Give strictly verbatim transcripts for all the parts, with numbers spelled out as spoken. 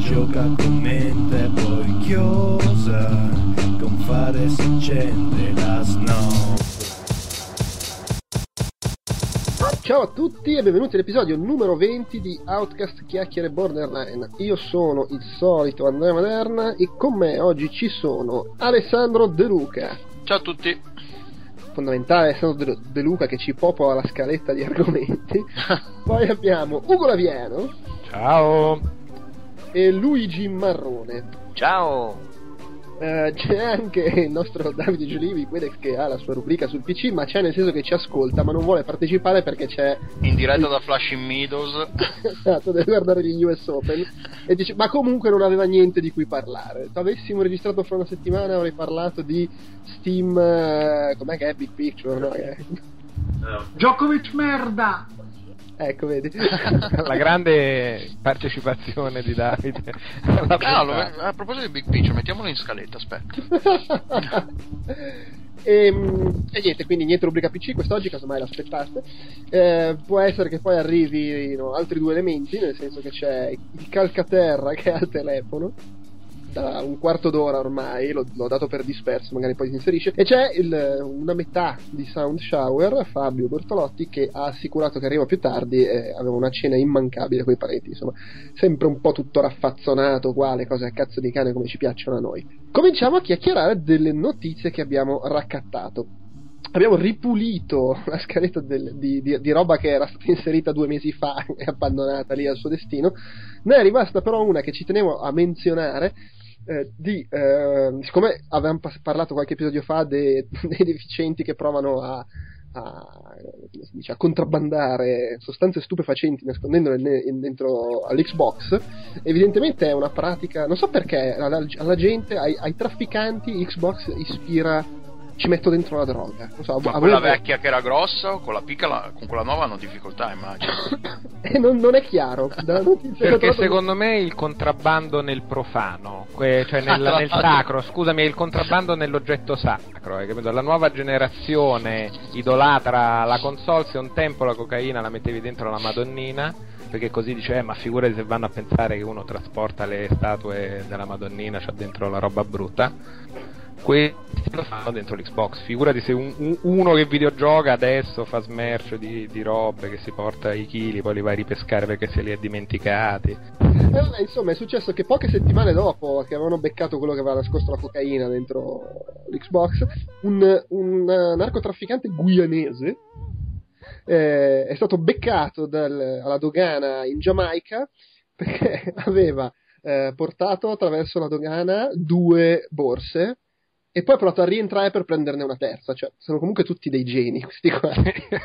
gioca con mente poi chiosa, con fare si accende la snow. Ciao a tutti e benvenuti all'episodio numero venti di Outcast Chiacchiere Borderline. Io sono il solito Andrea Maderna e con me oggi ci sono Alessandro De Luca. Ciao a tutti. Fondamentale Alessandro De, De Luca che ci popola la scaletta di argomenti. Poi abbiamo Ugo Laviano. Ciao. E Luigi Marrone. Ciao. Uh, c'è anche il nostro Davide Giulivi, che ha la sua rubrica sul P C, ma c'è nel senso che ci ascolta ma non vuole partecipare perché c'è in diretta da Flushing Meadows. Esatto, deve guardare gli U S Open e dice ma comunque non aveva niente di cui parlare. Se avessimo registrato fra una settimana avrei parlato di Steam, uh, com'è che è Big Picture, no? Uh, Djokovic merda. Ecco, vedi. La grande partecipazione di Davide. Ah, lo, a proposito di Big Picture, mettiamolo in scaletta, aspetta. e, e niente, quindi niente rubrica P C quest'oggi, casomai l'aspettate. Eh, può essere che poi arrivino altri due elementi, nel senso che c'è il calcaterra che ha il telefono da un quarto d'ora ormai, l'ho, l'ho dato per disperso, magari poi si inserisce, e c'è il, una metà di Sound Shower, Fabio Bortolotti, che ha assicurato che arriva più tardi e aveva una cena immancabile coi parenti, insomma sempre un po' tutto raffazzonato qua, le cose a cazzo di cane come ci piacciono a noi. Cominciamo a chiacchierare delle notizie che abbiamo raccattato. Abbiamo ripulito la scaletta del, di, di, di roba che era stata inserita due mesi fa e abbandonata lì al suo destino. Ne è rimasta però una che ci tenevo a menzionare. Eh, di eh, siccome avevamo parlato qualche episodio fa dei, dei deficienti che provano a, a, dice, a contrabbandare sostanze stupefacenti nascondendole ne, dentro all'Xbox, evidentemente è una pratica, non so perché alla, alla gente, ai, ai trafficanti Xbox ispira ci metto dentro la droga, non so, ma a quella voi... vecchia che era grossa o con la piccola, con quella nuova hanno difficoltà, immagino. E non, non è chiaro perché secondo me il contrabbando nel profano, cioè nel, nel sacro, scusami, è il contrabbando nell'oggetto sacro, hai capito? La nuova generazione idolatra la console, se un tempo la cocaina la mettevi dentro la Madonnina, perché così dice, eh, ma figurati se vanno a pensare che uno trasporta le statue della Madonnina, c'ha dentro la roba brutta. Questi lo fanno dentro l'Xbox. Figurati se un, un, uno che videogioca adesso fa smercio di, di robe, che si porta i chili, poi li va a ripescare perché se li ha dimenticati. Eh, insomma, è successo che poche settimane dopo che avevano beccato quello che aveva nascosto la cocaina dentro l'Xbox, un, un narcotrafficante guyanese eh, è stato beccato dal, alla dogana in Giamaica perché aveva eh, portato attraverso la dogana due borse e poi ha provato a rientrare per prenderne una terza. Cioè sono comunque tutti dei geni questi qua.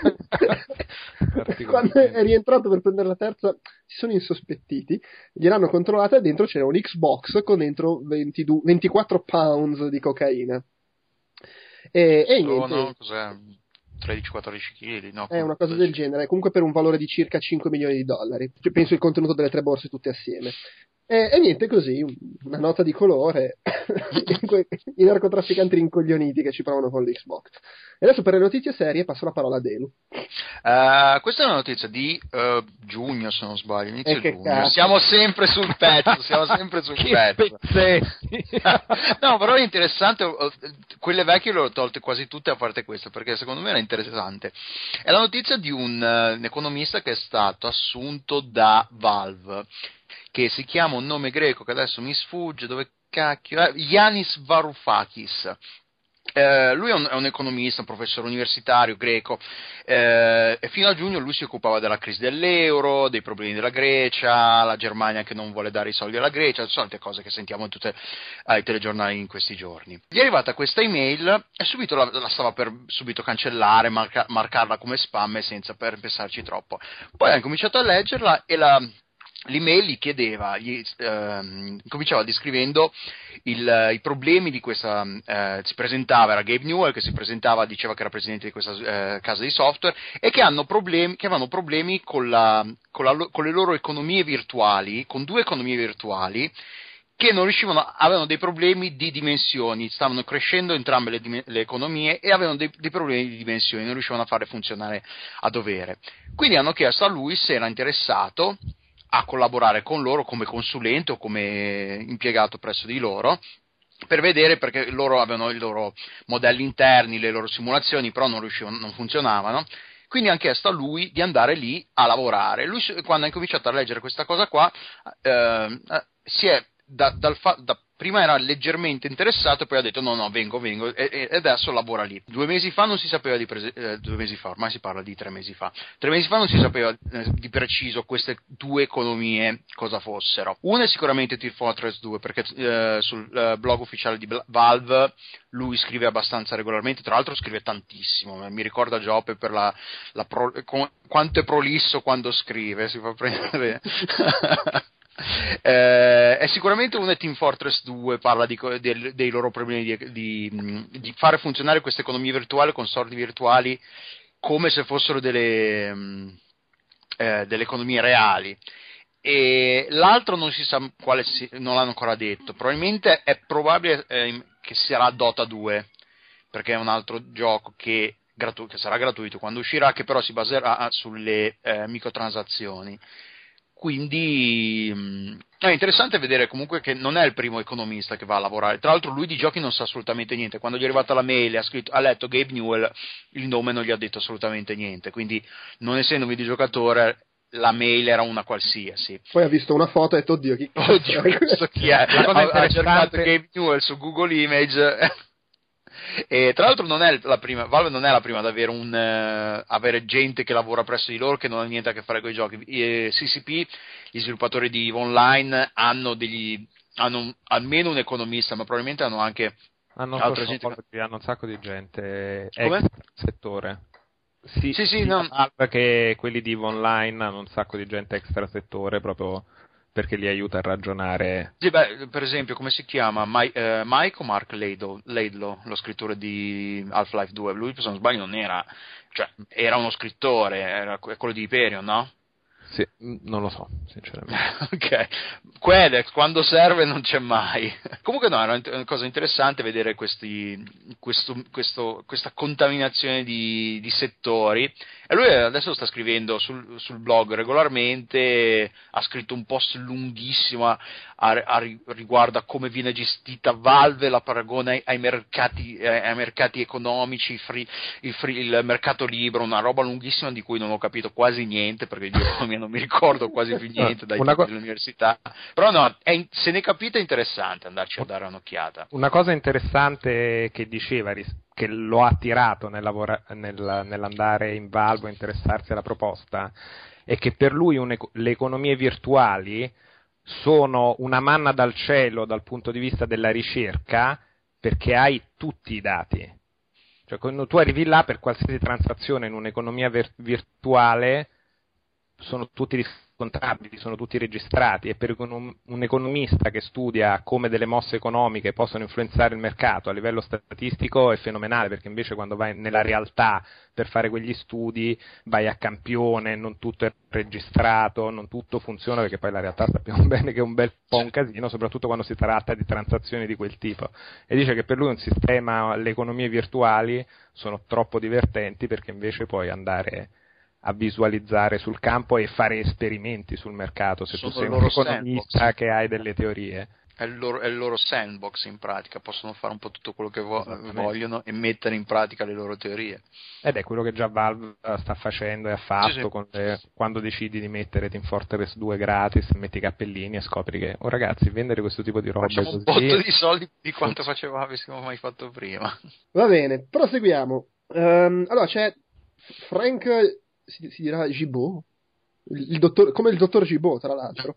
Quando è rientrato per prendere la terza si sono insospettiti, gliel'hanno controllata e dentro c'era un Xbox con dentro ventidue, ventiquattro pounds di cocaina e, e niente, no, cos'è? tredici quattordici chili, no? È una cosa del genere, comunque per un valore di circa cinque milioni di dollari, cioè, penso il contenuto delle tre borse tutte assieme. E, e niente, così, una nota di colore, i narcotrafficanti rincoglioniti che ci provano con l'Xbox. E adesso per le notizie serie passo la parola a Delu. Uh, questa è una notizia di uh, giugno, se non sbaglio, inizio giugno. Cazzo. Siamo sempre sul pezzo, siamo sempre sul pezzo. No, però è interessante, quelle vecchie le ho tolte quasi tutte a parte questa, perché secondo me era interessante. È la notizia di un, uh, un economista che è stato assunto da Valve, che si chiama un nome greco che adesso mi sfugge, dove cacchio è? Yanis Varoufakis. Eh, lui è un, è un economista, un professore universitario greco, eh, e fino a giugno lui si occupava della crisi dell'euro, dei problemi della Grecia, la Germania che non vuole dare i soldi alla Grecia, le solite cose che sentiamo in tutti i telegiornali in questi giorni. Gli è arrivata questa email e subito la, la stava per subito cancellare, marca, marcarla come spam senza per pensarci troppo. Poi ha cominciato a leggerla e la l'email gli chiedeva, gli, ehm, cominciava descrivendo il, i problemi di questa, eh, si presentava, era Gabe Newell che si presentava, diceva che era presidente di questa eh, casa di software e che, hanno problemi, che avevano problemi con, la, con, la, con le loro economie virtuali, con due economie virtuali che non riuscivano, avevano dei problemi di dimensioni, stavano crescendo entrambe le, le economie e avevano dei, dei problemi di dimensioni, non riuscivano a fare funzionare a dovere. Quindi hanno chiesto a lui se era interessato a collaborare con loro come consulente o come impiegato presso di loro, per vedere, perché loro avevano i loro modelli interni, le loro simulazioni, però non riuscivano, non funzionavano. Quindi hanno chiesto a lui di andare lì a lavorare. Lui, quando ha incominciato a leggere questa cosa qua, eh, si è da, dal fa, da, prima era leggermente interessato e poi ha detto no no vengo vengo e, e adesso lavora lì. Due mesi fa non si sapeva di prese, eh, due mesi fa, ormai si parla di tre mesi fa. Tre mesi fa non si sapeva eh, di preciso queste due economie cosa fossero. Una è sicuramente Team Fortress due, perché eh, sul eh, blog ufficiale di Valve lui scrive abbastanza regolarmente, tra l'altro scrive tantissimo, mi ricorda Giope per la, la pro, con, quanto è prolisso quando scrive, si fa prendere. Eh, è sicuramente uno è Team Fortress due, parla di, di, dei loro problemi di, di, di fare funzionare queste economie virtuali con soldi virtuali come se fossero delle, eh, delle economie reali. E l'altro non si sa quale si, non l'hanno ancora detto, probabilmente è probabile eh, che sarà Dota due, perché è un altro gioco che, gratu- che sarà gratuito quando uscirà, che però si baserà sulle eh, microtransazioni. Quindi mh, è interessante vedere comunque che non è il primo economista che va a lavorare. Tra l'altro lui di giochi non sa assolutamente niente. Quando gli è arrivata la mail e ha, scritto, ha letto Gabe Newell, il nome non gli ha detto assolutamente niente. Quindi, non essendo un videogiocatore, la mail era una qualsiasi. Poi ha visto una foto e ha detto oddio chi, oddio, questo chi è? La cosa ha, ha cercato Gabe Newell su Google Image. E tra l'altro non è la prima, Valve non è la prima ad avere, un, uh, avere gente che lavora presso di loro che non ha niente a che fare con i giochi. E C C P, gli sviluppatori di EVE Online, hanno degli hanno un, almeno un economista, ma probabilmente hanno anche hanno altra gente che... hanno un sacco di gente Come? extra settore. Sì, sì, sì, no. Che quelli di EVE Online hanno un sacco di gente extra settore proprio perché li aiuta a ragionare. Sì, beh, per esempio, come si chiama? Mike, eh, Mike o Mark Laidlaw, Laidlaw, lo scrittore di Half-Life due? Lui, se non sbaglio, non era, cioè, era uno scrittore, era quello di Hyperion, no? Sì, non lo so, sinceramente. Ok, Quedex, quando serve non c'è mai. Comunque no, era una cosa interessante vedere questi, questo, questo, questa contaminazione di, di settori. E lui adesso sta scrivendo sul, sul blog regolarmente, ha scritto un post lunghissimo a, a, riguardo a come viene gestita Valve, la paragona ai, ai, mercati, ai mercati economici, il, free, il, free, il mercato libero, una roba lunghissima di cui non ho capito quasi niente, perché io non mi ricordo quasi più niente dai tempi co- dell'università. Però no, è, se ne capite è interessante andarci a dare un'occhiata. Una cosa interessante che diceva che lo ha attirato nel lavora, nel, nell'andare in Valve, interessarsi alla proposta, è che per lui un, le economie virtuali sono una manna dal cielo dal punto di vista della ricerca, perché hai tutti i dati. Cioè, quando tu arrivi là, per qualsiasi transazione in un'economia ver- virtuale sono tutti riscontrabili, sono tutti registrati, e per un, un economista che studia come delle mosse economiche possono influenzare il mercato a livello statistico è fenomenale, perché invece quando vai nella realtà per fare quegli studi vai a campione, non tutto è registrato, non tutto funziona, perché poi la realtà sappiamo bene che è un bel po' un casino, soprattutto quando si tratta di transazioni di quel tipo. E dice che per lui un sistema, le economie virtuali sono troppo divertenti, perché invece puoi andare a visualizzare sul campo e fare esperimenti sul mercato, se sono tu sei un economista che hai delle teorie. È il, loro, è il loro sandbox, in pratica, possono fare un po' tutto quello che vo- vogliono e mettere in pratica le loro teorie. Ed è quello che già Valve sta facendo e ha fatto, sì, sì. Con le, quando decidi di mettere Team Fortress due gratis, metti i cappellini e scopri che, oh ragazzi, vendere questo tipo di roba facciamo così, un botto di soldi di quanto faceva, avessimo mai fatto prima. Va bene, proseguiamo. Um, allora c'è Frank, si, si dirà Gibault, il, il dottor, come il dottor Gibault tra l'altro,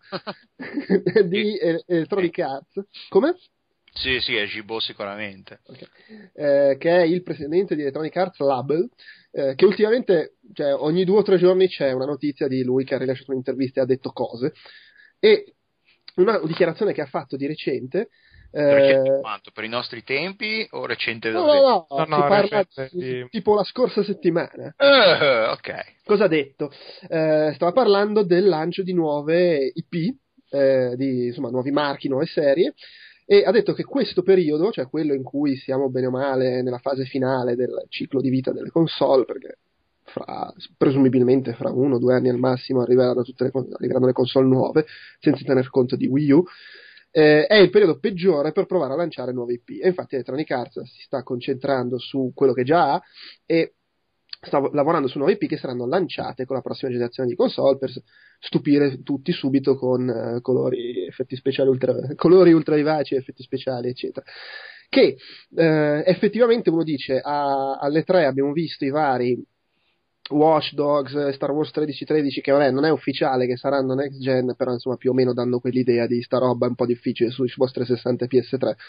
di Electronic Arts. Come? Sì, sì, è Gibault sicuramente. Okay. Eh, che è il presidente di Electronic Arts Label, eh, che ultimamente, cioè, ogni due o tre giorni c'è una notizia di lui che ha rilasciato un'intervista e ha detto cose, e una dichiarazione che ha fatto di recente. Recente quanto? Per i nostri tempi o recente no, davvero? No, no, no, no, si no parla di... tipo la scorsa settimana. Uh, ok. Cosa ha detto? Eh, stava parlando del lancio di nuove I P, eh, di insomma nuovi marchi, nuove serie, e ha detto che questo periodo, cioè quello in cui siamo bene o male nella fase finale del ciclo di vita delle console, perché fra, presumibilmente fra uno o due anni al massimo arriveranno, tutte le, arriveranno le console nuove, senza tener conto di Wii U. Eh, è il periodo peggiore per provare a lanciare nuove I P, e infatti Electronic Arts si sta concentrando su quello che già ha e sta lavorando su nuove I P che saranno lanciate con la prossima generazione di console per stupire tutti subito con uh, colori, effetti speciali ultra, colori ultra vivaci, effetti speciali eccetera, che uh, effettivamente uno dice a, alle tre abbiamo visto i vari Watch Dogs, Star Wars tredici tredici, che vabbè, non è ufficiale che saranno next gen, però insomma più o meno danno quell'idea di sta roba un po' difficile su Xbox trecentosessanta e P S tre.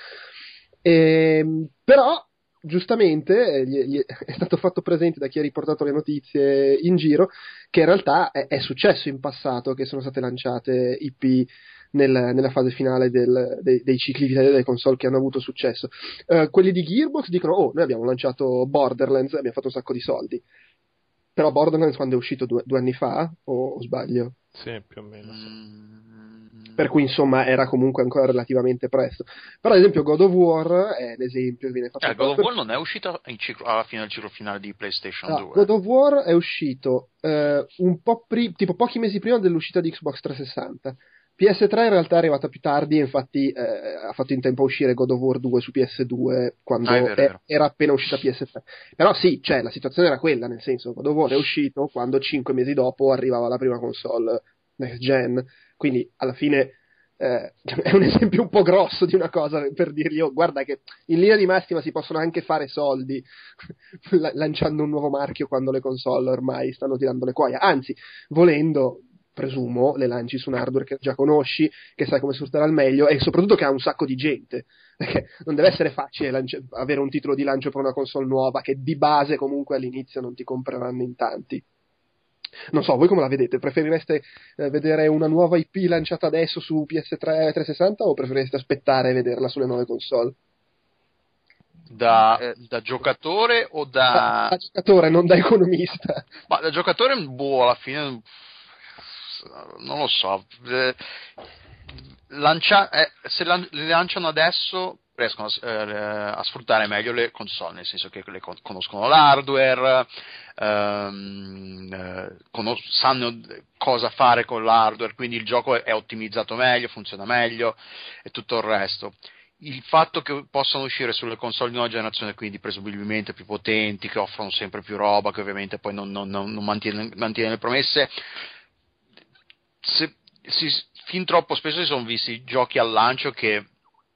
E, però giustamente gli, gli è stato fatto presente da chi ha riportato le notizie in giro che in realtà è, è successo in passato che sono state lanciate I P nel, nella fase finale del, dei, dei cicli vitali delle console che hanno avuto successo. Uh, quelli di Gearbox dicono: oh, noi abbiamo lanciato Borderlands e abbiamo fatto un sacco di soldi. Però Borderlands quando è uscito due, due anni fa, o, o sbaglio? Sì, più o meno. Sì. Mm. Per cui insomma era comunque ancora relativamente presto. Però ad esempio God of War è l'esempio che viene fatto. Eh, God of War non è uscito in ciclo, alla fine del ciclo finale di PlayStation ah, due. God of War è uscito eh, un po' pri- tipo pochi mesi prima dell'uscita di Xbox trecentosessanta. P S tre in realtà è arrivata più tardi, infatti eh, ha fatto in tempo a uscire God of War due su P S due quando ah, è vero, è, è vero. era appena uscita P S tre. Però sì, cioè la situazione era quella, nel senso God of War è uscito quando cinque mesi dopo arrivava la prima console next gen, quindi alla fine eh, è un esempio un po' grosso di una cosa per dirgli: oh, guarda che in linea di massima si possono anche fare soldi lanciando un nuovo marchio quando le console ormai stanno tirando le cuoia, anzi volendo presumo le lanci su un hardware che già conosci, che sai come sfruttare al meglio e soprattutto che ha un sacco di gente, perché non deve essere facile lance- avere un titolo di lancio per una console nuova che di base comunque all'inizio non ti compreranno in tanti. Non so, voi come la vedete? Preferireste eh, vedere una nuova I P lanciata adesso su P S tre trecentosessanta o preferireste aspettare e vederla sulle nuove console? Da, eh, da giocatore o da... Da, da giocatore, non da economista. Ma da giocatore, boh, alla fine non lo so. Eh, lancia, eh, se lan- le lanciano adesso riescono a, eh, a sfruttare meglio le console, nel senso che le con- conoscono l'hardware, ehm, eh, conos- sanno cosa fare con l'hardware, quindi il gioco è, è ottimizzato meglio, funziona meglio e tutto il resto. Il fatto che possano uscire sulle console di nuova generazione, quindi presumibilmente più potenti, che offrono sempre più roba, che ovviamente poi non, non, non, non mantiene, mantiene le promesse, se, si, fin troppo spesso si sono visti giochi al lancio che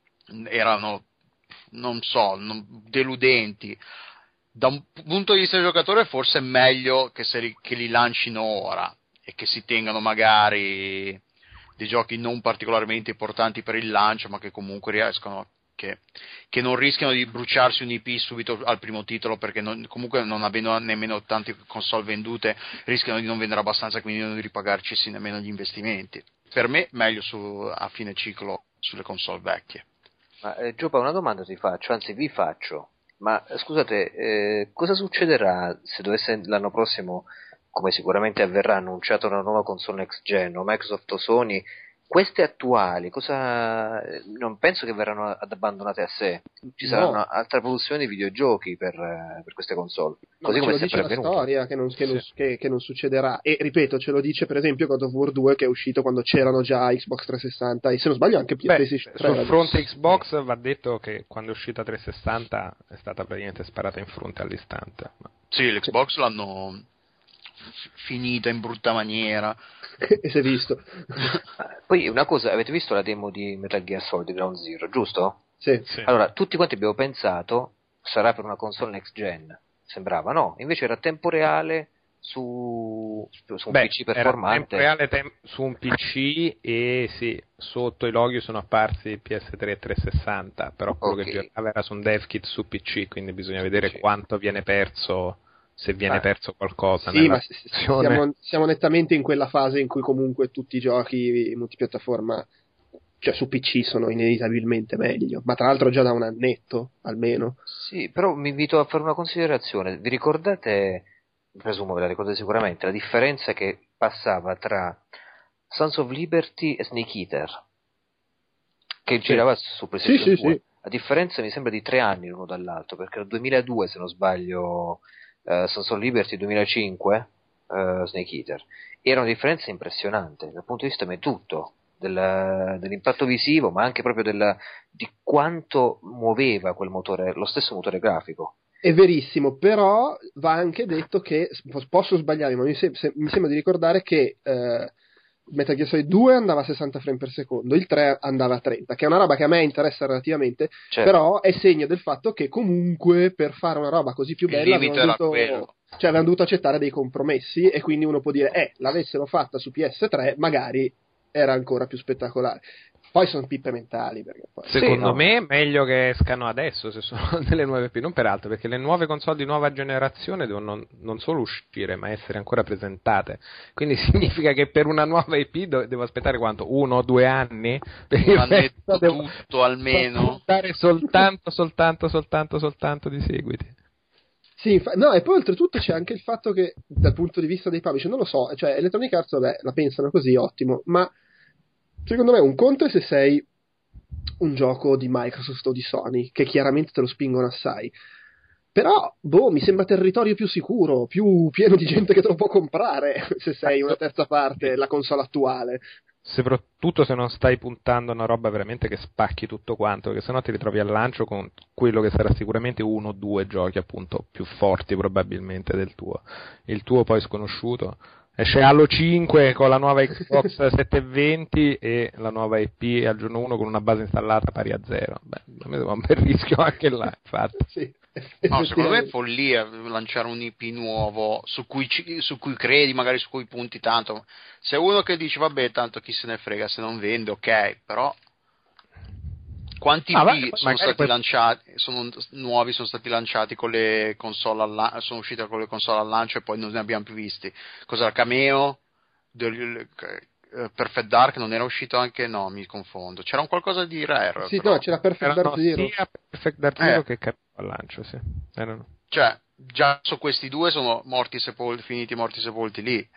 erano, non so, non, deludenti. Da un punto di vista del giocatore forse è meglio che, se li, che li lancino ora e che si tengano magari dei giochi non particolarmente importanti per il lancio, ma che comunque riescono, che, che non rischiano di bruciarsi un I P subito al primo titolo, perché non, comunque non avendo nemmeno tante console vendute rischiano di non vendere abbastanza, quindi non di ripagarci nemmeno gli investimenti. Per me meglio su, a fine ciclo sulle console vecchie. Ma eh, Gioppa, una domanda ti faccio, anzi vi faccio, ma scusate, eh, cosa succederà se dovesse l'anno prossimo, come sicuramente avverrà, annunciata una nuova console next gen, o Microsoft o Sony? Queste attuali, cosa non penso che verranno ad abbandonate a sé. Ci saranno no. altre produzioni di videogiochi per, per queste console. No, così come ce è lo sempre dice la avvenuto. storia che non, che, sì. non, che, che non succederà. E ripeto, ce lo dice per esempio God of War due, che è uscito quando c'erano già Xbox trecentosessanta e se non sbaglio anche PlayStation tre. Sul fronte Xbox va detto che quando è uscita trecentosessanta è stata praticamente sparata in fronte all'istante. Ma... Sì, l'Xbox sì. l'hanno finita in brutta maniera. E si è visto. Poi una cosa, avete visto la demo di Metal Gear Solid Ground Zero, giusto? Sì. sì. Allora, tutti quanti abbiamo pensato sarà per una console next gen, sembrava, no? Invece era tempo reale su, su un Beh, P C performante. Era tempo reale tem- su un P C e sì, sotto i loghi sono apparsi P S tre e trecentosessanta, però quello okay. che girava era su un dev kit su P C, quindi bisogna vedere sì. quanto viene perso, se viene ah. perso qualcosa. Sì, ma siamo, siamo nettamente in quella fase in cui comunque tutti i giochi multipiattaforma, cioè su P C, sono inevitabilmente meglio, ma tra l'altro già da un annetto almeno. Sì, però mi invito a fare una considerazione. Vi ricordate, presumo ve la ricordate sicuramente, la differenza che passava tra Sons of Liberty e Snake Eater, che sì. girava su PlayStation sì, due? Sì, sì. La differenza mi sembra di tre anni l'uno dall'altro, perché era duemiladue se non sbaglio uh, Sons of Liberty duemilacinque, uh, Snake Eater, era una differenza impressionante dal punto di vista di tutto, del, dell'impatto visivo, ma anche proprio del, di quanto muoveva quel motore, lo stesso motore grafico. È verissimo, però va anche detto che, posso sbagliare, ma mi, se, se, mi sembra di ricordare che eh, Metal Gear Solid due andava a sessanta frame per secondo, il tre andava a trenta, che è una roba che a me interessa relativamente, certo. Però è segno del fatto che comunque per fare una roba così più bella avevano dovuto, cioè, avevano dovuto accettare dei compromessi, e quindi uno può dire, eh, l'avessero fatta su P S tre magari era ancora più spettacolare. Poi sono pippe mentali, perché poi... secondo sì, no. me meglio che escano adesso se sono delle nuove P, non peraltro, perché le nuove console di nuova generazione devono non, non solo uscire ma essere ancora presentate, quindi significa che per una nuova I P do, devo aspettare quanto? Uno o due anni? Perché un annetto devo tutto almeno aspettare soltanto soltanto soltanto soltanto di seguiti. Sì, infa- no, e poi oltretutto c'è anche il fatto che dal punto di vista dei publisher, non lo so, cioè Electronic Arts vabbè, la pensano così, ottimo, ma secondo me un conto è se sei un gioco di Microsoft o di Sony, che chiaramente te lo spingono assai, però, boh, mi sembra territorio più sicuro, più pieno di gente che te lo può comprare, se sei una terza parte, la console attuale. Soprattutto se non stai puntando a una roba veramente che spacchi tutto quanto, perché sennò ti ritrovi al lancio con quello che sarà sicuramente uno o due giochi appunto più forti probabilmente del tuo. Il tuo poi sconosciuto. Esce Halo cinque con la nuova Xbox settecentoventi e la nuova I P al giorno uno con una base installata pari a zero. Beh, a me un bel rischio anche là, infatti. Sì, no, secondo me è follia lanciare un I P nuovo su cui, ci, su cui credi, magari su cui punti tanto. Se uno che dice vabbè, tanto chi se ne frega, se non vende, ok, però quanti ah, I P va, sono stati poi... lanciati, sono nuovi, sono stati lanciati con le console al la- sono usciti con le console al lancio e poi non ne abbiamo più visti. Cos'era Cameo? Del, uh, Perfect Dark non era uscito anche? No, mi confondo. C'era un qualcosa di Rare. Sì, però. no, c'era Perfect Erano Dark Zero. sia Perfect Dark Zero eh. che Cameo al lancio, sì. Erano. Cioè, già su questi due sono morti sepolti, finiti morti sepolti lì.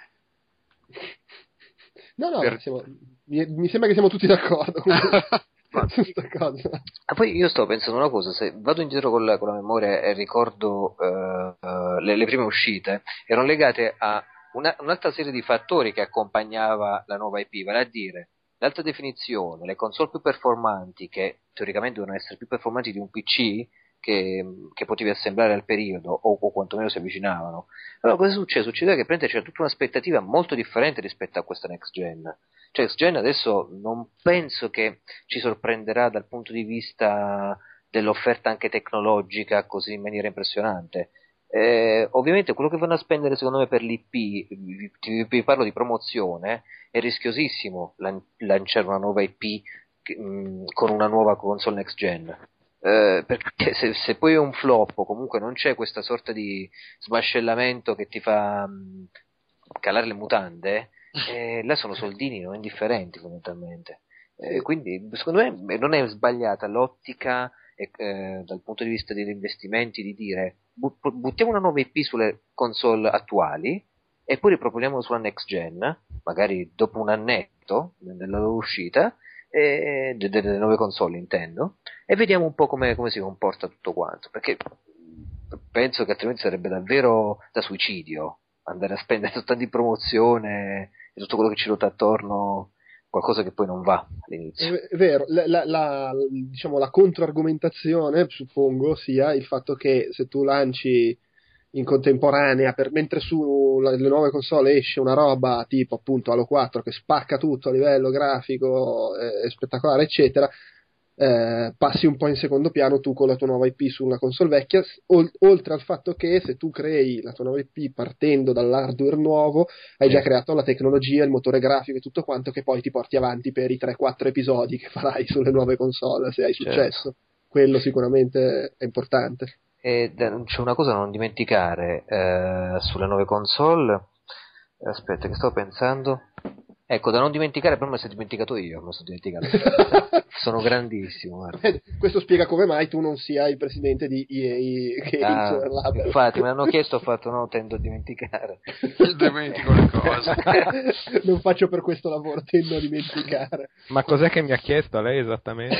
No, no, per... siamo, mi, mi sembra che siamo tutti d'accordo su sta cosa. Ah, poi io sto pensando una cosa, se vado indietro con la, con la memoria e ricordo uh, uh, le, le prime uscite, erano legate a una, un'altra serie di fattori che accompagnava la nuova I P, vale a dire l'alta definizione, le console più performanti, che teoricamente devono essere più performanti di un P C che, che potevi assemblare al periodo, o, o quantomeno si avvicinavano. Allora cosa succede? Succede che c'era tutta un'aspettativa molto differente rispetto a questa next gen. Cioè next gen adesso non penso che ci sorprenderà dal punto di vista dell'offerta anche tecnologica così in maniera impressionante. Eh, ovviamente quello che vanno a spendere secondo me per l'I P, vi, vi parlo di promozione, è rischiosissimo lan- lanciare una nuova I P che, mh, con una nuova console next gen. Uh, perché se, se poi è un flop o comunque non c'è questa sorta di smascellamento che ti fa um, calare le mutande, eh, là sono soldini non indifferenti fondamentalmente. Eh, quindi secondo me non è sbagliata l'ottica eh, eh, dal punto di vista degli investimenti di dire bu- buttiamo una nuova I P sulle console attuali e poi riproponiamolo sulla next gen, magari dopo un annetto della loro uscita, e delle nuove console intendo, e vediamo un po' come, come si comporta tutto quanto, perché penso che altrimenti sarebbe davvero da suicidio andare a spendere soltanto in promozione e tutto quello che ci ruota attorno, qualcosa che poi non va all'inizio. È vero, la, la, la, diciamo la controargomentazione suppongo sia il fatto che se tu lanci in contemporanea, per, mentre sulle nuove console esce una roba tipo appunto Halo quattro che spacca tutto a livello grafico, eh, spettacolare eccetera, eh, passi un po' in secondo piano tu con la tua nuova I P su una console vecchia, ol- oltre al fatto che se tu crei la tua nuova I P partendo dall'hardware nuovo hai sì. già creato la tecnologia, il motore grafico e tutto quanto che poi ti porti avanti per i tre quattro episodi che farai sulle nuove console se hai successo. Certo. Quello sicuramente è importante. E c'è una cosa da non dimenticare eh, sulle nuove console, aspetta che sto pensando, ecco, da non dimenticare, però me lo sono dimenticato io, me lo sono dimenticato. Sono grandissimo, guarda. Questo spiega come mai tu non sia il presidente di E A Games. Ah, infatti me l'hanno chiesto, ho fatto no, tendo a dimenticare. Dimentico le cose. Non faccio per questo lavoro, tendo a dimenticare. Ma cos'è che mi ha chiesto lei esattamente?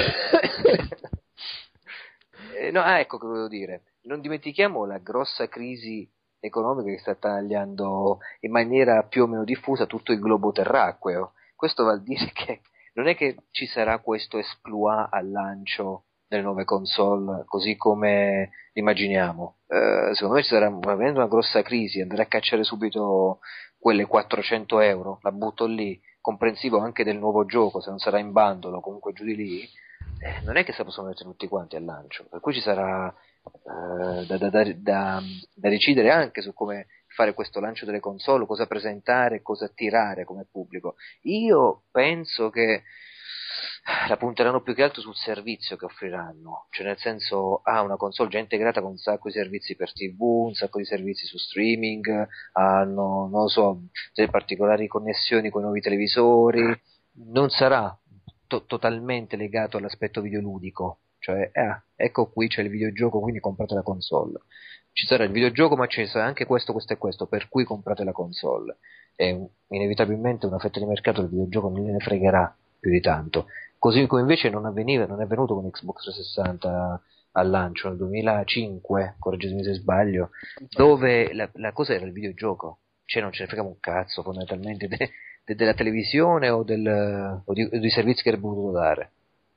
eh, no, ah, ecco che volevo dire. Non dimentichiamo la grossa crisi economica che sta tagliando in maniera più o meno diffusa tutto il globo terracqueo. Questo vuol dire che non è che ci sarà questo exploit al lancio delle nuove console così come immaginiamo. Eh, secondo me ci sarà veramente una grossa crisi, andare a cacciare subito quelle quattrocento euro, la butto lì, comprensivo anche del nuovo gioco, se non sarà in bandolo o comunque giù di lì, eh, non è che se la possono mettere tutti quanti al lancio, per cui ci sarà eh, da, da, da, da, da decidere anche su come fare questo lancio delle console, cosa presentare, cosa attirare come pubblico. Io penso che la punteranno più che altro sul servizio che offriranno, cioè nel senso ha ah, una console già integrata con un sacco di servizi per tivù, un sacco di servizi su streaming, hanno, non lo so, delle particolari connessioni con i nuovi televisori, non sarà to- totalmente legato all'aspetto videoludico, cioè ah, ecco qui c'è il videogioco, quindi comprate la console. Ci sarà il videogioco, ma ci sarà anche questo, questo e questo, per cui comprate la console. E inevitabilmente una fetta di mercato del videogioco non ne fregherà più di tanto. Così come invece non avveniva, non è avvenuto con Xbox trecentosessanta al lancio nel duemilacinque, correggetemi se sbaglio, dove la, la cosa era il videogioco, cioè non ce ne fregava un cazzo fondamentalmente de, de, della televisione o, del, o, di, o dei servizi che era potuto dare.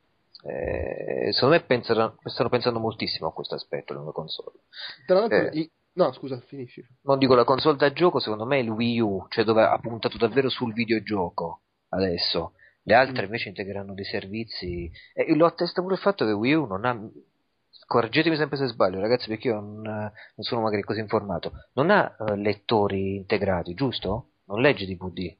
Eh, secondo me pensano, stanno pensando moltissimo a questo aspetto le nuove console. Tra l'altro, eh, i... no scusa, finisci. Non dico la console da gioco, secondo me è il Wii U, cioè dove ha puntato davvero sul videogioco adesso. Le altre invece integreranno dei servizi, e lo attesta pure il fatto che Wii U non ha, correggetemi sempre se sbaglio ragazzi perché io non, non sono magari così informato, non ha uh, lettori integrati, giusto? Non legge D V D?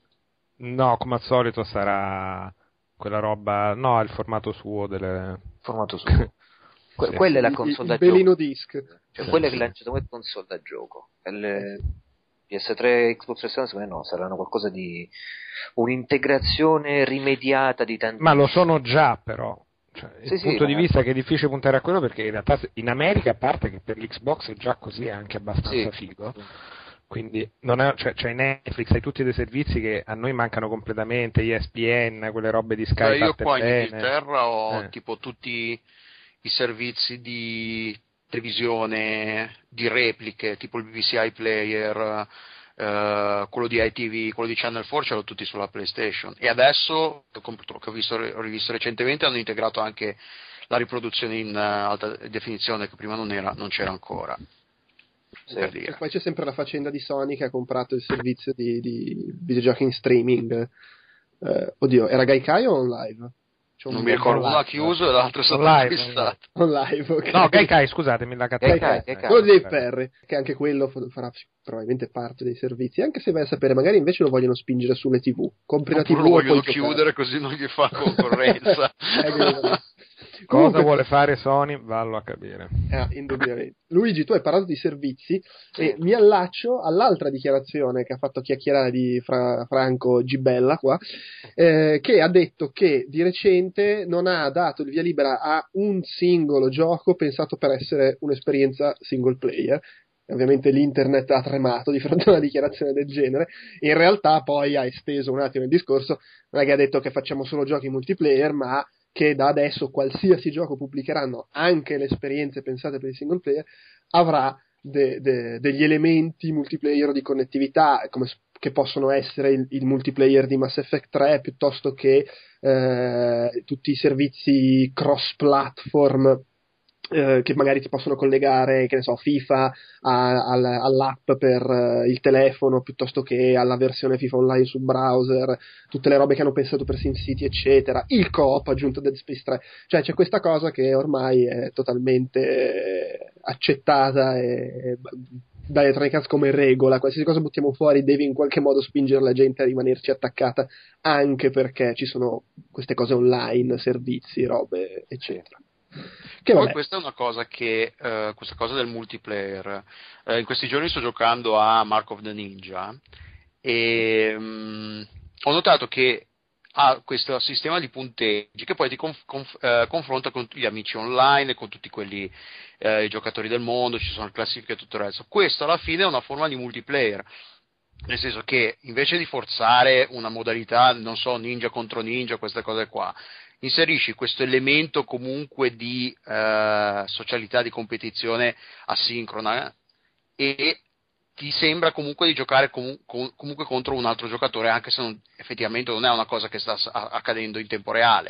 No, come al solito sarà quella roba, no, il formato suo delle... formato suo que- sì. Quella è la console il, da il belino gioco, disc, cioè sì, quella sì. che lanciano come console da gioco. Le P S tre, Xbox trecentosessanta secondo me no, saranno qualcosa di un'integrazione rimediata di tanti. Ma lo sono già però, cioè, sì, il sì, punto di ma... vista che è difficile puntare a quello, perché in realtà in America, a parte che per l'Xbox è già così, è anche abbastanza sì. figo, quindi non è, cioè, c'hai Netflix, hai tutti dei servizi che a noi mancano completamente, E S P N, quelle robe di Sky. Beh, io qua bene. in Inghilterra ho eh. tipo tutti i servizi di televisione, di repliche, tipo il B B C iPlayer, Uh, quello di I T V, quello di Channel quattro ce l'ho tutti sulla PlayStation, e adesso che ho, visto, ho rivisto recentemente hanno integrato anche la riproduzione in uh, alta definizione che prima non era, non c'era ancora. Sì. Per dire. E poi c'è sempre la faccenda di Sony che ha comprato il servizio di, di videogiochi in streaming. Eh, oddio, era Gaikai o On Live? C'è non mi ricordo, uno ha chiuso e l'altro è stato live, acquistato. On Live, ok. No, Gaikai, scusatemi, la Gaikai, categoria. Quello di Dave Perry, che anche quello farà probabilmente parte dei servizi, anche se vai a sapere, magari invece lo vogliono spingere sulle tivù. Compri la tivù lo vogliono poi chiudere così non gli fa concorrenza. Cosa Comunque, vuole fare Sony? Vallo a capire. Eh, indubbiamente. Luigi, tu hai parlato di servizi e mi allaccio all'altra dichiarazione che ha fatto chiacchierare di Fra- Franco Gibella qua, eh, che ha detto che di recente non ha dato il via libera a un singolo gioco pensato per essere un'esperienza single player. Ovviamente l'internet ha tremato di fronte a una dichiarazione del genere. In realtà poi ha esteso un attimo il discorso, non è che ha detto che facciamo solo giochi multiplayer, ma che da adesso qualsiasi gioco pubblicheranno, anche le esperienze pensate per il single player, avrà de, de, degli elementi multiplayer o di connettività, come, che possono essere il, il multiplayer di Mass Effect tre, piuttosto che eh, tutti i servizi cross-platform eh, che magari ti possono collegare, che ne so, FIFA a, al, all'app per uh, il telefono, piuttosto che alla versione FIFA Online sul browser, tutte le robe che hanno pensato per SimCity, eccetera, il co-op aggiunto a Dead Space tre, cioè c'è questa cosa che ormai è totalmente accettata e da Electronic Arts come regola, qualsiasi cosa buttiamo fuori devi in qualche modo spingere la gente a rimanerci attaccata, anche perché ci sono queste cose online, servizi, robe, eccetera. Che Poi vabbè. questa è una cosa che uh, questa cosa del multiplayer, uh, in questi giorni sto giocando a Mark of the Ninja e um, ho notato che ha questo sistema di punteggi che poi ti conf- conf- uh, confronta con gli amici online e con tutti quelli uh, i giocatori del mondo, ci sono classifiche e tutto il resto. Questo alla fine è una forma di multiplayer, nel senso che invece di forzare una modalità, non so, ninja contro ninja, queste cose qua, inserisci questo elemento comunque di uh, socialità, di competizione asincrona, e ti sembra comunque di giocare comu- com- comunque contro un altro giocatore, anche se non, effettivamente non è una cosa che sta a- accadendo in tempo reale,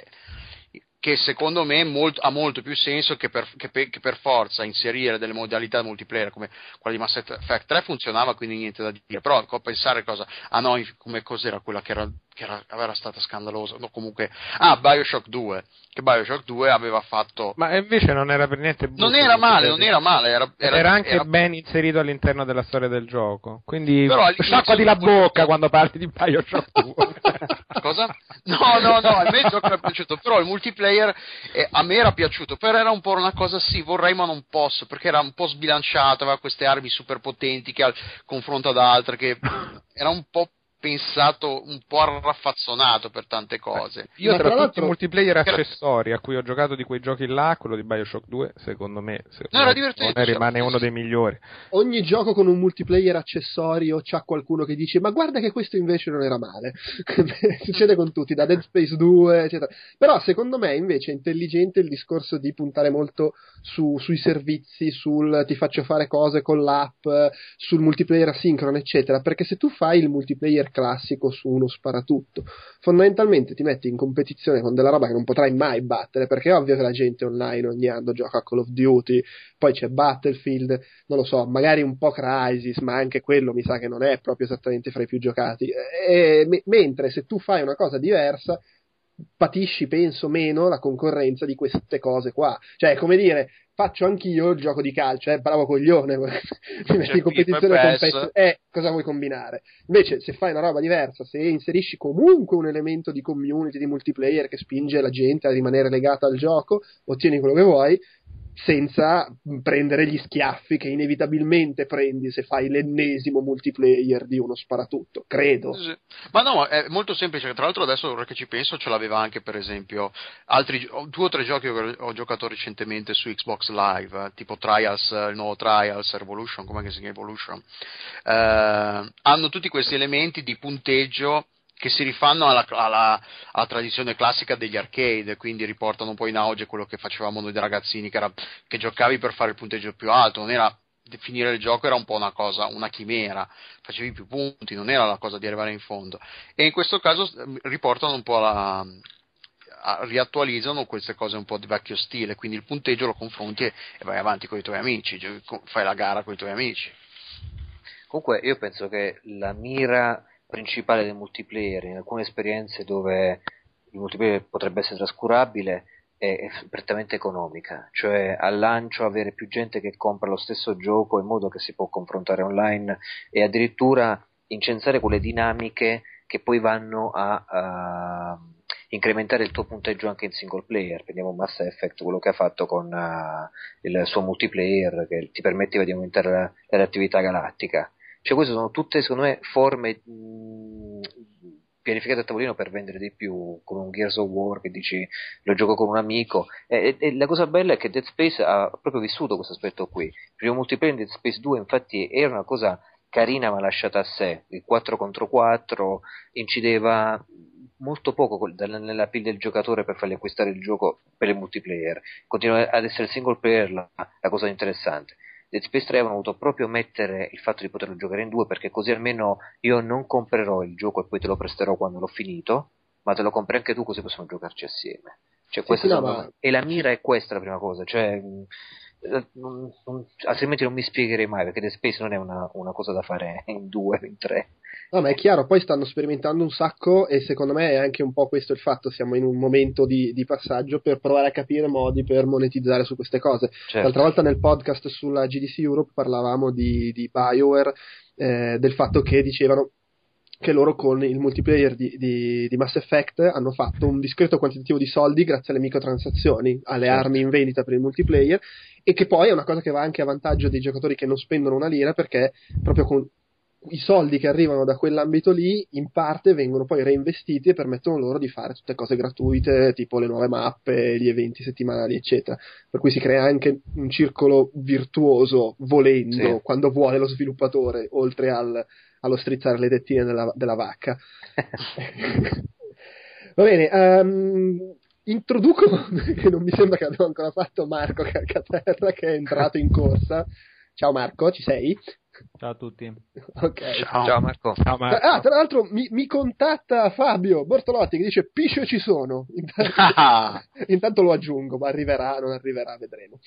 che secondo me molto, ha molto più senso che per, che, pe- che per forza inserire delle modalità multiplayer come quella di Mass Effect tre funzionava, quindi niente da dire, però a pensare cosa, ah no, come cos'era quella che era, che era, era stata scandalosa, no, comunque, ah, Bioshock due, che Bioshock due aveva fatto, ma invece non era per niente brutto, non era male, non era male, era, era, era anche era... ben inserito all'interno della storia del gioco, quindi sciacquati la bocca quando parli di Bioshock due. Cosa? No, no, no, a me il gioco mi è piaciuto, però il multiplayer eh, a me era piaciuto, però era un po' una cosa, sì, vorrei ma non posso, perché era un po' sbilanciato, aveva queste armi super potenti che al confronto ad altre, che era un po' pensato, un po' arraffazzonato per tante cose. Io ma tra, tra tutti i multiplayer era... accessori a cui ho giocato di quei giochi là, quello di Bioshock due, secondo me, secondo no, era me divertente, rimane uno dei migliori. Ogni gioco con un multiplayer accessorio c'ha qualcuno che dice ma guarda che questo invece non era male. Succede con tutti, da Dead Space due, eccetera. Però secondo me invece è intelligente il discorso di puntare molto su, sui servizi, sul ti faccio fare cose con l'app, sul multiplayer asincrono, eccetera, perché se tu fai il multiplayer classico su uno sparatutto, fondamentalmente ti metti in competizione con della roba che non potrai mai battere, perché è ovvio che la gente online ogni anno gioca a Call of Duty, poi c'è Battlefield, non lo so, magari un po' Crysis, ma anche quello mi sa che non è proprio esattamente fra i più giocati, e, me- mentre se tu fai una cosa diversa patisci, penso, meno la concorrenza di queste cose qua, cioè come dire, faccio anch'io il gioco di calcio, eh, bravo coglione, ti metti in competizione con pezzi, eh, cosa vuoi combinare? Invece se fai una roba diversa, se inserisci comunque un elemento di community, di multiplayer che spinge la gente a rimanere legata al gioco, ottieni quello che vuoi, senza prendere gli schiaffi che inevitabilmente prendi se fai l'ennesimo multiplayer di uno sparatutto, credo. Sì. Ma no, è molto semplice, tra l'altro adesso ora che ci penso ce l'aveva anche per esempio altri due o tre giochi che ho giocato recentemente su Xbox Live, eh, tipo Trials, il nuovo Trials, Revolution, come si chiama Evolution, eh, hanno tutti questi elementi di punteggio che si rifanno alla, alla, alla tradizione classica degli arcade, quindi riportano un po' in auge quello che facevamo noi da ragazzini, che, era, che giocavi per fare il punteggio più alto, non era finire il gioco, era un po' una cosa, una chimera, facevi più punti, non era la cosa di arrivare in fondo, e in questo caso riportano un po' la, riattualizzano queste cose un po' di vecchio stile, quindi il punteggio lo confronti e, e vai avanti con i tuoi amici, fai la gara con i tuoi amici. Comunque io penso che la mira principale del multiplayer, in alcune esperienze dove il multiplayer potrebbe essere trascurabile, è prettamente economica, cioè al lancio avere più gente che compra lo stesso gioco in modo che si può confrontare online e addirittura incensare quelle dinamiche che poi vanno a, a incrementare il tuo punteggio anche in single player. Prendiamo Mass Effect, quello che ha fatto con uh, il suo multiplayer che ti permetteva di aumentare la, la reattività galattica. Cioè queste sono tutte secondo me forme mh, pianificate a tavolino per vendere di più, come un Gears of War che dici lo gioco con un amico, e, e, e la cosa bella è che Dead Space ha proprio vissuto questo aspetto qui. Il primo multiplayer di Dead Space due infatti era una cosa carina ma lasciata a sé, il quattro contro quattro incideva molto poco nella pila del giocatore per fargli acquistare il gioco per il multiplayer, continua ad essere il single player la, la cosa interessante. Dead Space tre avevano voluto proprio mettere il fatto di poterlo giocare in due, perché così almeno io non comprerò il gioco e poi te lo presterò quando l'ho finito, ma te lo compri anche tu così possiamo giocarci assieme. Cioè, sì, questa sì, no, no, ma... E la mira è questa la prima cosa, cioè non, non, altrimenti non mi spiegherei mai, perché Dead Space non è una, una cosa da fare in due, in tre. No, ma è chiaro, poi stanno sperimentando un sacco e secondo me è anche un po' questo il fatto, siamo in un momento di, di passaggio per provare a capire modi per monetizzare su queste cose. Certo. L'altra volta nel podcast sulla G D C Europe parlavamo di, di BioWare, eh, del fatto che dicevano che loro con il multiplayer di, di, di Mass Effect hanno fatto un discreto quantitativo di soldi grazie alle microtransazioni, alle certo. armi in vendita per il multiplayer, e che poi è una cosa che va anche a vantaggio dei giocatori che non spendono una lira, perché proprio con i soldi che arrivano da quell'ambito lì in parte vengono poi reinvestiti e permettono loro di fare tutte cose gratuite, tipo le nuove mappe, gli eventi settimanali, eccetera, per cui si crea anche un circolo virtuoso volendo, sì. quando vuole lo sviluppatore, oltre al, allo strizzare le tettine della, della vacca. Va bene, um, introduco, che non mi sembra che abbiamo ancora fatto, Marco Calcaterra, che è entrato in corsa. Ciao Marco, ci sei? Ciao a tutti. Okay. Ciao. Ciao Marco. Ciao Marco. Ah, tra l'altro mi, mi contatta Fabio Bortolotti che dice pisce ci sono. Intanto, intanto lo aggiungo, ma arriverà, non arriverà, vedremo.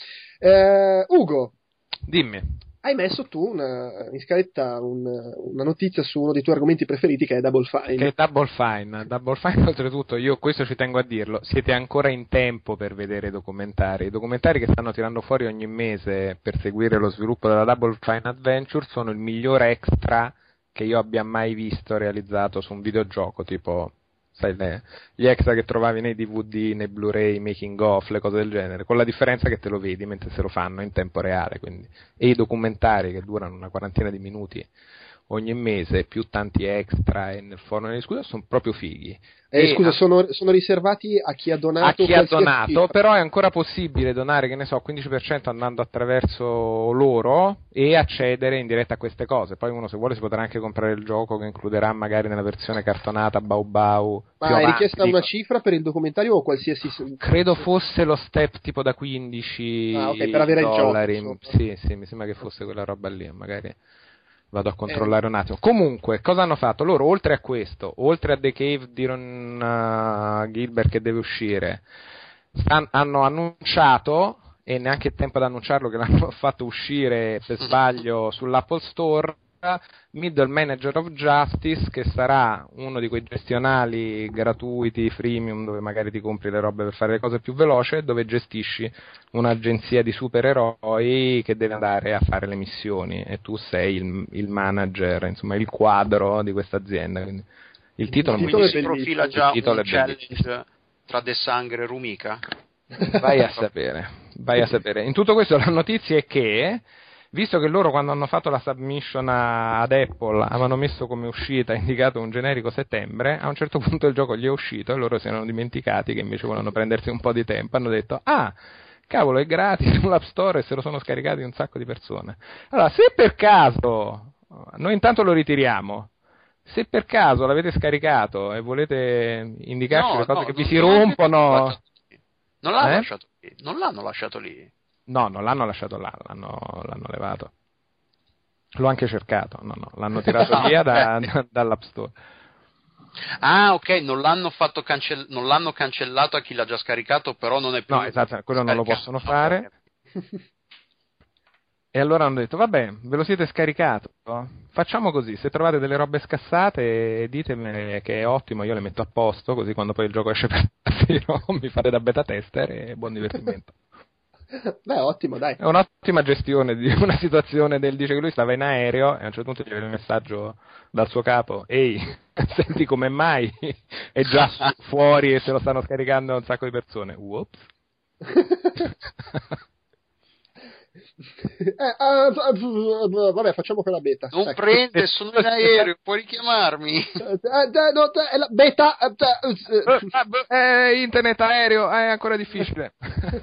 Eh, Ugo. Dimmi. Hai messo tu una, in scaletta un, una notizia su uno dei tuoi argomenti preferiti che è Double Fine. Che è Double Fine. Double Fine, oltretutto, io questo ci tengo a dirlo, siete ancora in tempo per vedere i documentari. I documentari che stanno tirando fuori ogni mese per seguire lo sviluppo della Double Fine Adventure sono il migliore extra che io abbia mai visto realizzato su un videogioco, tipo... sai, le, gli extra che trovavi nei D V D, nei Blu-ray, making of, le cose del genere, con la differenza che te lo vedi mentre se lo fanno in tempo reale, quindi. E i documentari che durano una quarantina di minuti ogni mese, più tanti extra e nel forum e nelle scuse, sono proprio fighi. Eh, e scusa, a... sono, sono riservati a chi ha donato. A chi ha donato, cifra. però è ancora possibile donare, che ne so, quindici per cento andando attraverso loro e accedere in diretta a queste cose. Poi uno, se vuole, si potrà anche comprare il gioco che includerà magari nella versione cartonata Bau Bau. Ma più hai avanti, richiesta dico. una cifra per il documentario o qualsiasi? Credo fosse lo step tipo da quindici ah, okay, per avere dollari. il gioco. Sì, sì, mi sembra che fosse quella roba lì, magari vado a controllare eh. un attimo. Comunque, cosa hanno fatto? Loro, oltre a questo, oltre a The Cave di Ron uh, Gilbert che deve uscire, stan- hanno annunciato, e neanche il tempo ad annunciarlo che l'hanno fatto uscire per sbaglio sull'Apple Store, Middle Manager of Justice, che sarà uno di quei gestionali gratuiti, freemium, dove magari ti compri le robe per fare le cose più veloce, dove gestisci un'agenzia di supereroi che deve andare a fare le missioni e tu sei il, il manager, insomma il quadro di questa azienda. Quindi il titolo, il titolo si profila già un challenge tra De Sangre e Rumika? Vai a sapere, vai a sapere. In tutto questo la notizia è che, visto che loro quando hanno fatto la submission a, ad Apple avevano messo come uscita, indicato un generico settembre, a un certo punto il gioco gli è uscito e loro si erano dimenticati che invece volevano prendersi un po' di tempo, hanno detto ah, cavolo, è gratis sull'App Store e se lo sono scaricati un sacco di persone. Allora, se per caso, noi intanto lo ritiriamo, se per caso l'avete scaricato e volete indicarci no, le cose no, che vi non si rompono... Non l'hanno, eh? lasciato lì. non l'hanno lasciato lì. No, non l'hanno lasciato là, l'hanno, l'hanno levato. L'ho anche cercato, no, no, l'hanno tirato via da, da, dall'App Store. Ah, ok, non l'hanno fatto cancell- non l'hanno cancellato a chi l'ha già scaricato, però non è più. No, esatto, quello non lo possono fare. E allora hanno detto, vabbè, ve lo siete scaricato, facciamo così, se trovate delle robe scassate ditemene che è ottimo, io le metto a posto, così quando poi il gioco esce per davvero mi fate da beta tester e buon divertimento. Beh, ottimo, dai. È un'ottima gestione di una situazione del, dice che lui stava in aereo e a un certo punto gli arriva il messaggio dal suo capo, ehi, senti come mai è già fuori e se lo stanno scaricando un sacco di persone. Whoops. eh, uh, vabbè, facciamo quella beta. Non ecco. prende, sono in aereo, puoi richiamarmi. Uh, no, è la beta. Uh, eh, internet aereo è ancora difficile.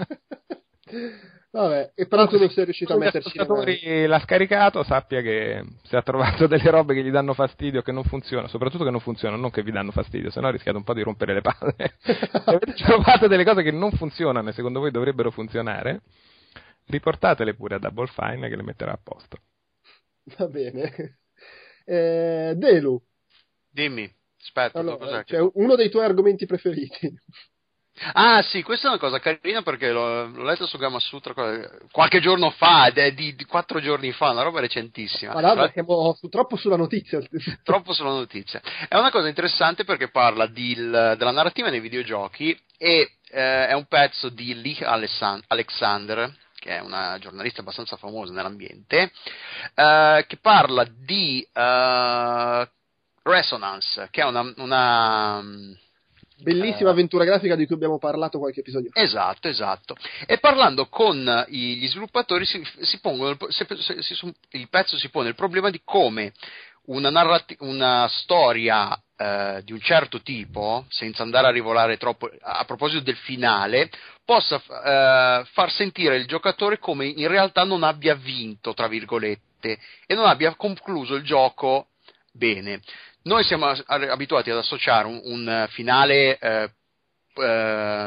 Vabbè, e peraltro non sei riuscito a metterci l'ha scaricato, sappia che se ha trovato delle robe che gli danno fastidio, che non funzionano, soprattutto che non funzionano, non che vi danno fastidio, sennò rischiate un po' di rompere le palle. Se avete trovato delle cose che non funzionano e secondo voi dovrebbero funzionare, riportatele pure a Double Fine che le metterà a posto. Va bene. Eh, Delu. Dimmi, aspetta, allora, cos'è cioè, che... uno dei tuoi argomenti preferiti. Ah sì, questa è una cosa carina perché l'ho, l'ho letto su Gamma Sutra qualche giorno fa, ed è di, di quattro giorni fa, una roba recentissima. Ma allora, siamo su, troppo sulla notizia. Troppo sulla notizia. È una cosa interessante perché parla di, il, della narrativa nei videogiochi e eh, è un pezzo di Lee Alexander, che è una giornalista abbastanza famosa nell'ambiente, eh, che parla di uh, Resonance, che è una... una bellissima avventura grafica di cui abbiamo parlato qualche episodio fa. Esatto, esatto. E parlando con gli sviluppatori si, si pongono si, si, si, il pezzo si pone il problema di come una, narrati- una storia eh, di un certo tipo, senza andare a rivolare troppo a proposito del finale, possa eh, far sentire il giocatore come in realtà non abbia vinto, tra virgolette, e non abbia concluso il gioco bene. Noi siamo abituati ad associare un, un finale eh, eh,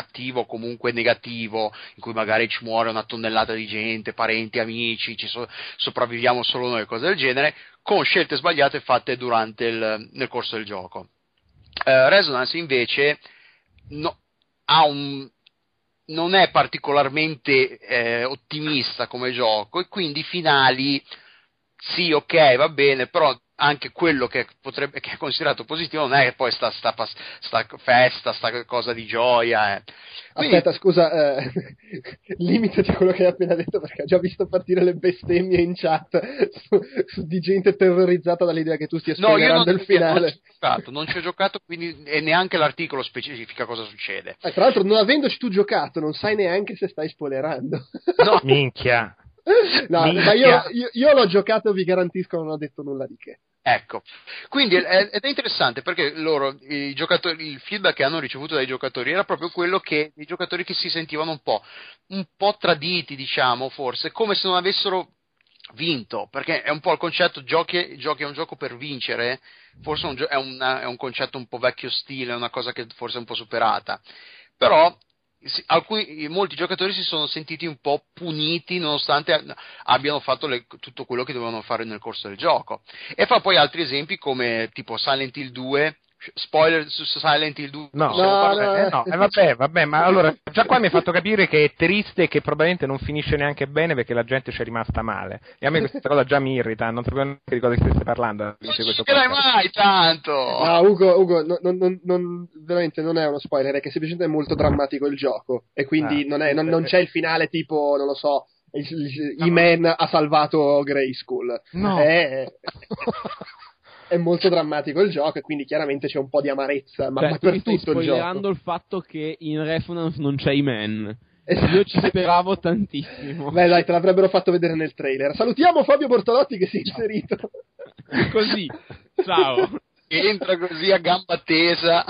cattivo, comunque negativo, in cui magari ci muore una tonnellata di gente, parenti, amici, ci so- sopravviviamo solo noi, cose del genere, con scelte sbagliate fatte durante il nel corso del gioco. Uh, Resonance invece no, ha un non è particolarmente eh, ottimista come gioco, e quindi i finali sì, ok, va bene, però anche quello che potrebbe che è considerato positivo non è che poi sta, sta, sta festa, sta cosa di gioia. Eh. Quindi... Aspetta, scusa, eh, limitati a quello che hai appena detto, perché ho già visto partire le bestemmie in chat su, su di gente terrorizzata dall'idea che tu stia spoilerando no, il finale. Non ci ho giocato, non ci ho giocato, quindi e neanche l'articolo specifica cosa succede. Eh, tra l'altro, non avendoci tu giocato, non sai neanche se stai spoilerando. No, minchia. No, minchia. ma io, io, io l'ho giocato, vi garantisco, non ho detto nulla di che. Ecco, quindi è, ed è interessante perché loro, i giocatori, il feedback che hanno ricevuto dai giocatori era proprio quello che i giocatori che si sentivano un po', un po' traditi, diciamo, forse, come se non avessero vinto, perché è un po' il concetto giochi, giochi a un gioco per vincere, forse un, è, una, è un concetto un po' vecchio stile, è una cosa che forse è un po' superata, però alcuni, molti giocatori si sono sentiti un po' puniti nonostante abbiano fatto le, tutto quello che dovevano fare nel corso del gioco, e fa poi altri esempi come tipo Silent Hill due. Spoiler su Silent Hill due? No, no, no, eh, no. Eh, vabbè, vabbè, ma allora già qua mi hai fatto capire che è triste e che probabilmente non finisce neanche bene perché la gente ci è rimasta male, e a me questa cosa già mi irrita, non sapevo neanche di cosa stesse parlando. Non ci dirai mai tanto! No, Ugo, Ugo no, non, non, non, veramente non è uno spoiler, è che semplicemente è molto drammatico il gioco, e quindi ah, non, è, non, non c'è il finale tipo, non lo so, E-Man ha salvato Grayskull. No. È... è molto drammatico il gioco, e quindi chiaramente c'è un po' di amarezza, ma, cioè, ma per tutto il gioco. spoilerando il fatto che in Revenant non c'è I-Man. Io ci speravo tantissimo. Beh dai, te l'avrebbero fatto vedere nel trailer. Salutiamo Fabio Bortolotti che si è inserito. Così, ciao. Entra così a gamba tesa.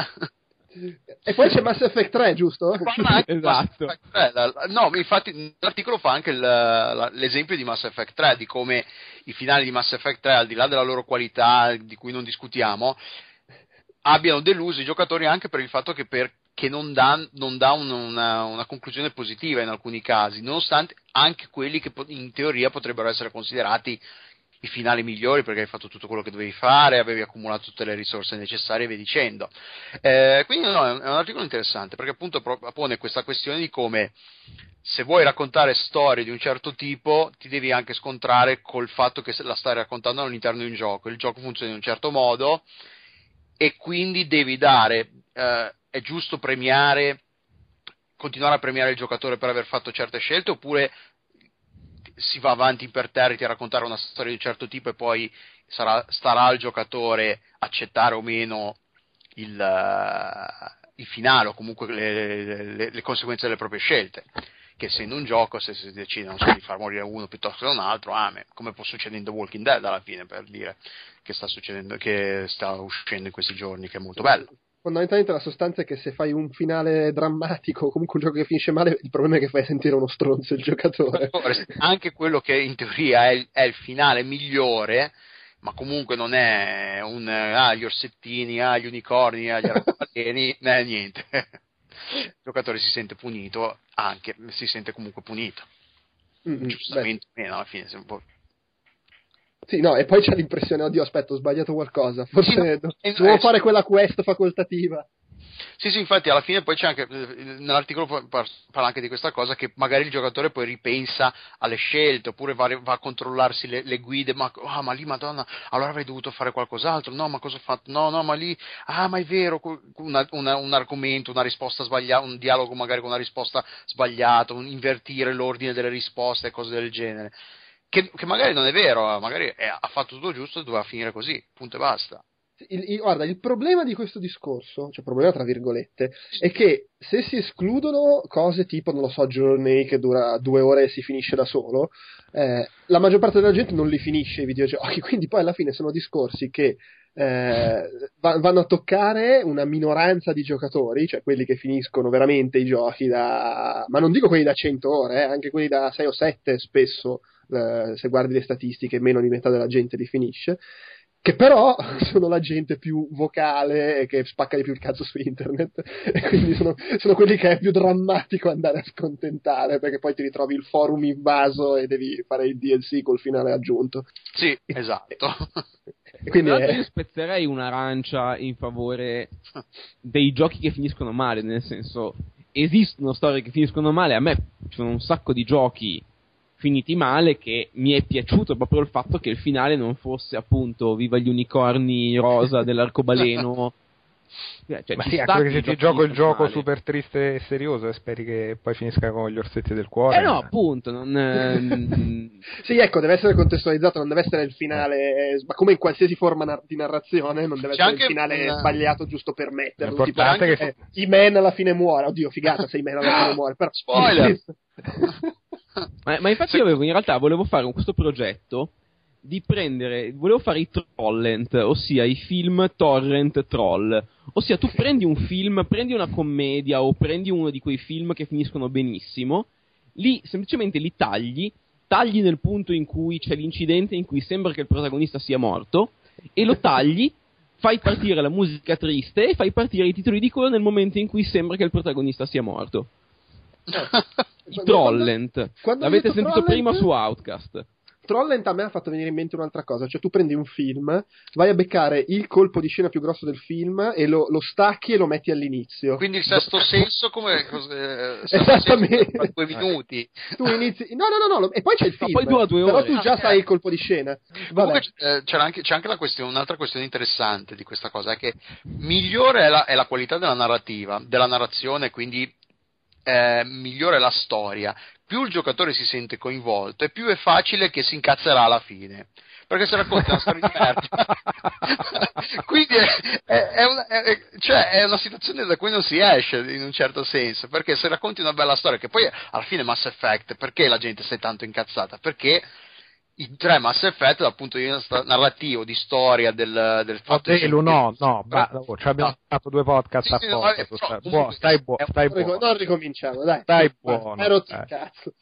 E poi c'è Mass Effect tre, giusto? Esatto. Mass Effect tre. No, infatti l'articolo fa anche il, l'esempio di Mass Effect tre, di come i finali di Mass Effect tre, al di là della loro qualità, di cui non discutiamo, abbiano deluso i giocatori anche per il fatto che, per, che non dà, non dà un, una, una conclusione positiva in alcuni casi, nonostante anche quelli che in teoria potrebbero essere considerati i finali migliori, perché hai fatto tutto quello che dovevi fare, avevi accumulato tutte le risorse necessarie e via dicendo. Eh, quindi no, è un articolo interessante, perché appunto pone questa questione di come, se vuoi raccontare storie di un certo tipo, ti devi anche scontrare col fatto che la stai raccontando all'interno di un gioco, il gioco funziona in un certo modo, e quindi devi dare, eh, è giusto premiare, continuare a premiare il giocatore per aver fatto certe scelte, oppure si va avanti imperterriti a raccontare una storia di un certo tipo e poi sarà, starà al giocatore accettare o meno il, uh, il finale, o comunque le, le, le conseguenze delle proprie scelte, che essendo un gioco, se si decide non so, di far morire uno piuttosto che un altro, ah, come può succedere in The Walking Dead alla fine, per dire, che sta succedendo, che sta uscendo in questi giorni, che è molto bello. Fondamentalmente la sostanza è che se fai un finale drammatico o comunque un gioco che finisce male, il problema è che fai sentire uno stronzo il giocatore. Anche quello che in teoria è il, è il finale migliore, ma comunque non è un ah, gli orsettini, ah, gli unicorni, ah, gli arcobaleni, né, niente. Il giocatore si sente punito, anche si sente comunque punito. Mm-hmm, giustamente beh. Meno alla fine, se un po'. Sì, no, e poi c'è l'impressione, oddio, aspetta, ho sbagliato qualcosa, forse sì, no, no, devo eh, fare quella quest facoltativa. Sì, sì, infatti alla fine poi c'è anche, nell'articolo parla anche di questa cosa, che magari il giocatore poi ripensa alle scelte, oppure va, va a controllarsi le, le guide, ma, ah, ma lì, madonna, allora avrei dovuto fare qualcos'altro, no, ma cosa ho fatto, no, no, ma lì, ah, ma è vero, una, una, un argomento, una risposta sbagliata, un dialogo magari con una risposta sbagliata, un invertire l'ordine delle risposte e cose del genere. Che, che magari non è vero, magari è, ha fatto tutto giusto e doveva finire così, punto e basta. Il, il, guarda, il problema di questo discorso, cioè problema tra virgolette, è che se si escludono cose tipo, non lo so, Journey che dura due ore e si finisce da solo, eh, la maggior parte della gente non li finisce i videogiochi, quindi poi alla fine sono discorsi che eh, vanno a toccare una minoranza di giocatori, cioè quelli che finiscono veramente i giochi da, ma non dico quelli da cento ore, eh, anche quelli da sei o sette spesso. Uh, se guardi le statistiche, meno di metà della gente li finisce, che però sono la gente più vocale e che spacca di più il cazzo su internet, e quindi sono, sono quelli che è più drammatico andare a scontentare, perché poi ti ritrovi il forum invaso e devi fare il D L C col finale aggiunto. Sì, esatto. E quindi è... io spezzerei un'arancia in favore dei giochi che finiscono male, nel senso, esistono storie che finiscono male, a me ci sono un sacco di giochi finiti male che mi è piaciuto proprio il fatto che il finale non fosse appunto viva gli unicorni rosa dell'arcobaleno. Cioè, ma ci sì, sta anche se che ti gioco il gioco male. super triste e serioso e speri che poi finisca con gli orsetti del cuore. Eh no, appunto, non... ehm, sì, ecco, deve essere contestualizzato, non deve essere il finale, eh, ma come in qualsiasi forma nar- di narrazione, non deve C'è essere il anche finale una... sbagliato giusto per metterlo. Tipo, L'importante anche che- eh, I-Man alla fine muore, oddio, figata se I-Man alla fine muore, però... Spoiler! ma, ma infatti io avevo, in realtà volevo fare un- questo progetto di prendere, volevo fare i trollent, ossia i film torrent troll, ossia tu prendi un film, prendi una commedia o prendi uno di quei film che finiscono benissimo, li semplicemente li tagli, tagli nel punto in cui c'è l'incidente in cui sembra che il protagonista sia morto e lo tagli, fai partire la musica triste e fai partire i titoli di coda nel momento in cui sembra che il protagonista sia morto. I trollent, quando, quando l'avete ho detto sentito Trollent, prima su Outcast. Trollent a me ha fatto venire in mente un'altra cosa, cioè tu prendi un film, vai a beccare il colpo di scena più grosso del film e lo, lo stacchi e lo metti all'inizio. Quindi il sesto senso come eh, Esattamente. senso per due minuti. Tu inizi, no, no, no, no, e poi c'è il No, film. poi dura due però ore. tu già Ah, sai eh. il colpo di scena. Vabbè. Comunque eh, c'era anche, c'è anche la questione, un'altra questione interessante di questa cosa, è che migliore è la, è la qualità della narrativa, della narrazione, quindi eh, migliore è la storia. Più il giocatore si sente coinvolto e più è facile che si incazzerà alla fine, perché se racconti una storia di merda quindi è, è, è, una, è, cioè è una situazione da cui non si esce in un certo senso, perché se racconti una bella storia, che poi alla fine Mass Effect, perché la gente si è tanto incazzata? Perché i tre Mass Effect dal punto di vista narrativo, di storia del, del fatto Fratello, di... no, no, ba- oh, ci abbiamo No. fatto due podcast Sì, sì, no, apposta. eh, tu però, stai, comunque, buo- stai, buo- è un stai Non rico- buono. non ricominciamo, dai. Stai Basta, buono, hai rotto eh. il cazzo.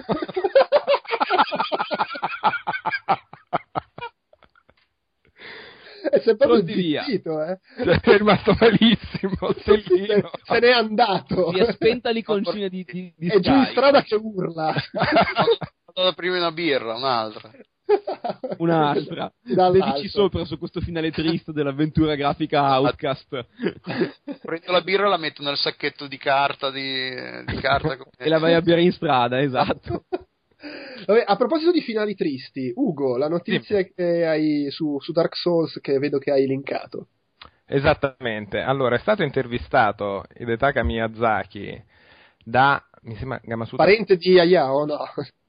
È sempre Pronti via. zittito, eh. Cioè, è rimasto malissimo, se, Stellino. se n'è andato. Si è spenta l'iconcina di, di, di È giù in Sky. strada che urla. Ho dato prima una birra, un'altra. Un'altra. Dall'alto. Dedici sopra su questo finale triste dell'avventura grafica Outcast. Prendo la birra e la metto nel sacchetto di carta di, di carta E la vai a bere in strada, esatto. Vabbè, a proposito di finali tristi, Ugo, la notizia che hai su, su Dark Souls che vedo che hai linkato. Esattamente. Allora, è stato intervistato Hidetaka Miyazaki da, mi sembra, Gamasutra. Parente di Hayao, no?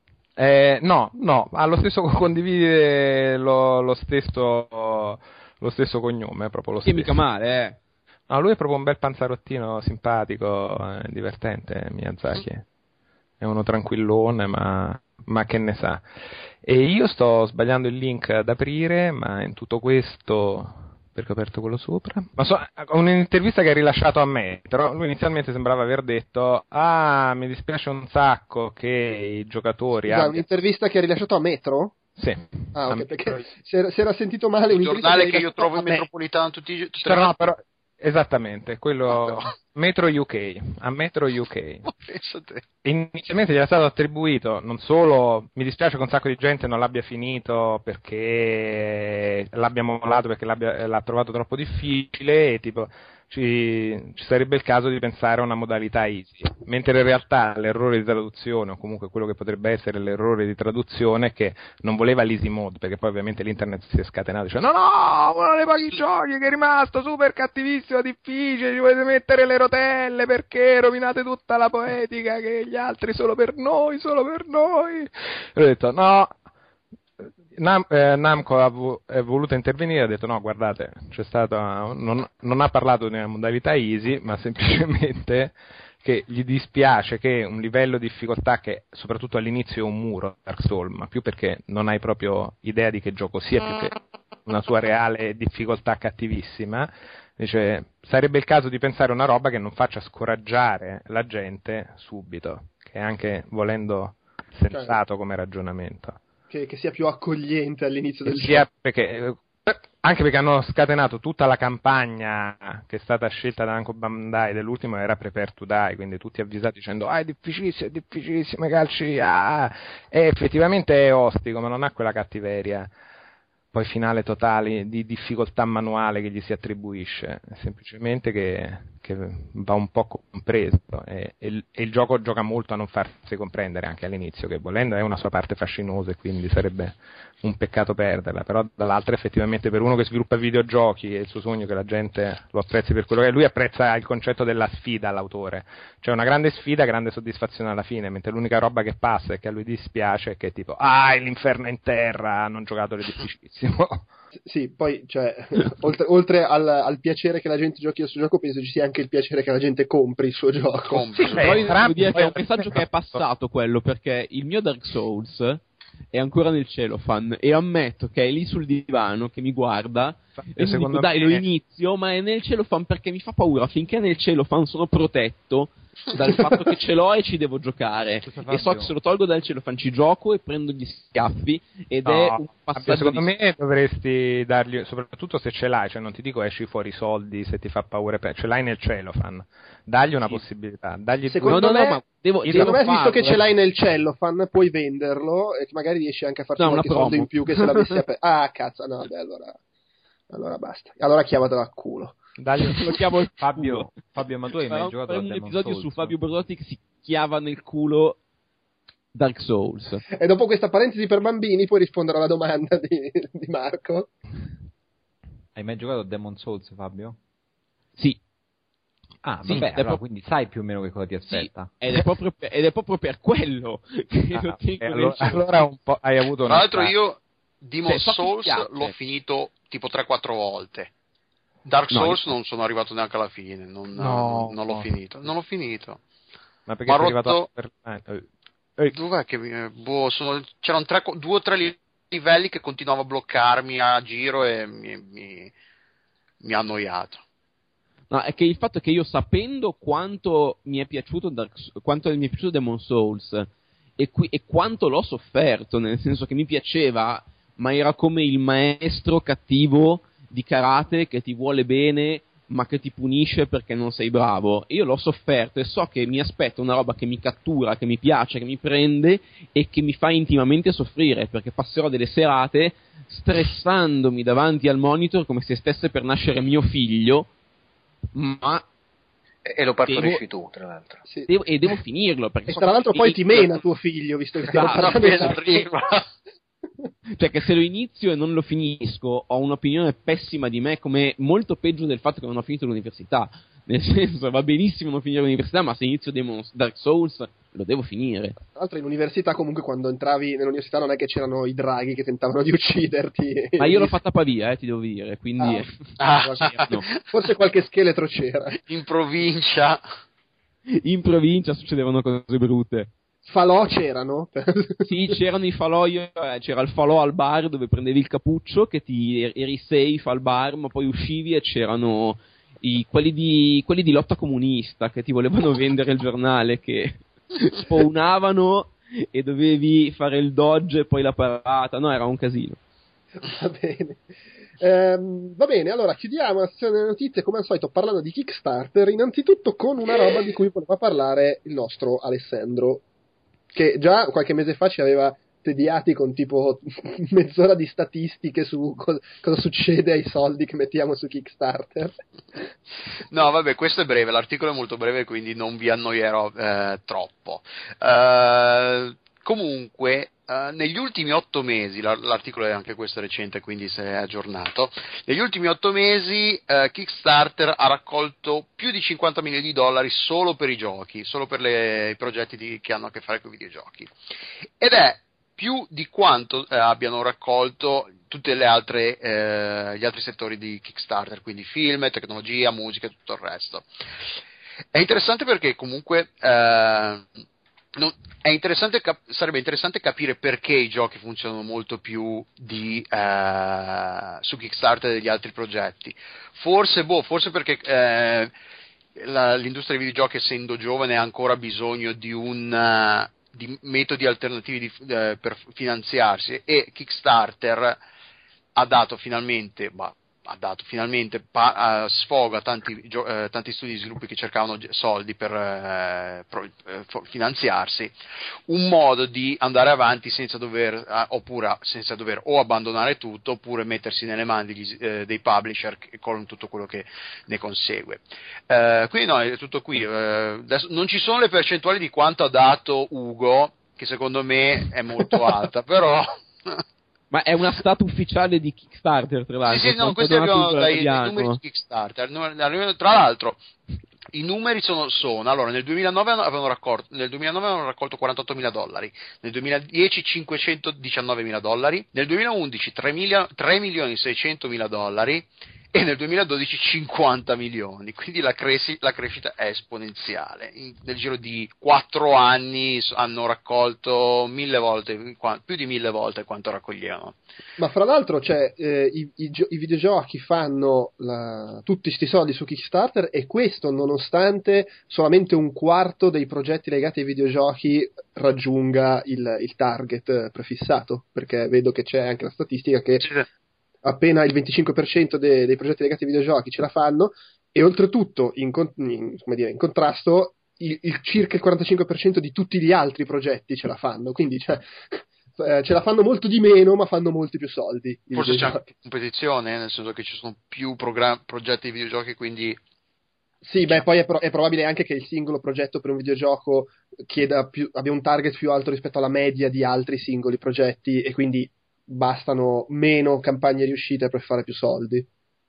Eh, no, no, ha lo stesso, condivide lo, lo stesso lo stesso cognome, proprio lo Che stesso. mica male, eh. No, lui è proprio un bel panzarottino simpatico, eh, divertente, Miyazaki. È uno tranquillone, ma, ma che ne sa. E io sto sbagliando il link ad aprire, ma in tutto questo, perché ho aperto quello sopra, ma so, un'intervista che ha rilasciato a me, però lui inizialmente sembrava aver detto: ah, mi dispiace un sacco che i giocatori Scusa, abbiano... un'intervista che ha rilasciato a Metro? Sì. Ah, ok, A- perché si era, si era sentito male Il un'intervista giornale che ha io rilasciato trovo a in me. metropolitano tutti i tutte Però, le no, però, esattamente, quello Ah, però. Metro U K, a Metro U K. Pensa te. Inizialmente gli era stato attribuito, non solo, mi dispiace che un sacco di gente non l'abbia finito perché l'abbia mollato, perché l'abbia, l'ha trovato troppo difficile e tipo ci, ci sarebbe il caso di pensare a una modalità easy, mentre in realtà l'errore di traduzione, o comunque quello che potrebbe essere l'errore di traduzione, è che non voleva l'easy mode, perché poi ovviamente l'internet si è scatenato, dice no no, uno dei pochi giochi che è rimasto super cattivissimo, difficile, ci volete mettere le rotelle perché rovinate tutta la poetica che gli altri solo per noi, solo per noi. E ho detto no. Nam, eh, Namco ha vo- è voluto intervenire e ha detto no, guardate, c'è stata, non, non ha parlato di una modalità easy, ma semplicemente che gli dispiace che un livello di difficoltà che soprattutto all'inizio è un muro, Dark Souls, ma più perché non hai proprio idea di che gioco sia, più che una sua reale difficoltà cattivissima, dice sarebbe il caso di pensare a una roba che non faccia scoraggiare la gente subito, che è anche volendo sensato come ragionamento. Che, che sia più accogliente all'inizio del sia gioco. perché eh, Anche perché hanno scatenato tutta la campagna che è stata scelta da Namco Bandai dell'ultimo, era Prepare to Die, quindi tutti avvisati dicendo ah è difficilissimo, è difficilissimo, i calci, ah, e effettivamente è ostico, ma non ha quella cattiveria poi finale totale di difficoltà manuale che gli si attribuisce, è semplicemente che, che va un po' compreso e, e, il, e il gioco gioca molto a non farsi comprendere anche all'inizio, che volendo è una sua parte fascinosa e quindi sarebbe un peccato perderla, però dall'altra effettivamente per uno che sviluppa videogiochi è il suo sogno che la gente lo apprezzi per quello che è, lui apprezza il concetto della sfida all'autore, cioè una grande sfida, grande soddisfazione alla fine, mentre l'unica roba che passa e che a lui dispiace è che tipo ah l'inferno è in terra, hanno giocato le difficilissimo. Sì, poi cioè, oltre, oltre al, al piacere che la gente giochi al suo gioco, penso ci sia anche il piacere che la gente compri il suo gioco. Compri. Sì, però devo dire che è un messaggio che è passato quello, perché il mio Dark Souls è ancora nel cellophane e ammetto che è lì sul divano che mi guarda e mi dico dai lo inizio, ma è nel cellophane perché mi fa paura, finché è nel cellophane sono protetto dal fatto che ce l'ho e ci devo giocare e so che se lo tolgo dal cellophane ci gioco e prendo gli schiaffi ed no, è un passaggio secondo di... me dovresti dargli, soprattutto se ce l'hai, cioè non ti dico esci fuori i soldi se ti fa paura, ce l'hai nel cellophane, dagli una sì. possibilità, dagli secondo no, me, no, ma devo, secondo me visto che ce l'hai nel cellophane puoi venderlo e magari riesci anche a farci no, qualche soldo in più che se l'avessi aperto. Ah cazzo, no beh, allora allora basta, allora chiavatela a culo. Dagli lo chiamo il Fabio, Fabio, ma tu hai mai Farò giocato a un Demon episodio Souls? su Fabio Borlotti che si chiava nel culo Dark Souls. E dopo questa parentesi per bambini puoi rispondere alla domanda di, di Marco. Hai mai giocato a Demon Souls, Fabio? Sì. Ah, sì, vabbè, allora, pro- quindi sai più o meno che cosa ti aspetta. Sì, ed, è proprio per, ed è proprio per quello che ah, lo tengo nel allora, allora un po' hai avuto tra l'altro una... io Demon cioè, Souls l'ho finito tipo tre quattro volte. Dark Souls no, non sono arrivato neanche alla fine, non, no, non l'ho no. finito, non l'ho finito. Ma perché sei arrivato per... eh, dov'è che mi... boh, sono... c'erano tre, due o tre livelli che continuavo a bloccarmi a giro e mi, mi, mi ha annoiato. No, è che il fatto è che io sapendo quanto mi è piaciuto Dark, quanto mi è piaciuto Demon Souls e, qui, e quanto l'ho sofferto, nel senso che mi piaceva, ma era come il maestro cattivo di karate che ti vuole bene ma che ti punisce perché non sei bravo. Io l'ho sofferto e so che mi aspetta una roba che mi cattura, che mi piace, che mi prende e che mi fa intimamente soffrire, perché passerò delle serate stressandomi davanti al monitor come se stesse per nascere mio figlio, ma e lo partorisci devo... tu, tra l'altro. Sì. Devo... e devo finirlo perché e so tra l'altro poi finito... ti mena tuo figlio, visto che stiamo parlando prima. Cioè che se lo inizio e non lo finisco ho un'opinione pessima di me, come molto peggio del fatto che non ho finito l'università, nel senso va benissimo non finire l'università, ma se inizio Demon Dark Souls lo devo finire. Tra l'altro in università comunque quando entravi nell'università non è che c'erano i draghi che tentavano di ucciderti, ma io l'ho fatta Pavia, eh, ti devo dire, quindi ah. Ah. No. Forse qualche scheletro c'era in provincia in provincia succedevano cose brutte. Falò c'erano? Sì, c'erano i falò, io, eh, c'era il falò al bar dove prendevi il cappuccio che ti eri safe al bar, ma poi uscivi e c'erano i, quelli, di, quelli di lotta comunista che ti volevano vendere il giornale, che spawnavano e dovevi fare il dodge e poi la parata. No, era un casino. Va bene. Ehm, va bene, allora chiudiamo la sezione delle notizie come al solito parlando di Kickstarter, innanzitutto con una roba di cui voleva parlare il nostro Alessandro, che già qualche mese fa ci aveva tediati con tipo mezz'ora di statistiche su co- cosa succede ai soldi che mettiamo su Kickstarter. No, vabbè, questo è breve, l'articolo è molto breve, quindi non vi annoierò eh, troppo. Uh, comunque, uh, negli ultimi otto mesi, l'articolo è anche questo recente, quindi se è aggiornato, negli ultimi otto mesi uh, Kickstarter ha raccolto più di cinquanta milioni di dollari solo per i giochi, solo per le, i progetti di, che hanno a che fare con i videogiochi. Ed è più di quanto eh, abbiano raccolto tutti le altre, eh, gli altri settori di Kickstarter, quindi film, tecnologia, musica e tutto il resto. È interessante perché comunque eh, non, è interessante cap- sarebbe interessante capire perché i giochi funzionano molto più di, eh, su Kickstarter degli altri progetti. Forse, boh, forse perché eh, la, l'industria dei videogiochi, essendo giovane, ha ancora bisogno di un... Uh, di metodi alternativi di, eh, per finanziarsi, e Kickstarter ha dato finalmente, bah, ha dato finalmente pa- uh, sfoga tanti, gio- uh, tanti studi di sviluppo che cercavano g- soldi per uh, pro- uh, finanziarsi, un modo di andare avanti senza dover uh, oppure senza dover o abbandonare tutto oppure mettersi nelle mani degli, uh, dei publisher con tutto quello che ne consegue. Uh, quindi no, è tutto qui. Uh, adesso non ci sono le percentuali di quanto ha dato Ugo, che secondo me è molto alta, però Ma è una stat ufficiale di Kickstarter, tra l'altro. Sì, sì, no, questi arrivano dai, dai numeri di Kickstarter. Tra l'altro, i numeri sono, sono allora, nel duemilanove avevano raccolto, nel duemilanove avevano raccolto quarantottomila dollari, nel duemiladieci cinquecentodiciannovemila dollari, nel duemilaundici tre milioni seicentomila dollari e nel duemiladodici cinquanta milioni, quindi la, cresi, la crescita è esponenziale. In, nel giro di quattro anni hanno raccolto mille volte, più di mille volte quanto raccoglievano. Ma fra l'altro, cioè, eh, i, i, i videogiochi fanno la, tutti sti soldi su Kickstarter, e questo nonostante solamente un quarto dei progetti legati ai videogiochi raggiunga il, il target prefissato, perché vedo che c'è anche la statistica che appena il venticinque per cento de, dei progetti legati ai videogiochi ce la fanno, e oltretutto in, in, come dire, in contrasto il, il circa il quarantacinque per cento di tutti gli altri progetti ce la fanno, quindi cioè, eh, ce la fanno molto di meno ma fanno molti più soldi. Forse c'è anche competizione, nel senso che ci sono più program- progetti di videogiochi, quindi sì, beh, poi è, pro- è probabile anche che il singolo progetto per un videogioco chieda più, abbia un target più alto rispetto alla media di altri singoli progetti, e quindi bastano meno campagne riuscite per fare più soldi.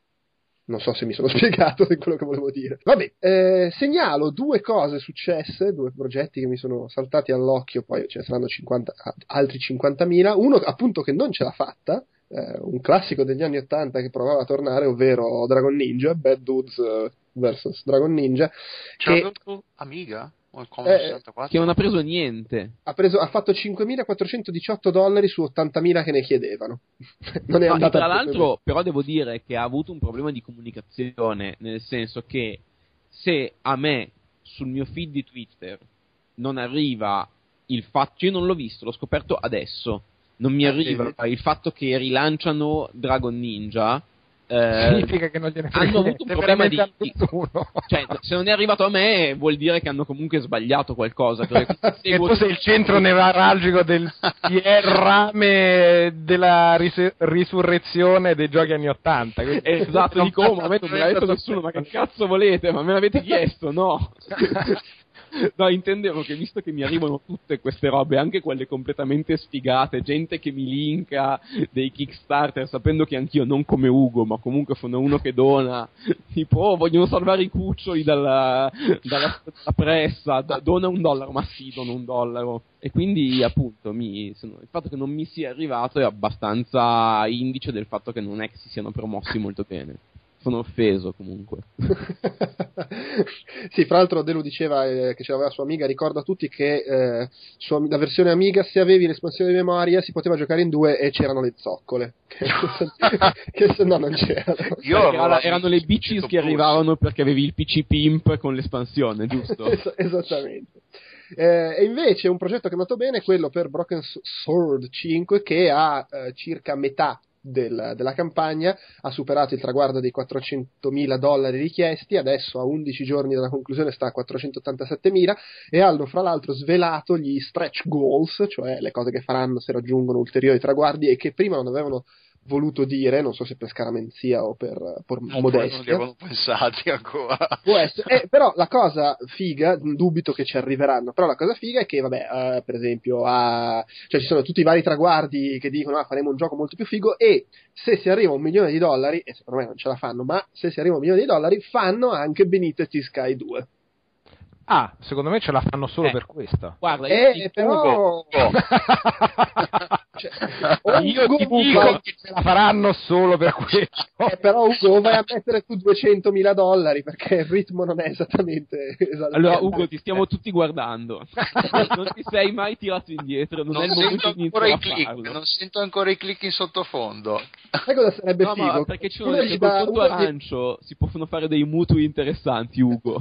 Non so se mi sono spiegato di quello che volevo dire. Vabbè, eh, segnalo due cose successe, due progetti che mi sono saltati all'occhio, poi ce ne saranno cinquanta, altri cinquantamila. Uno appunto che non ce l'ha fatta, eh, un classico degli anni ottanta che provava a tornare, ovvero Dragon Ninja, Bad Dudes uh, versus Dragon Ninja. C'è che... Amiga? O il eh, che non ha preso niente. Ha, preso, ha fatto cinquemilaquattrocentodiciotto dollari su ottantamila che ne chiedevano. Non è no, andata tra l'altro, però devo dire che ha avuto un problema di comunicazione, nel senso che se a me sul mio feed di Twitter non arriva il fatto, io non l'ho visto, l'ho scoperto adesso, non mi arriva il fatto che rilanciano Dragon Ninja, eh, significa che non gliene frega hanno avuto un problema di nessuno. Cioè, se non è arrivato a me vuol dire che hanno comunque sbagliato qualcosa, perché e tu sei il centro nevralgico del rame della ris- risurrezione dei giochi anni ottanta. Esatto, dico, oh, ma a me non me l'ha detto nessuno, ma che cazzo volete? Ma me l'avete chiesto? No. No, intendevo che visto che mi arrivano tutte queste robe, anche quelle completamente sfigate, gente che mi linka dei Kickstarter sapendo che anch'io, non come Ugo, ma comunque sono uno che dona, tipo, oh, vogliono salvare i cuccioli dalla, dalla, dalla pressa, da, dona un dollaro, ma sì, dona un dollaro. E quindi appunto mi, sono, il fatto che non mi sia arrivato è abbastanza indice del fatto che non è che si siano promossi molto bene. Sono offeso comunque. Sì, fra l'altro Delu diceva eh, che ce l'aveva sua Amiga, ricorda a tutti che eh, sua, la versione Amiga, se avevi l'espansione di memoria si poteva giocare in due e c'erano le zoccole che, che se no non c'erano. Io era, erano le bitches che arrivavano perché avevi il P C Pimp con l'espansione, giusto? Es- esattamente. Eh, e invece un progetto che è andato bene è quello per Broken Sword cinque, che ha eh, circa metà Del, della campagna, ha superato il traguardo dei quattrocentomila dollari richiesti, adesso a undici giorni dalla conclusione sta a quattrocentottantasettemila, e hanno fra l'altro svelato gli stretch goals, cioè le cose che faranno se raggiungono ulteriori traguardi e che prima non avevano voluto dire, non so se per scaramenzia o per, per no, modestia. Non li avevano pensati ancora. Può essere, eh, però la cosa figa, dubito che ci arriveranno, però la cosa figa è che, vabbè, uh, per esempio, uh, cioè ci sono tutti i vari traguardi che dicono, ah, faremo un gioco molto più figo, e se si arriva a un milione di dollari, e secondo me non ce la fanno, ma se si arriva a un milione di dollari, fanno anche Benito Sky due. Ah, secondo me ce la fanno solo eh, per questo. Guarda, eh, io però... cioè, io ti dico che ce la faranno solo per questo. Eh, però Ugo, vai a mettere tu duecentomila dollari, perché il ritmo non è esattamente esaltante. Allora Ugo, ti stiamo tutti guardando. Non ti sei mai tirato indietro, non, non è il momento di iniziare a farlo. Non sento ancora i click in sottofondo. Sai cosa sarebbe no, figo? Ma perché c'è un conto arancio, si possono fare dei mutui interessanti, Ugo.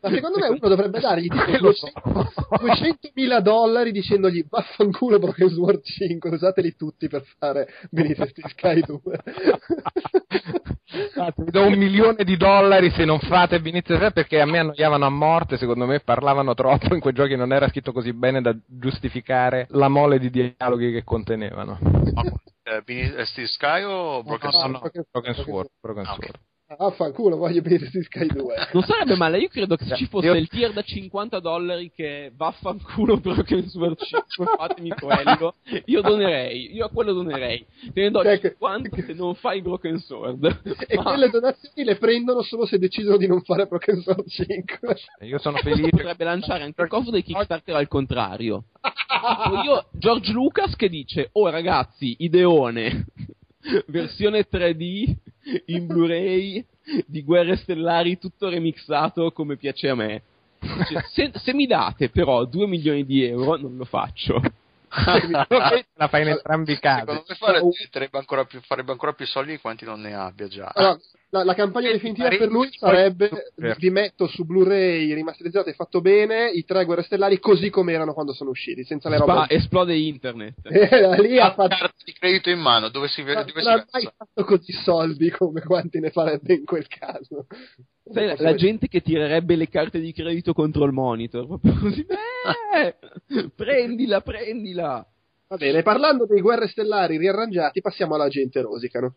Ma secondo me uno dovrebbe dargli tipo duecentomila dollari dicendogli vaffanculo Broken Sword cinque, usateli tutti per fare Benito Sky due. Infatti, vi do un milione di dollari se non fate Benito Sky, perché a me annoiavano a morte, secondo me parlavano troppo in quei giochi, non era scritto così bene da giustificare la mole di dialoghi che contenevano. Eh, Benito Sky o Broken No, Sword? no, Broken, Broken Sword, Broken Ah, okay. Sword. Ah, fanculo, voglio Benito Sky due. Non sarebbe male, io credo che se ci fosse Io- il tier da cinquanta dollari che vaffanculo Broken Sword cinque, fatemi quello, io donerei, io a quello donerei. Te ne do Cioè, cinquanta se non fai Broken Sword. E Ma quelle donazioni le prendono solo se decidono di non fare Broken Sword cinque. Io sono questo felice. potrebbe lanciare anche il coso dei Kickstarter al contrario. Tipo io, George Lucas che dice, oh ragazzi, ideone, versione tre D in Blu-ray di Guerre Stellari tutto remixato come piace a me. Dice, se, se mi date però due milioni di euro non lo faccio. La fai in entrambi i casi. Secondo me fare, diventerebbe ancora più, farebbe ancora più soldi di quanti non ne abbia già. Allora, la, la campagna definitiva per lui sarebbe vi metto su Blu-ray rimasterizzato e fatto bene i tre Guerre Stellari così come erano quando sono usciti, senza le robe. Spa, esplode internet. Eh, lì ha fatto Carta di credito in mano, dove si vede, dove non si ha mai fatto così soldi come quanti ne farebbe in quel caso. Sai, la, la gente che tirerebbe le carte di credito contro il monitor, proprio così, eh, prendila, prendila. Va bene, parlando dei Guerre Stellari riarrangiati, passiamo alla gente Rosicano.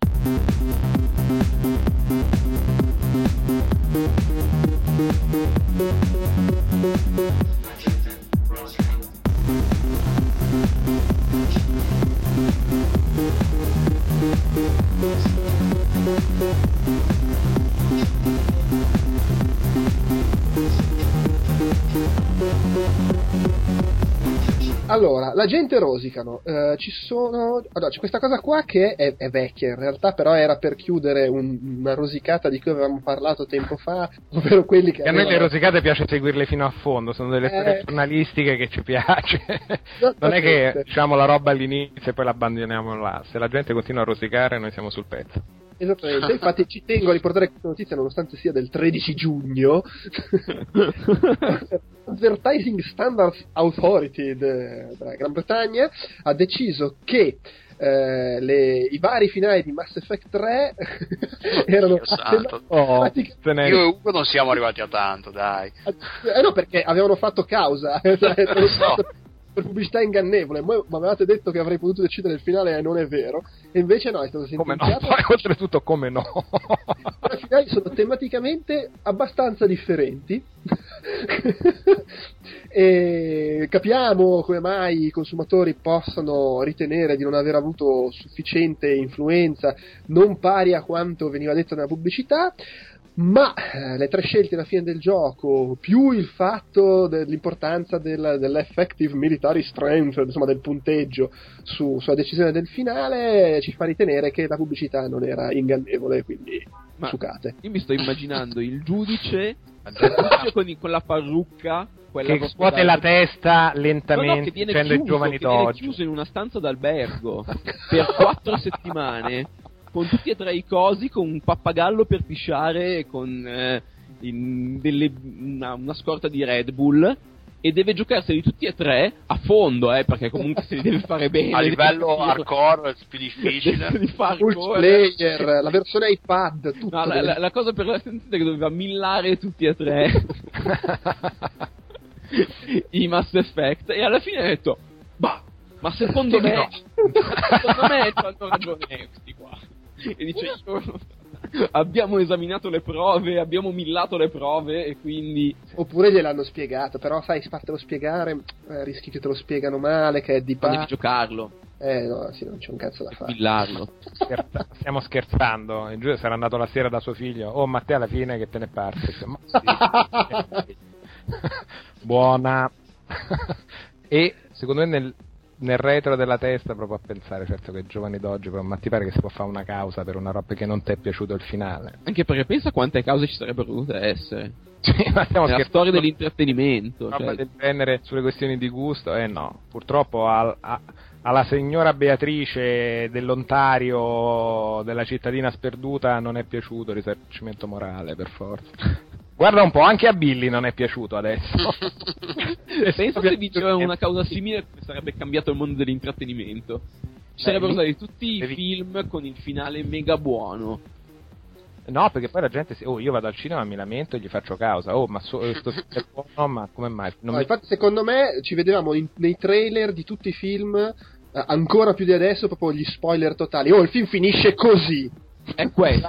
Allora, la gente Rosicano, eh, ci sono... Allora, c'è questa cosa qua che è, è vecchia in realtà, però era per chiudere un, una rosicata di cui avevamo parlato tempo fa, ovvero quelli che E a noi avevano... le rosicate piace seguirle fino a fondo, sono delle storie Eh. giornalistiche che ci piace. Non è che diciamo la roba all'inizio e poi la abbandoniamo là. Se la gente continua a rosicare noi siamo sul pezzo. Esattamente, infatti ci tengo a riportare questa notizia nonostante sia del tredici giugno. Advertising Standards Authority de- della Gran Bretagna ha deciso che eh, le, i vari finali di Mass Effect tre erano Dio santo. Oh, tema- se ne- Io e Ugo non siamo arrivati a tanto, dai. eh no, perché avevano fatto causa per pubblicità ingannevole, ma mi avevate detto che avrei potuto decidere il finale e non è vero, e invece no, è stato Come no? sentenziato. Poi oltretutto come no? I finali sono tematicamente abbastanza differenti e capiamo come mai i consumatori possano ritenere di non aver avuto sufficiente influenza, non pari a quanto veniva detto nella pubblicità. Ma eh, le tre scelte alla fine del gioco, più il fatto dell'importanza del, dell'effective military strength, insomma del punteggio su, sulla decisione del finale, ci fa ritenere che la pubblicità non era ingannevole, quindi Ma sucate. io mi sto immaginando il giudice, il giudice con, i- con la parrucca, quella Che proprio scuote da- la testa No, lentamente, no, che viene dicendo i chiuso, giovani che viene d'oggi. chiuso in una stanza d'albergo per quattro settimane con tutti e tre i cosi, con un pappagallo per pisciare e con eh, in delle, una, una scorta di Red Bull, e deve giocarseli tutti e tre a fondo, eh, perché comunque se li deve fare bene. A deve livello capirlo. hardcore è più difficile. Deve fare hardcore. Multiplayer, la versione iPad, tutto. No, la, la, la cosa per la sensazione è che doveva millare tutti e tre i Mass Effect, e alla fine ha detto, bah, ma secondo me No. secondo me hanno ragione questi qua. E dice, io, abbiamo esaminato le prove, abbiamo millato le prove e quindi Oppure gliel'hanno spiegato, però sai, fartelo spiegare, eh, rischi che te lo spiegano male, che è di ma devi pa- giocarlo, Eh no, sì, non c'è un cazzo da fare. millarlo. Scherza- stiamo scherzando. Il Giulio sarà andato la sera da suo figlio. Oh, Matteo, alla fine che te ne parte? Ma sì. Buona. E secondo me nel, nel retro della testa proprio a pensare, certo che giovani d'oggi, però, ma ti pare che si può fare una causa per una roba che non ti è piaciuto il finale? Anche perché pensa quante cause ci sarebbero dovute essere. Sì, ma stiamo È la scherzando. storia dell'intrattenimento, Roba cioè, del genere sulle questioni di gusto, eh no, purtroppo al, a, alla signora Beatrice dell'Ontario, della cittadina sperduta, non è piaciuto il risarcimento morale, per forza. Guarda un po', anche a Billy non è piaciuto adesso. Penso che vinceva una causa simile sarebbe cambiato il mondo dell'intrattenimento. Ci sarebbero stati tutti i film con il finale mega buono. No, perché poi la gente si... oh, io vado al cinema, mi lamento e gli faccio causa. Oh, ma so... sto film è buono, ma come mai? Non no, mi... Infatti secondo me ci vedevamo in, nei trailer di tutti i film eh, ancora più di adesso proprio gli spoiler totali. Oh, il film finisce così. È questo.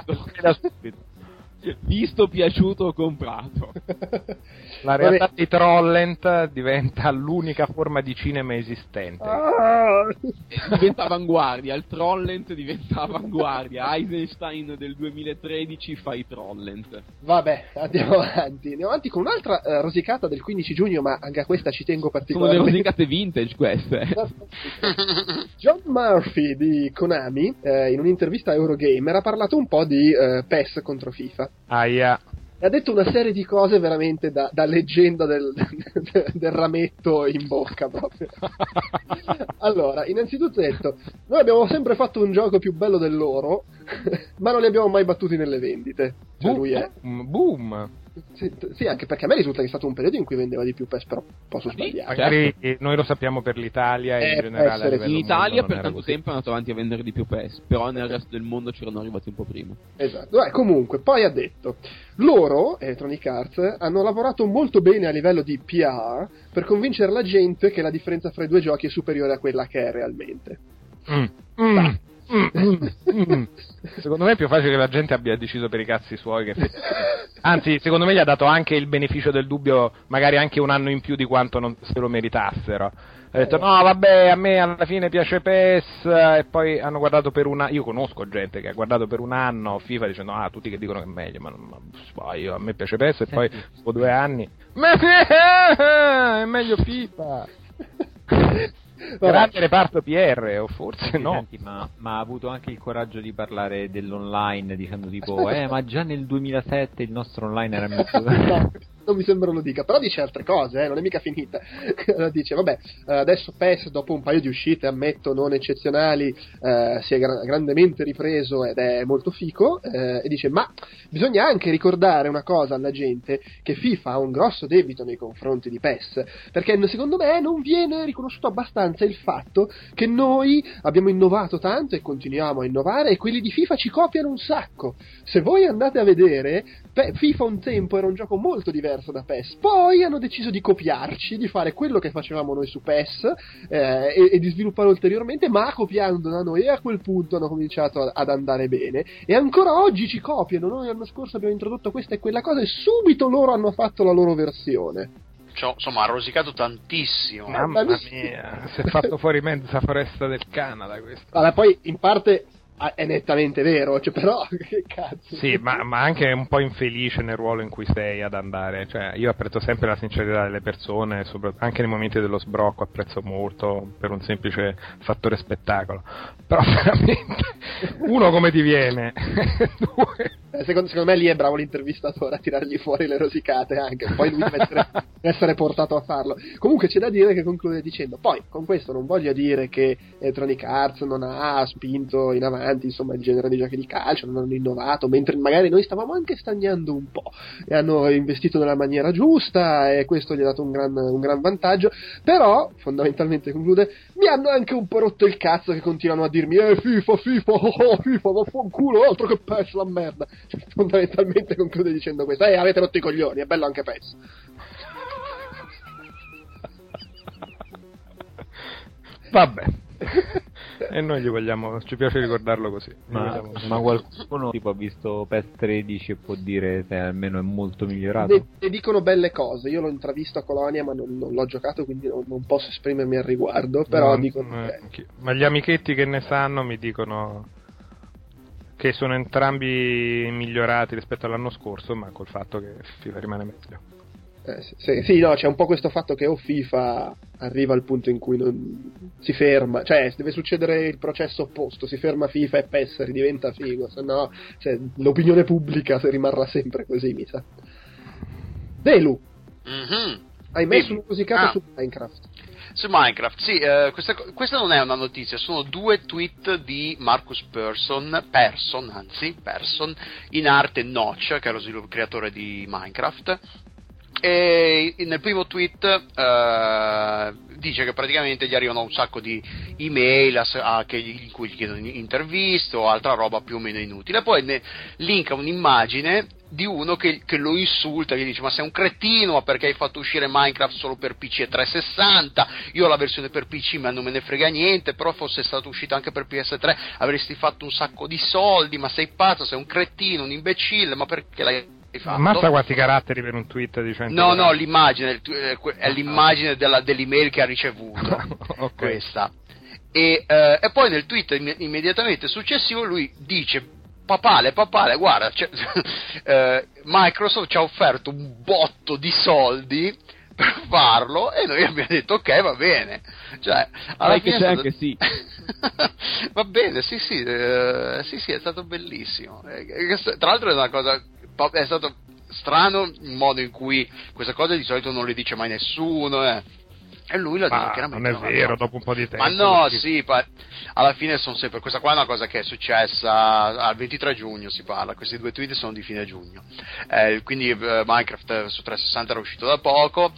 Visto, piaciuto, comprato. La realtà di Trollent diventa l'unica forma di cinema esistente. Ah! Diventa avanguardia, il Trollent diventa avanguardia. Eisenstein del duemilatredici fa i Trollent. Vabbè, andiamo avanti. Andiamo avanti con un'altra uh, rosicata del quindici giugno, ma anche a questa ci tengo particolarmente. Sono le rosicate vintage queste. John Murphy di Konami, eh, in un'intervista a Eurogamer, ha parlato un po' di eh, P E S contro FIFA. Aia. E ha detto una serie di cose veramente da, da leggenda del, del, del rametto in bocca proprio. Allora, innanzitutto ha detto: noi abbiamo sempre fatto un gioco più bello del loro, ma non li abbiamo mai battuti nelle vendite. Cioè boom, lui è boom. Sì, sì, anche perché a me risulta che è stato un periodo in cui vendeva di più P E S, però posso sbagliare. Magari certo. Noi lo sappiamo per l'Italia e eh, in generale. In Italia per tanto tempo è andato avanti a vendere di più P E S, però nel resto del mondo c'erano arrivati un po' prima. Esatto. Eh, comunque, poi ha detto: loro, Electronic Arts, hanno lavorato molto bene a livello di P R per convincere la gente che la differenza fra i due giochi è superiore a quella che è realmente. Mm. Mm. Mm, mm, mm. Secondo me è più facile che la gente abbia deciso per i cazzi suoi che... anzi secondo me gli ha dato anche il beneficio del dubbio, magari anche un anno in più di quanto non se lo meritassero. Ha detto no vabbè, a me alla fine piace P E S, e poi hanno guardato per una... io conosco gente che ha guardato per un anno FIFA dicendo ah tutti che dicono che è meglio, ma, ma io, a me piace P E S, e poi dopo due anni è meglio FIFA. Grande reparto P R, o forse sì, no. Senti, ma, ma ha avuto anche il coraggio di parlare dell'online dicendo tipo eh ma già nel duemilasette il nostro online era meglio. No, non mi sembra lo dica, però dice altre cose, eh, non è mica finita. Dice vabbè, adesso P E S dopo un paio di uscite, ammetto non eccezionali, eh, si è gra- grandemente ripreso ed è molto fico, eh, e dice ma bisogna anche ricordare una cosa alla gente, che FIFA ha un grosso debito nei confronti di P E S, perché secondo me non viene riconosciuto abbastanza il fatto che noi abbiamo innovato tanto e continuiamo a innovare, e quelli di FIFA ci copiano un sacco. Se voi andate a vedere, FIFA un tempo era un gioco molto diverso da P E S, poi hanno deciso di copiarci, di fare quello che facevamo noi su P E S, eh, e, e di svilupparlo ulteriormente, ma copiando da noi, e a quel punto hanno cominciato a, ad andare bene, e ancora oggi ci copiano. Noi l'anno scorso abbiamo introdotto questa e quella cosa e subito loro hanno fatto la loro versione. Cioè, insomma, ha rosicato tantissimo. Mamma mia, si è fatto fuori mezza foresta del Canada questo. Allora, poi in parte è nettamente vero, cioè, però che cazzo. Sì, ma, ma anche un po' infelice nel ruolo in cui sei ad andare. Cioè, io apprezzo sempre la sincerità delle persone, anche nei momenti dello sbrocco apprezzo molto, per un semplice fattore spettacolo. Però veramente, uno come ti viene? Due. Secondo, secondo me lì è bravo l'intervistatore a tirargli fuori le rosicate, anche poi lui deve essere, deve essere portato a farlo. Comunque c'è da dire che conclude dicendo: poi con questo non voglio dire che Electronic Arts non ha spinto in avanti insomma il genere dei giochi di calcio, non hanno innovato, mentre magari noi stavamo anche stagnando un po', e hanno investito nella maniera giusta, e questo gli ha dato un gran, un gran vantaggio. Però fondamentalmente conclude: mi hanno anche un po' rotto il cazzo che continuano a dirmi eh FIFA FIFA oh, oh, FIFA vaffanculo, altro che P E S la merda. Cioè, fondamentalmente conclude dicendo questo: eh avete rotto i coglioni, è bello anche P E S. Vabbè. E noi gli vogliamo, ci piace ricordarlo così. Ma, ma qualcuno tipo ha visto P E S tredici e può dire se almeno è molto migliorato? Ne, ne dicono belle cose. Io l'ho intravisto a Colonia, ma non, non l'ho giocato, quindi non, non posso esprimermi al riguardo. Però no, dicono eh, che... Ma gli amichetti che ne sanno mi dicono che sono entrambi migliorati rispetto all'anno scorso, ma col fatto che FIFA rimane meglio. Eh, sì, sì, no, c'è un po' questo fatto che o FIFA arriva al punto in cui non si ferma, cioè deve succedere il processo opposto, si ferma FIFA e P E S ridiventa figo, se no cioè, l'opinione pubblica rimarrà sempre così, mi sa. Delu, mm-hmm. hai messo una musicata ah. su Minecraft? Su Minecraft, sì, eh, questa, questa non è una notizia, sono due tweet di Marcus Persson, Persson, anzi, Persson, in arte Notch, che è lo svilupp- creatore di Minecraft, e nel primo tweet eh, dice che praticamente gli arrivano un sacco di email a, a, che, in cui gli chiedono interviste o altra roba più o meno inutile, poi ne linka un'immagine di uno che, che lo insulta, gli dice: ma sei un cretino, ma perché hai fatto uscire Minecraft solo per P C e trecentosessanta? Io ho la versione per P C, ma non me ne frega niente, però fosse stato uscito anche per P S tre avresti fatto un sacco di soldi, ma sei pazzo, sei un cretino, un imbecille, ma perché l'hai fatto? Ammazza quanti caratteri per un tweet di cento No, caratteri. no, l'immagine, è l'immagine della, dell'email che ha ricevuto, okay. Questa. E, eh, e poi nel tweet immediatamente successivo lui dice: papale, papale, guarda, cioè, eh, Microsoft ci ha offerto un botto di soldi per farlo e noi abbiamo detto ok, va bene, cioè alla fine che c'è stato... anche sì va bene, sì sì, eh, sì sì, è stato bellissimo, eh, tra l'altro è una cosa, è stato strano il modo in cui questa cosa di solito non le dice mai nessuno, eh. E lui l'ha detto chiaramente. Non è vero, no, dopo un po' di tempo. Ma no, sì, pa- alla fine sono sempre. Questa qua è una cosa che è successa al ventitré giugno, si parla. Questi due tweet sono di fine giugno. Eh, quindi eh, Minecraft su trecentosessanta era uscito da poco.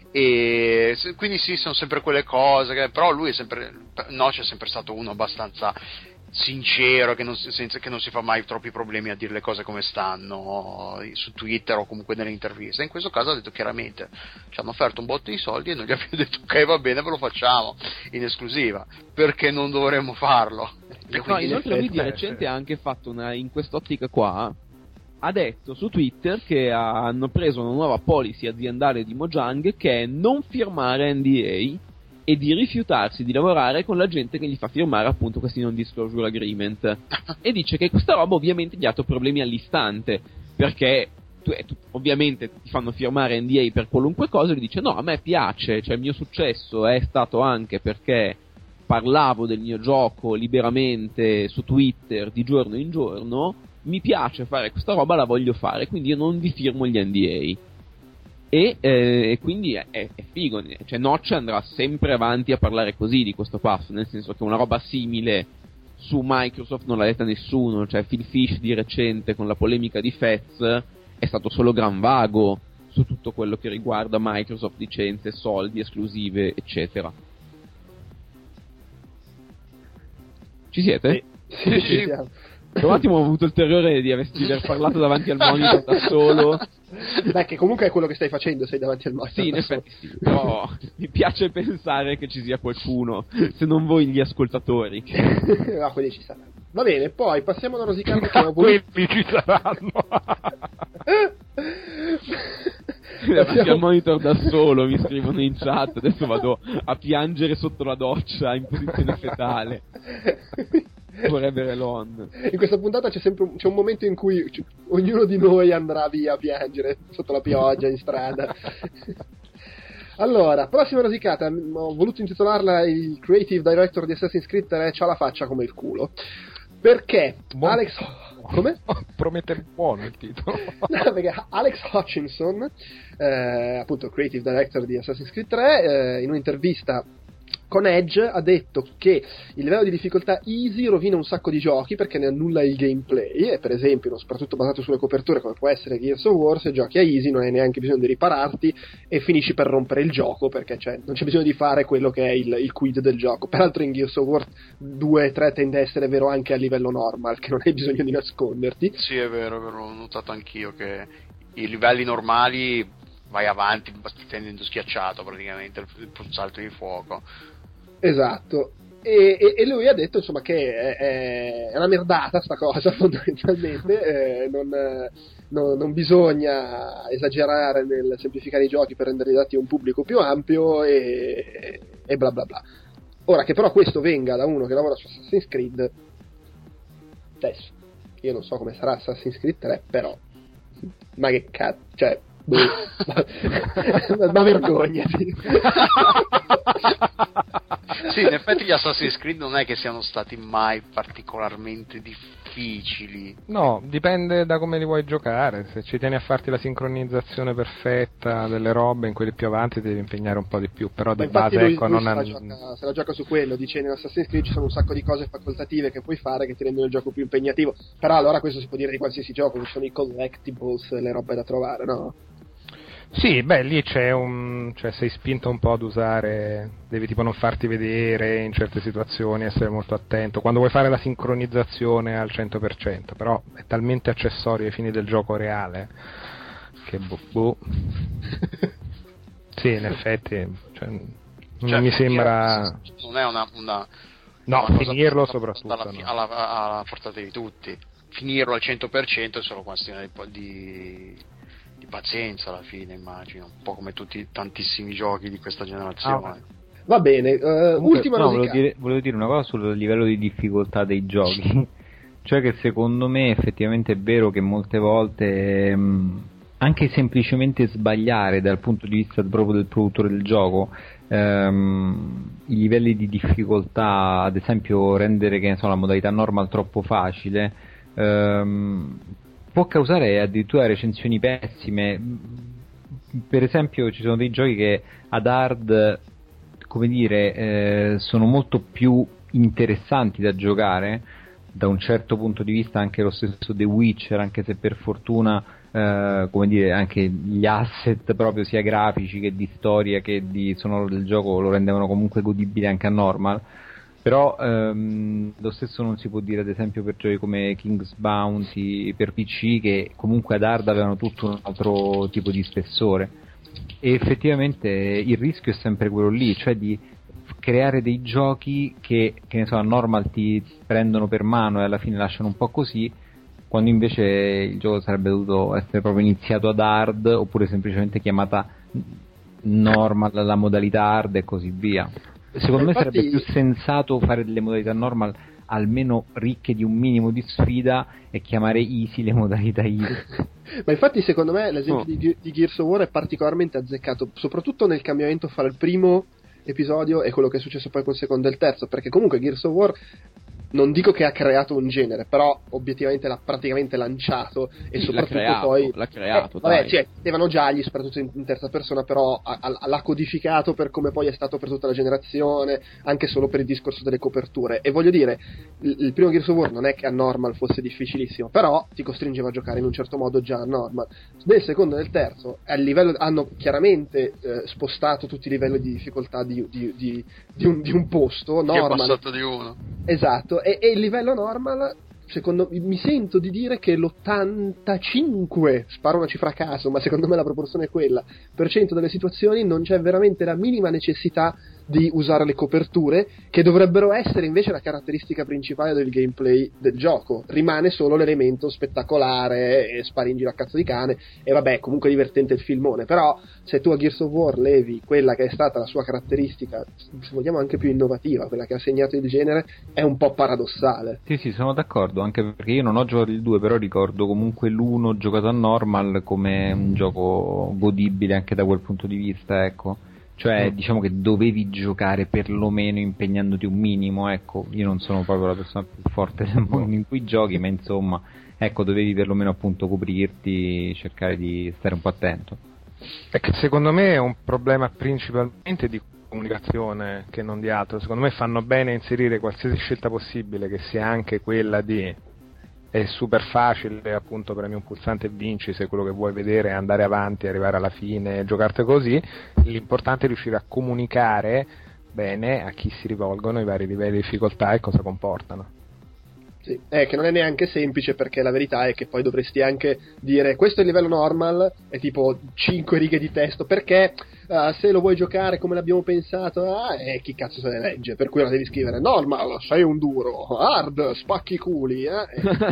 E quindi sì, sono sempre quelle cose. Che, però lui è sempre. No, c'è sempre stato uno abbastanza sincero, che non, senza, che non si fa mai troppi problemi a dire le cose come stanno su Twitter o comunque nelle interviste. In questo caso ha detto chiaramente: ci hanno offerto un botto di soldi e noi gli abbiamo detto ok, va bene, ve lo facciamo in esclusiva, perché non dovremmo farlo. E no, inoltre lui di recente ha anche fatto una, in quest'ottica qua ha detto su Twitter che hanno preso una nuova policy aziendale di Mojang, che è non firmare N D A e di rifiutarsi di lavorare con la gente che gli fa firmare appunto questi non disclosure agreement. E dice che questa roba ovviamente gli ha dato problemi all'istante, perché tu, eh, tu, ovviamente ti fanno firmare N D A per qualunque cosa, e lui dice no, a me piace, cioè il mio successo è stato anche perché parlavo del mio gioco liberamente su Twitter di giorno in giorno, mi piace fare questa roba, la voglio fare, quindi io non vi firmo gli N D A. E eh, quindi è, è, è figo, cioè Notch andrà sempre avanti a parlare così di questo passo, nel senso che una roba simile su Microsoft non l'ha detta nessuno, cioè Phil Fish di recente con la polemica di Fez è stato solo gran vago su tutto quello che riguarda Microsoft, licenze, soldi, esclusive, eccetera. Ci siete? Sì, sì, sì. Per un attimo ho avuto il terrore di aver, di aver parlato davanti al monitor da solo. Beh, che comunque è quello che stai facendo, sei davanti al monitor. Sì, in effetti sì, però mi piace pensare che ci sia qualcuno, se non voi gli ascoltatori. Ah, quelli ci saranno. Va bene, poi passiamo alla rosicata che ho voluto... quelli ci saranno. Davanti al monitor da solo, mi scrivono in chat, adesso vado a piangere sotto la doccia in posizione fetale. Forever Alone. In questa puntata c'è sempre un, c'è un momento in cui c- ognuno di noi andrà via a piangere sotto la pioggia in strada. Allora, prossima rosicata, ho voluto intitolarla il creative director di Assassin's Creed tre c'ha la faccia come il culo, perché Buon... Alex come? Promette buono il titolo. No, perché Alex Hutchinson, eh, appunto creative director di Assassin's Creed tre, eh, in un'intervista con Edge ha detto che il livello di difficoltà easy rovina un sacco di giochi perché ne annulla il gameplay, e per esempio, soprattutto basato sulle coperture come può essere Gears of War, se giochi a easy non hai neanche bisogno di ripararti e finisci per rompere il gioco, perché cioè, non c'è bisogno di fare quello che è il, il quid del gioco. Peraltro in Gears of War due tre tende a essere vero anche a livello normal, che non hai bisogno di nasconderti. Sì, è vero, è vero, ho notato anch'io che i livelli normali vai avanti tenendo schiacciato praticamente il pulsante di fuoco. Esatto. E, e, e lui ha detto insomma che è, è una merdata sta cosa fondamentalmente, eh, non, non, non bisogna esagerare nel semplificare i giochi per renderli adatti a un pubblico più ampio e, e bla bla bla. Ora che però questo venga da uno che lavora su Assassin's Creed, adesso io non so come sarà Assassin's Creed tre, però ma che cazzo, cioè ma, ma vergognati. Sì, in effetti gli Assassin's Creed non è che siano stati mai particolarmente difficili. No, dipende da come li vuoi giocare. Se ci tieni a farti la sincronizzazione perfetta delle robe, in quelli più avanti ti devi impegnare un po' di più, però di base lui, ecco lui non se, ha... la gioca, se la gioca su quello, dice in Assassin's Creed ci sono un sacco di cose facoltative che puoi fare che ti rendono il gioco più impegnativo, però allora questo si può dire di qualsiasi gioco, ci sono i collectibles, le robe da trovare, no? Sì, beh, lì c'è un... cioè sei spinto un po' ad usare, devi tipo non farti vedere in certe situazioni, essere molto attento, quando vuoi fare la sincronizzazione al cento per cento, però è talmente accessorio ai fini del gioco reale che boh, boh. Sì, in effetti, cioè, non cioè, mi sembra... Non è una... una no, una finirlo cosa soprattutto. Alla, no. alla, alla portata di tutti. Finirlo al cento per cento è solo questione di... di... di pazienza alla fine, immagino, un po' come tutti tantissimi giochi di questa generazione. Ah, va bene, uh, Comunque, ultima no, novità. volevo dire, volevo dire una cosa sul livello di difficoltà dei giochi, cioè che secondo me effettivamente è vero che molte volte mh, anche semplicemente sbagliare dal punto di vista proprio del produttore del gioco, ehm, i livelli di difficoltà, ad esempio rendere che ne so, la modalità normal troppo facile, ehm, può causare addirittura recensioni pessime. Per esempio ci sono dei giochi che ad hard, come dire, eh, sono molto più interessanti da giocare da un certo punto di vista, anche lo stesso The Witcher, anche se per fortuna eh, come dire, anche gli asset proprio sia grafici che di storia che di sonoro del gioco lo rendevano comunque godibile anche a normal. Però ehm, lo stesso non si può dire ad esempio per giochi come King's Bounty per P C, che comunque ad hard avevano tutto un altro tipo di spessore, e effettivamente il rischio è sempre quello lì, cioè di creare dei giochi che, che ne so, a normal ti prendono per mano e alla fine lasciano un po' così, quando invece il gioco sarebbe dovuto essere proprio iniziato ad hard oppure semplicemente chiamata normal, la modalità hard e così via. Secondo me infatti... sarebbe più sensato fare delle modalità normal almeno ricche di un minimo di sfida e chiamare easy le modalità easy. Ma infatti secondo me l'esempio oh. di, di Gears of War è particolarmente azzeccato, soprattutto nel cambiamento fra il primo episodio e quello che è successo poi col secondo e il terzo, perché comunque Gears of War non dico che ha creato un genere, però obiettivamente l'ha praticamente lanciato e sì, soprattutto l'ha creato, poi l'ha creato, eh, vabbè, dai. cioè, avevano già gli soprattutto in, in terza persona, però ha, ha, l'ha codificato per come poi è stato per tutta la generazione, anche solo per il discorso delle coperture. E voglio dire, il, il primo Gears of War non è che a normal fosse difficilissimo, però ti costringeva a giocare in un certo modo già a normal. Nel secondo e nel terzo a livello, hanno chiaramente eh, spostato tutti i livelli di difficoltà di, di, di, di, un, di un posto normal. Che è passato di uno. Esatto, e, e il livello normal, secondo mi sento di dire che l'ottantacinque, sparo una cifra a caso, ma secondo me la proporzione è quella, per cento delle situazioni non c'è veramente la minima necessità di usare le coperture, che dovrebbero essere invece la caratteristica principale del gameplay del gioco. Rimane solo l'elemento spettacolare e spari in giro a cazzo di cane e vabbè, comunque divertente il filmone, però se tu a Gears of War levi quella che è stata la sua caratteristica, se vogliamo anche più innovativa, quella che ha segnato il genere, è un po' paradossale. Sì, sì, sono d'accordo, anche perché io non ho giocato il due, però ricordo comunque l'uno giocato a normal come un gioco godibile anche da quel punto di vista, ecco. Cioè, mm. diciamo che dovevi giocare perlomeno impegnandoti un minimo, ecco. Io non sono proprio la persona più forte del mondo in cui giochi, ma insomma, ecco, dovevi perlomeno appunto coprirti, cercare di stare un po' attento. È che secondo me è un problema principalmente di comunicazione che non di altro. Secondo me fanno bene a inserire qualsiasi scelta possibile, che sia anche quella di è super facile, appunto, premi un pulsante e vinci, se quello che vuoi vedere è andare avanti, arrivare alla fine, giocarti così. L'importante è riuscire a comunicare bene a chi si rivolgono i vari livelli di difficoltà e cosa comportano. Sì, è che non è neanche semplice, perché la verità è che poi dovresti anche dire questo è il livello normal, è tipo cinque righe di testo, perché uh, se lo vuoi giocare come l'abbiamo pensato, ah, eh, chi cazzo se ne legge, per cui la devi scrivere normal, sei un duro, hard, spacchi i culi, eh?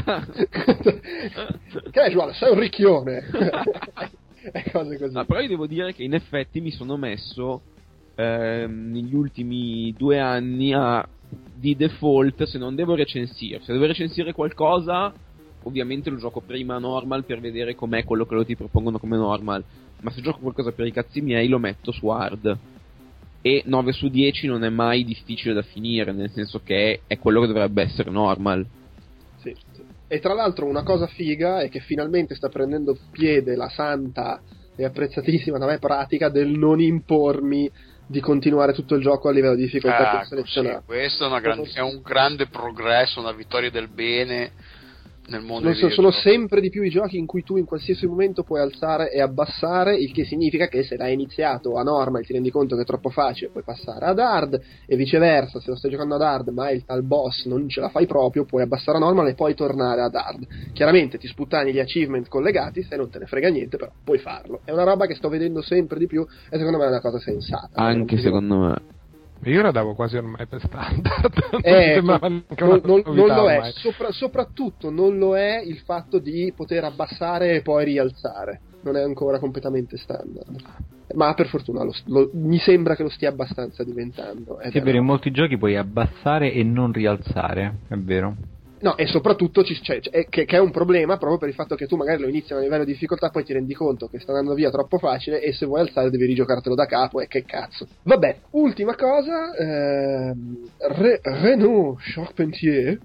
Casual, sei un ricchione. E cose così. Ma però io devo dire che in effetti mi sono messo ehm, negli ultimi due anni a di default, se non devo recensire, se devo recensire qualcosa, ovviamente lo gioco prima normal per vedere com'è quello che loro ti propongono come normal, ma se gioco qualcosa per i cazzi miei lo metto su hard. e nove su dieci non è mai difficile da finire, nel senso che è quello che dovrebbe essere normal. Sì, sì. E tra l'altro una cosa figa è che finalmente sta prendendo piede la santa e apprezzatissima da me pratica del non impormi di continuare tutto il gioco a livello di difficoltà ah, che ho selezionato. Sì, questo è, una gran- è un grande progresso, una vittoria del bene nel mondo non so, sono sempre di più i giochi in cui tu in qualsiasi momento puoi alzare e abbassare, il che significa che se l'hai iniziato a normal e ti rendi conto che è troppo facile puoi passare ad hard, e viceversa, se lo stai giocando ad hard ma il tal boss non ce la fai proprio, puoi abbassare a normal e poi tornare ad hard. Chiaramente ti sputtani gli achievement collegati, se non te ne frega niente, però puoi farlo. È una roba che sto vedendo sempre di più e secondo me è una cosa sensata. Anche secondo me. Io la davo quasi ormai per standard. Eh, non, non, non, non lo è, Sopra, soprattutto non lo è il fatto di poter abbassare e poi rialzare. Non è ancora completamente standard. Ma per fortuna lo, lo, mi sembra che lo stia abbastanza diventando. Sì, è vero, in molti giochi puoi abbassare e non rialzare, è vero. No, e soprattutto ci, cioè, è, che, che è un problema proprio per il fatto che tu magari lo inizi a un livello di difficoltà, poi ti rendi conto che sta andando via troppo facile e se vuoi alzare devi rigiocartelo da capo, e che cazzo. Vabbè, ultima cosa, ehm, Re, Renaud Charpentier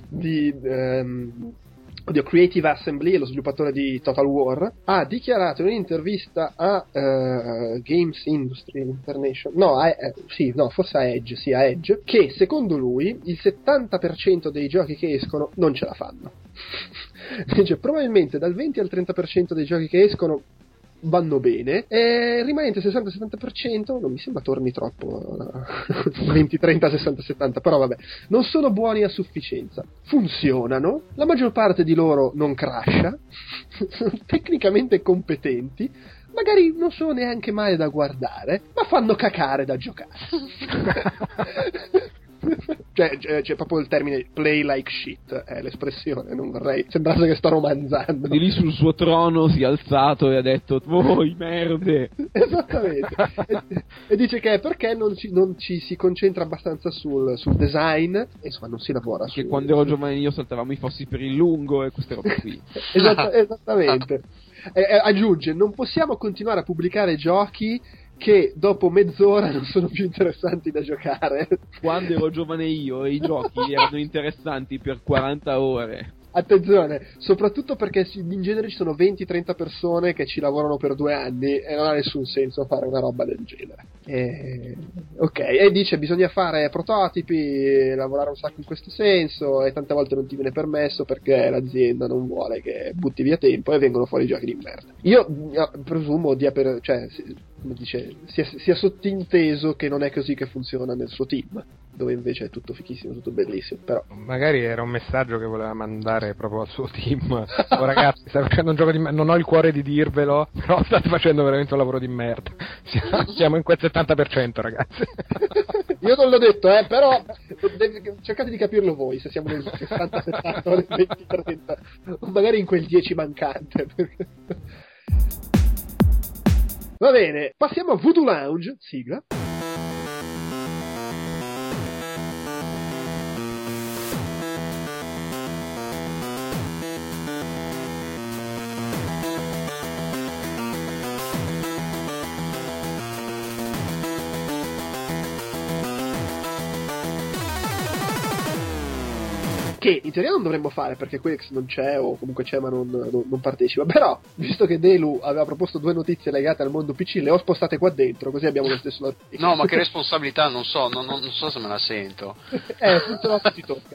di ehm, Oddio, Creative Assembly, lo sviluppatore di Total War, ha dichiarato in un'intervista a uh, Games Industry International, no, a, eh, sì, no, forse a Edge, sì, a Edge, che secondo lui il settanta per cento dei giochi che escono non ce la fanno. Dice, probabilmente dal venti al trenta per cento dei giochi che escono vanno bene, e il rimanente sessanta settanta per cento non mi sembra torni troppo venti trenta sessanta settanta, però vabbè, non sono buoni a sufficienza, funzionano, la maggior parte di loro non crasha, sono tecnicamente competenti, magari non sono neanche male da guardare, ma fanno cacare da giocare. Cioè, c'è, c'è proprio il termine play like shit, è l'espressione, non vorrei sembrare che sto romanzando. Di lì sul suo trono si è alzato e ha detto voi merde. Esattamente. e, e dice che è perché non ci, non ci si concentra abbastanza sul, sul design, e insomma non si lavora che su... quando ero giovane io saltavamo i fossi per il lungo e queste robe qui. Esatt- esattamente. E, e, aggiunge, non possiamo continuare a pubblicare giochi che dopo mezz'ora non sono più interessanti da giocare. Quando ero giovane io i giochi erano interessanti per quaranta ore. Attenzione, soprattutto perché in genere ci sono venti trenta persone che ci lavorano per due anni e non ha nessun senso fare una roba del genere. E... ok, e dice bisogna fare prototipi, lavorare un sacco in questo senso, e tante volte non ti viene permesso perché l'azienda non vuole che butti via tempo e vengono fuori giochi di merda. Io presumo dia per, cioè, come dice, sia, sia sottinteso che non è così che funziona nel suo team, dove invece è tutto fichissimo, tutto bellissimo. Però magari era un messaggio che voleva mandare proprio al suo team. Oh, ragazzi, state facendo un gioco di merda, non ho il cuore di dirvelo, però state facendo veramente un lavoro di merda. Siamo in quel settanta per cento, ragazzi. Io non l'ho detto, eh, però cercate di capirlo voi, se siamo nel sessanta settanta o nel venti trenta, o magari in quel dieci mancante. Va bene, passiamo a Voodoo Lounge, sigla. Che in teoria non dovremmo fare perché Quakes non c'è, o comunque c'è ma non, non, non partecipa, però visto che Delu aveva proposto due notizie legate al mondo P C, le ho spostate qua dentro, così abbiamo lo stesso articolo. No, ma che responsabilità, non so, non, non so se me la sento. Eh, tutto l'altro ti tocca.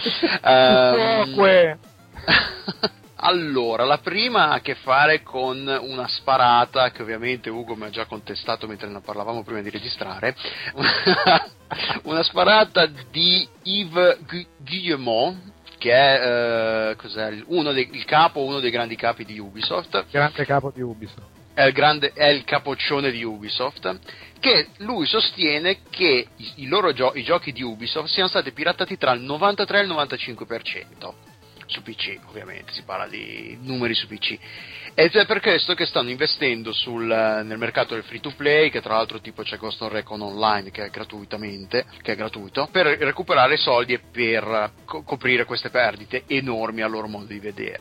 um, Allora, la prima ha a che fare con una sparata che ovviamente Ugo mi ha già contestato mentre ne parlavamo prima di registrare. Una sparata di Yves Guillemot, che è, eh, cos'è, uno dei, il capo, uno dei grandi capi di Ubisoft. Grande capo di Ubisoft. È il, grande, è il capoccione di Ubisoft, che lui sostiene che i, i loro gio- i giochi di Ubisoft siano stati piratati tra il novantatré e il novantacinque per cento. Su P C, ovviamente, si parla di numeri su P C, ed è per questo che stanno investendo sul, nel mercato del free to play, che tra l'altro tipo c'è Ghost Recon Online che è gratuitamente, che è gratuito, per recuperare soldi e per co- coprire queste perdite enormi a loro modo di vedere.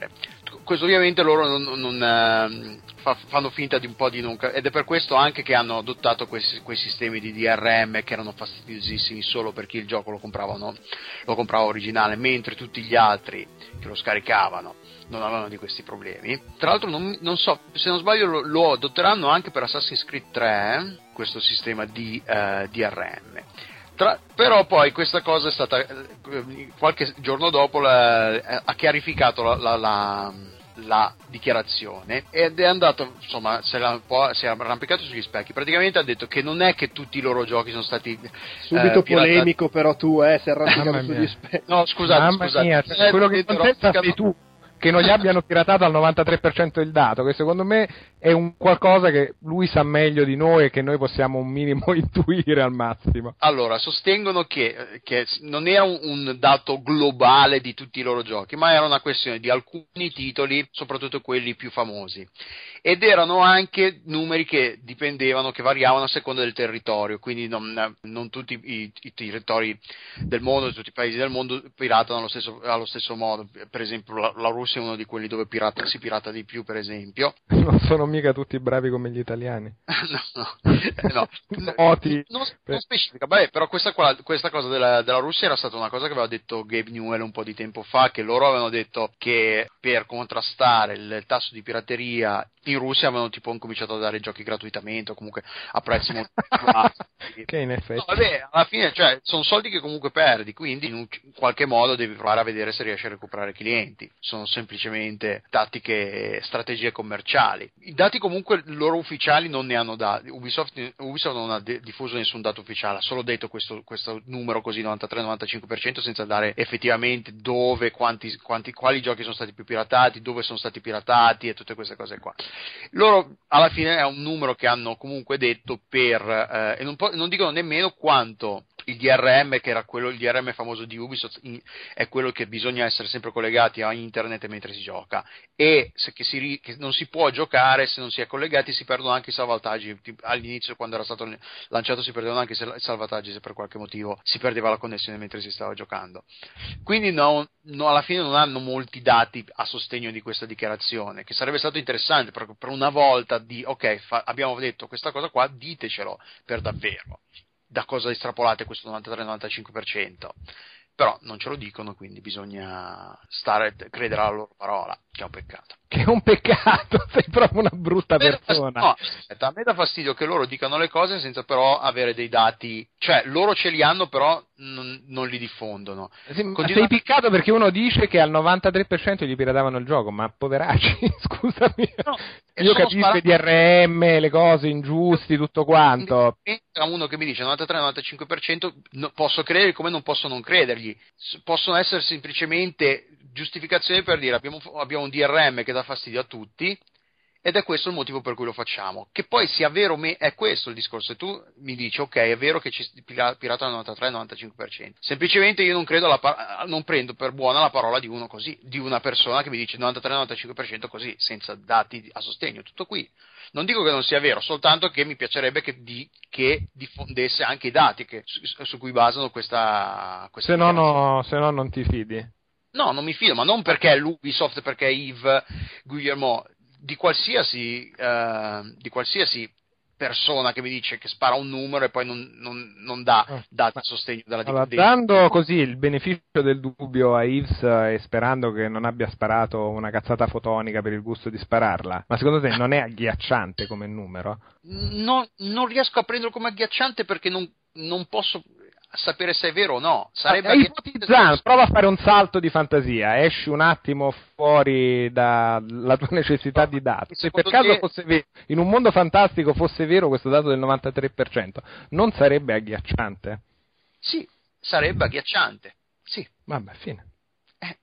questo ovviamente loro non, non eh, fa, fanno finta di un po' di non, ed è per questo anche che hanno adottato questi, quei sistemi di D R M che erano fastidiosissimi solo per chi il gioco lo compravano, lo comprava originale, mentre tutti gli altri che lo scaricavano non avevano di questi problemi. Tra l'altro non, non so, se non sbaglio lo, lo adotteranno anche per Assassin's Creed tre, questo sistema di eh, D R M. Tra, però poi questa cosa è stata eh, qualche giorno dopo la, ha chiarificato la, la, la, la dichiarazione ed è andato, insomma, si è, si è arrampicato sugli specchi. Praticamente ha detto che non è che tutti i loro giochi sono stati subito eh, polemico, però tu eh si è arrampicato sugli specchi. No, scusate, Mamma scusate. Mia, cioè, quello che contesta sei tu, che non gli abbiano piratato al novantatré per cento il dato, che secondo me è un qualcosa che lui sa meglio di noi e che noi possiamo un minimo intuire al massimo. Allora, sostengono che, che non era un, un dato globale di tutti i loro giochi, ma era una questione di alcuni titoli, soprattutto quelli più famosi, ed erano anche numeri che dipendevano, che variavano a seconda del territorio, quindi non, non tutti i, i territori del mondo, tutti i paesi del mondo piratano allo stesso, allo stesso modo. Per esempio la, la Russia è uno di quelli dove pirata, si pirata di più, per esempio. Non sono mica tutti bravi come gli italiani. no, no, no. Noti. Non, non specifica, beh, però questa, qua, questa cosa della, della Russia era stata una cosa che aveva detto Gabe Newell un po' di tempo fa, che loro avevano detto che per contrastare il tasso di pirateria in Russia avevano tipo incominciato a dare giochi gratuitamente o comunque a prezzi molto bassi. Che in effetti, no, vabbè, alla fine, cioè, sono soldi che comunque perdi, quindi in, un, in qualche modo devi provare a vedere se riesci a recuperare clienti. Sono semplicemente tattiche, strategie commerciali. I dati comunque loro ufficiali non ne hanno dati. Ubisoft, Ubisoft non ha de- diffuso nessun dato ufficiale, ha solo detto questo, questo numero così novantatré novantacinque per cento senza dare effettivamente dove, quanti, quanti, quali giochi sono stati più piratati, dove sono stati piratati e tutte queste cose qua. Loro alla fine è un numero che hanno comunque detto per eh, e non, po- non dicono nemmeno quanto il D R M, che era quello, il D R M famoso di Ubisoft, in, è quello che bisogna essere sempre collegati a internet mentre si gioca, e se che si, che non si può giocare se non si è collegati, si perdono anche i salvataggi. All'inizio, quando era stato lanciato, si perdevano anche i salvataggi se per qualche motivo si perdeva la connessione mentre si stava giocando. Quindi no, no, alla fine non hanno molti dati a sostegno di questa dichiarazione, che sarebbe stato interessante per, per una volta di ok, fa, abbiamo detto questa cosa qua, ditecelo per davvero da cosa estrapolate questo novantatré novantacinque per cento. Però non ce lo dicono, quindi bisogna stare, credere alla loro parola, che è un peccato. Che è un peccato, sei proprio una brutta persona. No, aspetta, a me dà fastidio che loro dicano le cose senza però avere dei dati, cioè loro ce li hanno però non, non li diffondono. Sì, Continua... Sei piccato perché uno dice che al novantatré per cento gli piratavano il gioco, ma poveracci, scusami. No, io capisco sparando... i D R M, le cose ingiusti, tutto quanto. Tra uno che mi dice novantatré novantacinque per cento, no, posso credere come non posso non credergli. Possono essere semplicemente giustificazioni per dire abbiamo, abbiamo un D R M che dà fastidio a tutti ed è questo il motivo per cui lo facciamo. Che poi sia vero o me- è questo il discorso, e tu mi dici ok, è vero che ci pirata al novantatré novantacinque per cento, semplicemente io non credo alla par- non prendo per buona la parola di uno così, di una persona che mi dice novantatré novantacinque per cento così, senza dati a sostegno. Tutto qui. Non dico che non sia vero, soltanto che mi piacerebbe che, di, che diffondesse anche i dati che, su, su cui basano questa, questa se no, no, se no non ti fidi. No, non mi fido, ma non perché è l'Ubisoft, perché è Yves Guillemot, di qualsiasi, eh, di qualsiasi persona che mi dice che spara un numero e poi non, non, non dà dati a sostegno della allora, dando così il beneficio del dubbio a Yves e sperando che non abbia sparato una cazzata fotonica per il gusto di spararla, ma secondo te non è agghiacciante come numero? No, non riesco a prenderlo come agghiacciante perché non, non posso sapere se è vero o no. Sarebbe eh, ipotizzando, prova a fare un salto di fantasia, esci un attimo fuori dalla tua necessità no, di dati. Se per caso te... fosse vero, in un mondo fantastico fosse vero questo dato del novantatré per cento, non sarebbe agghiacciante? Sì, sarebbe agghiacciante. Sì. Vabbè, fine. Eh,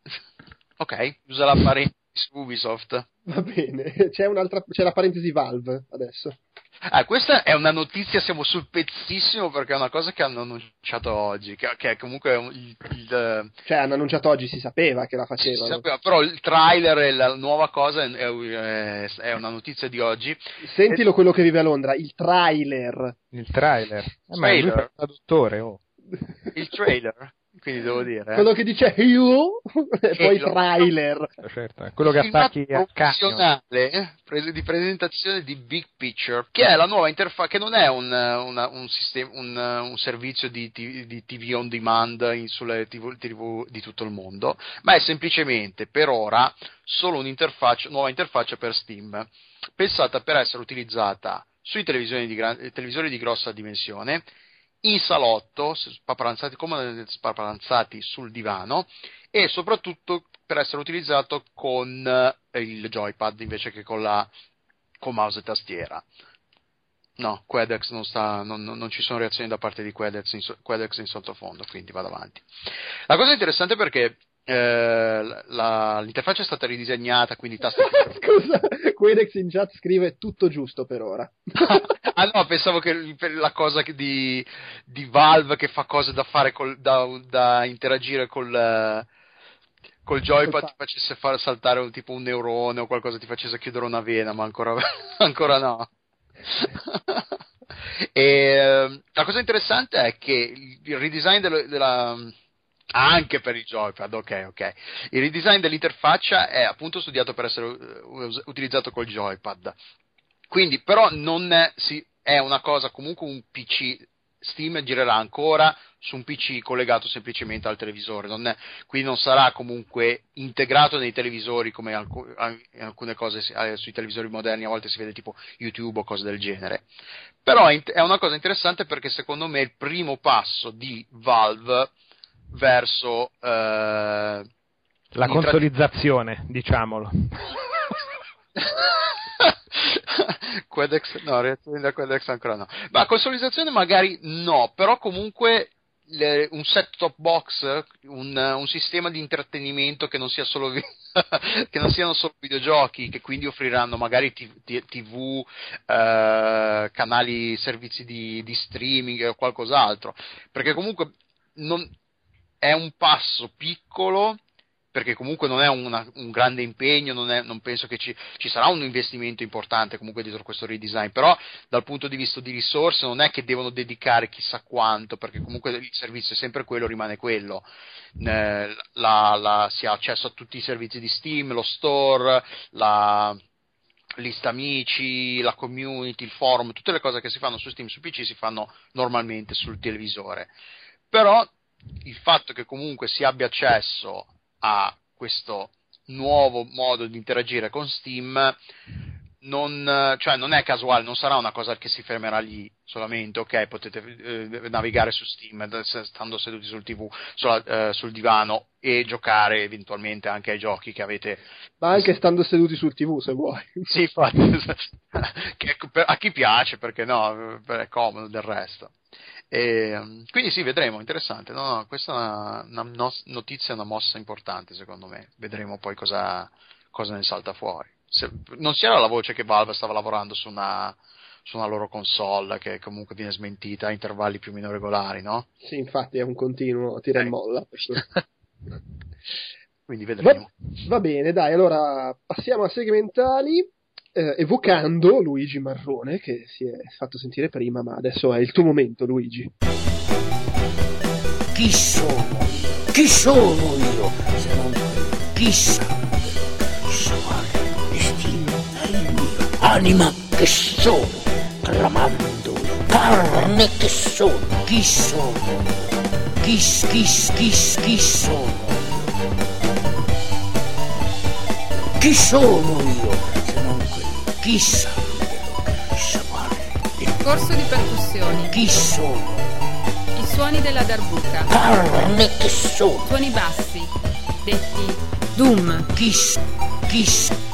ok, usa la parentesi su Ubisoft. Va bene, c'è un'altra, c'è la parentesi Valve adesso. Ah, questa è una notizia, siamo sul pezzissimo perché è una cosa che hanno annunciato oggi, che, che è comunque il, il... Cioè hanno annunciato oggi, si sapeva che la facevano. Si sapeva, però il trailer e la nuova cosa è, è, è una notizia di oggi. Sentilo e... quello che vive a Londra, il trailer. Il trailer? Eh, ma lui fa il traduttore, oh. Il trailer? quindi devo dire eh. quello che dice you e poi lo... trailer, certo, quello che attacchi a cagno di presentazione di Big Picture, che è la nuova interfaccia, che non è un, una, un, sistema, un, un servizio di, di T V on demand in, sulle T V, T V di tutto il mondo, ma è semplicemente per ora solo un'interfaccia, nuova interfaccia per Steam, pensata per essere utilizzata sui televisori di, gran, televisori di grossa dimensione, in salotto, spaparanzati, come spaparanzati sul divano, e soprattutto per essere utilizzato con il joypad invece che con la con mouse e tastiera. No, Quedex non sta, non, non ci sono reazioni da parte di Quedex in, Quedex in sottofondo, quindi vado avanti. La cosa interessante è perché eh, la, l'interfaccia è stata ridisegnata, quindi tasti. Scusa, Quedex in chat scrive tutto giusto per ora. Ah no, pensavo che la cosa di, di Valve che fa cose da fare col, da, da interagire col col joypad ti facesse far saltare un, tipo un neurone o qualcosa, ti facesse chiudere una vena, ma ancora ancora no. E la cosa interessante è che il redesign della, della anche per il joypad, ok, ok. Il redesign dell'interfaccia è appunto studiato per essere utilizzato col joypad. Quindi, però, non è, sì, è una cosa, comunque un P C Steam girerà ancora su un P C collegato semplicemente al televisore, non è, quindi non sarà comunque integrato nei televisori come alc- alcune cose eh, sui televisori moderni a volte si vede, tipo YouTube o cose del genere. Però è una cosa interessante perché secondo me è il primo passo di Valve verso eh, la consolizzazione, tra... diciamolo. Quedex, no, reazioni da Quedex ancora no, ma consolizzazione magari no, però comunque le, un set-top box, un, un sistema di intrattenimento che non sia solo vi- che non siano solo videogiochi, che quindi offriranno magari tivù, eh, canali, servizi di, di streaming o qualcos'altro, perché comunque non è un passo piccolo, perché comunque non è una, un grande impegno, non, è, non penso che ci, ci sarà un investimento importante comunque dietro questo redesign, però dal punto di vista di risorse non è che devono dedicare chissà quanto, perché comunque il servizio è sempre quello, rimane quello, eh, la, la, si ha accesso a tutti i servizi di Steam, lo store, la lista amici, la community, il forum, tutte le cose che si fanno su Steam, su P C si fanno normalmente sul televisore, però il fatto che comunque si abbia accesso a questo nuovo modo di interagire con Steam non, cioè non è casuale, non sarà una cosa che si fermerà lì solamente, ok, potete eh, navigare su Steam stando seduti sul tivù, sulla, eh, sul divano e giocare eventualmente anche ai giochi che avete, ma anche stando seduti sul tivù se vuoi. Sì, infatti, che a chi piace, perché no, è comodo del resto. E, quindi sì, vedremo, interessante, no, no, questa è una, una notizia, una mossa importante secondo me, vedremo poi cosa, cosa ne salta fuori. Se, non si era la voce che Valve stava lavorando su una, su una loro console che comunque viene smentita a intervalli più o meno regolari, no? Sì, infatti è un continuo tira e molla. Quindi vedremo. Va, va bene, dai, allora passiamo a segmentali. Eh, evocando Luigi Marrone, che si è fatto sentire prima, ma adesso è il tuo momento, Luigi. Chi sono io? Chi sono io? Se non chissà, destino è il mio, anima che sono, clamando, carne che sono, chi sono? Chi, chi, chi, chi sono? Chi sono io? Chissà, chissà, il corso di percussioni. Chi sono? I suoni della darbuka. Carne che sono. Suoni bassi, detti doom. Chi, chi,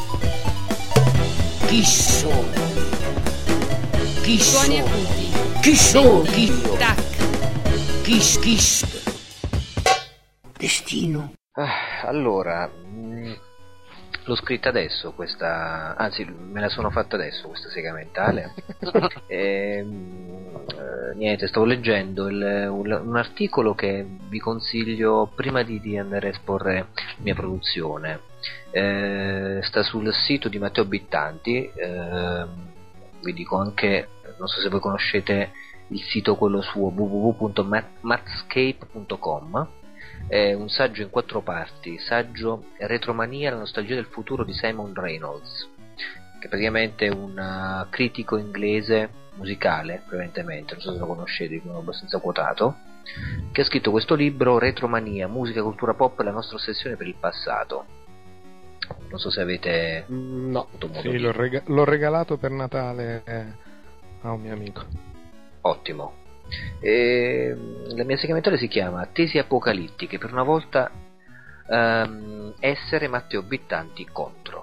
chi sono? Chi suoni sono? acuti. Chi sono? Chi? Tac. Chi, chi, destino. Ah, allora... Mh... L'ho scritta adesso questa, anzi me la sono fatta adesso questa sega mentale. e, eh, niente, stavo leggendo il, un, un articolo che vi consiglio prima di, di andare a esporre la mia produzione. Eh, sta sul sito di Matteo Bittanti, eh, vi dico anche, non so se voi conoscete il sito quello suo w w w punto matscape punto com. è un saggio in quattro parti, saggio Retromania, la nostalgia del futuro di Simon Reynolds, che praticamente è un uh, critico inglese musicale, prevalentemente, non so se lo conoscete, è abbastanza quotato, che ha scritto questo libro Retromania, musica, cultura pop e la nostra ossessione per il passato. Non so se avete no. avuto modo sì, di... l'ho, rega- l'ho regalato per Natale a un mio amico. Ottimo. E la mia segmentale si chiama Tesi apocalittiche, per una volta um, essere Matteo Bittanti contro.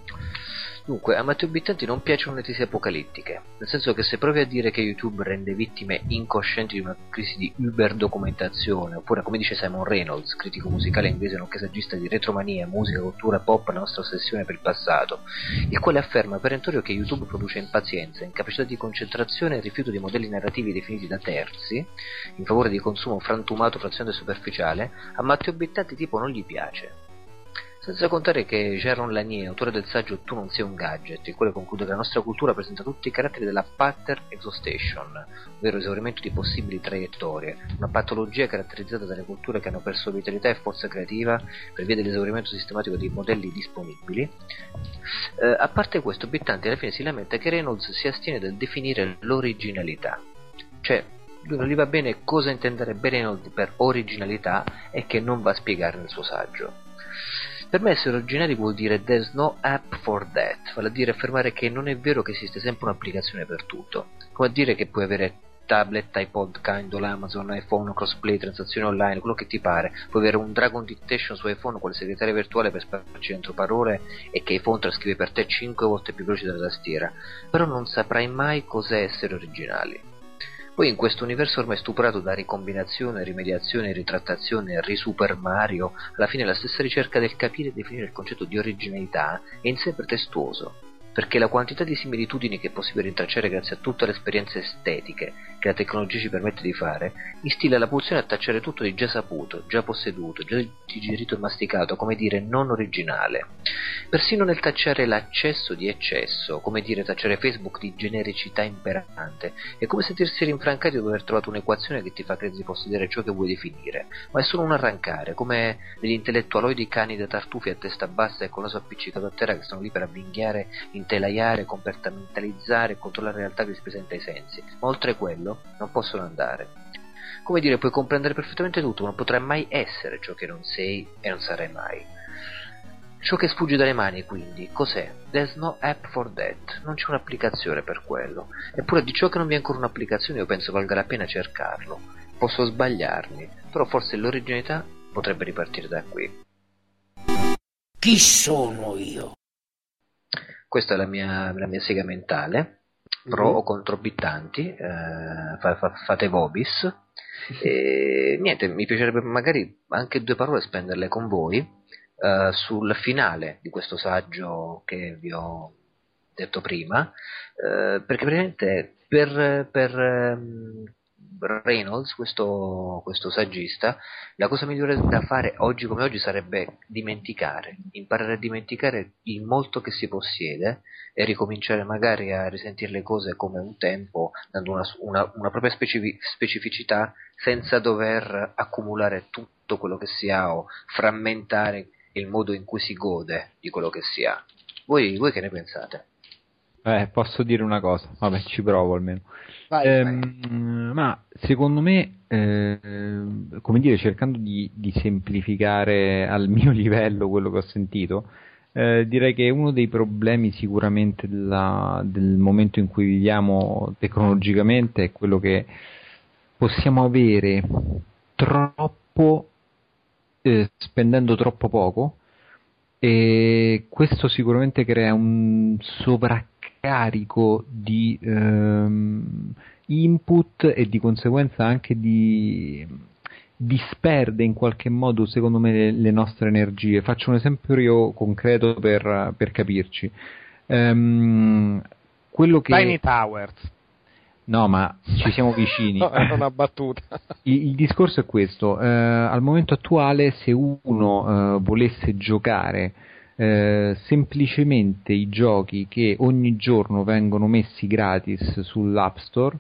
Dunque, a Matteo Bittanti non piacciono le tesi apocalittiche, nel senso che se provi a dire che YouTube rende vittime incoscienti di una crisi di uber documentazione, oppure come dice Simon Reynolds, critico musicale inglese nonché saggista di Retromania, musica, cultura pop, la nostra ossessione per il passato, il quale afferma perentorio che YouTube produce impazienza, incapacità di concentrazione e rifiuto di modelli narrativi definiti da terzi, in favore di consumo frantumato, frazionato e superficiale, a Matteo Bittanti tipo non gli piace. Senza contare che Jaron Lanier, autore del saggio Tu non sei un gadget, il quale conclude che la nostra cultura presenta tutti i caratteri della pattern exhaustion, ovvero esaurimento di possibili traiettorie, una patologia caratterizzata dalle culture che hanno perso vitalità e forza creativa per via dell'esaurimento sistematico dei modelli disponibili. Eh, a parte questo, Bittanti alla fine si lamenta che Reynolds si astiene dal definire l'originalità, cioè lui non gli va bene cosa intendere Reynolds per originalità e che non va a spiegare nel suo saggio. Per me essere originali vuol dire there's no app for that, vale a dire affermare che non è vero che esiste sempre un'applicazione per tutto, come a dire che puoi avere tablet, iPod, Kindle, Amazon, iPhone, crossplay, transazioni online, quello che ti pare, puoi avere un Dragon Dictation su iPhone con il segretario virtuale per spararci dentro parole e che iPhone trascrive per te cinque volte più veloce della tastiera, però non saprai mai cos'è essere originali. Poi in questo universo ormai stuprato da ricombinazione, rimediazione, ritrattazione, risuper Mario, alla fine la stessa ricerca del capire e definire il concetto di originalità è in sé pretestuoso, perché la quantità di similitudini che è possibile rintracciare grazie a tutte le esperienze estetiche che la tecnologia ci permette di fare, instilla la pulsione a tacciare tutto di già saputo, già posseduto, già digerito e masticato, come dire non originale. Persino nel tacciare l'accesso di eccesso, come dire tacciare Facebook di genericità imperante, è come sentirsi rinfrancati dopo aver trovato un'equazione che ti fa credere di possedere ciò che vuoi definire, ma è solo un arrancare, come degli intellettualoidi cani da tartufi a testa bassa e con naso appiccicato a terra che stanno lì per avvinghiare, intelaiare, compartimentalizzare e controllare la realtà che si presenta ai sensi, ma oltre quello non possono andare. Come dire, puoi comprendere perfettamente tutto, ma non potrai mai essere ciò che non sei e non sarai mai. Ciò che sfugge dalle mani, quindi, cos'è? There's no app for that, non c'è un'applicazione per quello. Eppure di ciò che non vi è ancora un'applicazione io penso valga la pena cercarlo. Posso sbagliarmi, però forse l'originalità potrebbe ripartire da qui. Chi sono io? Questa è la mia, la mia sega mentale, pro mm-hmm. o contro Bittanti, eh, fa, fa, fate vobis. E niente, mi piacerebbe magari anche due parole spenderle con voi Uh, sul finale di questo saggio che vi ho detto prima, uh, perché praticamente per, per um, Reynolds, questo, questo saggista, la cosa migliore da fare oggi come oggi sarebbe dimenticare, imparare a dimenticare il molto che si possiede e ricominciare magari a risentire le cose come un tempo, dando una, una, una propria specific- specificità senza dover accumulare tutto quello che si ha o frammentare il modo in cui si gode di quello che si ha. Voi, voi che ne pensate? Eh, posso dire una cosa, vabbè, ci provo almeno. Vai, ehm, vai. Ma secondo me, eh, come dire, cercando di, di semplificare al mio livello quello che ho sentito, eh, direi che uno dei problemi sicuramente della, del momento in cui viviamo tecnologicamente è quello che possiamo avere troppo Eh, spendendo troppo poco, e questo sicuramente crea un sovraccarico di ehm, input e di conseguenza anche di disperde in qualche modo secondo me le, le nostre energie. Faccio un esempio concreto per, per capirci. Ehm, quello che Tiny Towers. No, ma ci siamo vicini. No, è una battuta. Il, il discorso è questo: eh, al momento attuale, se uno eh, volesse giocare eh, semplicemente i giochi che ogni giorno vengono messi gratis sull'App Store,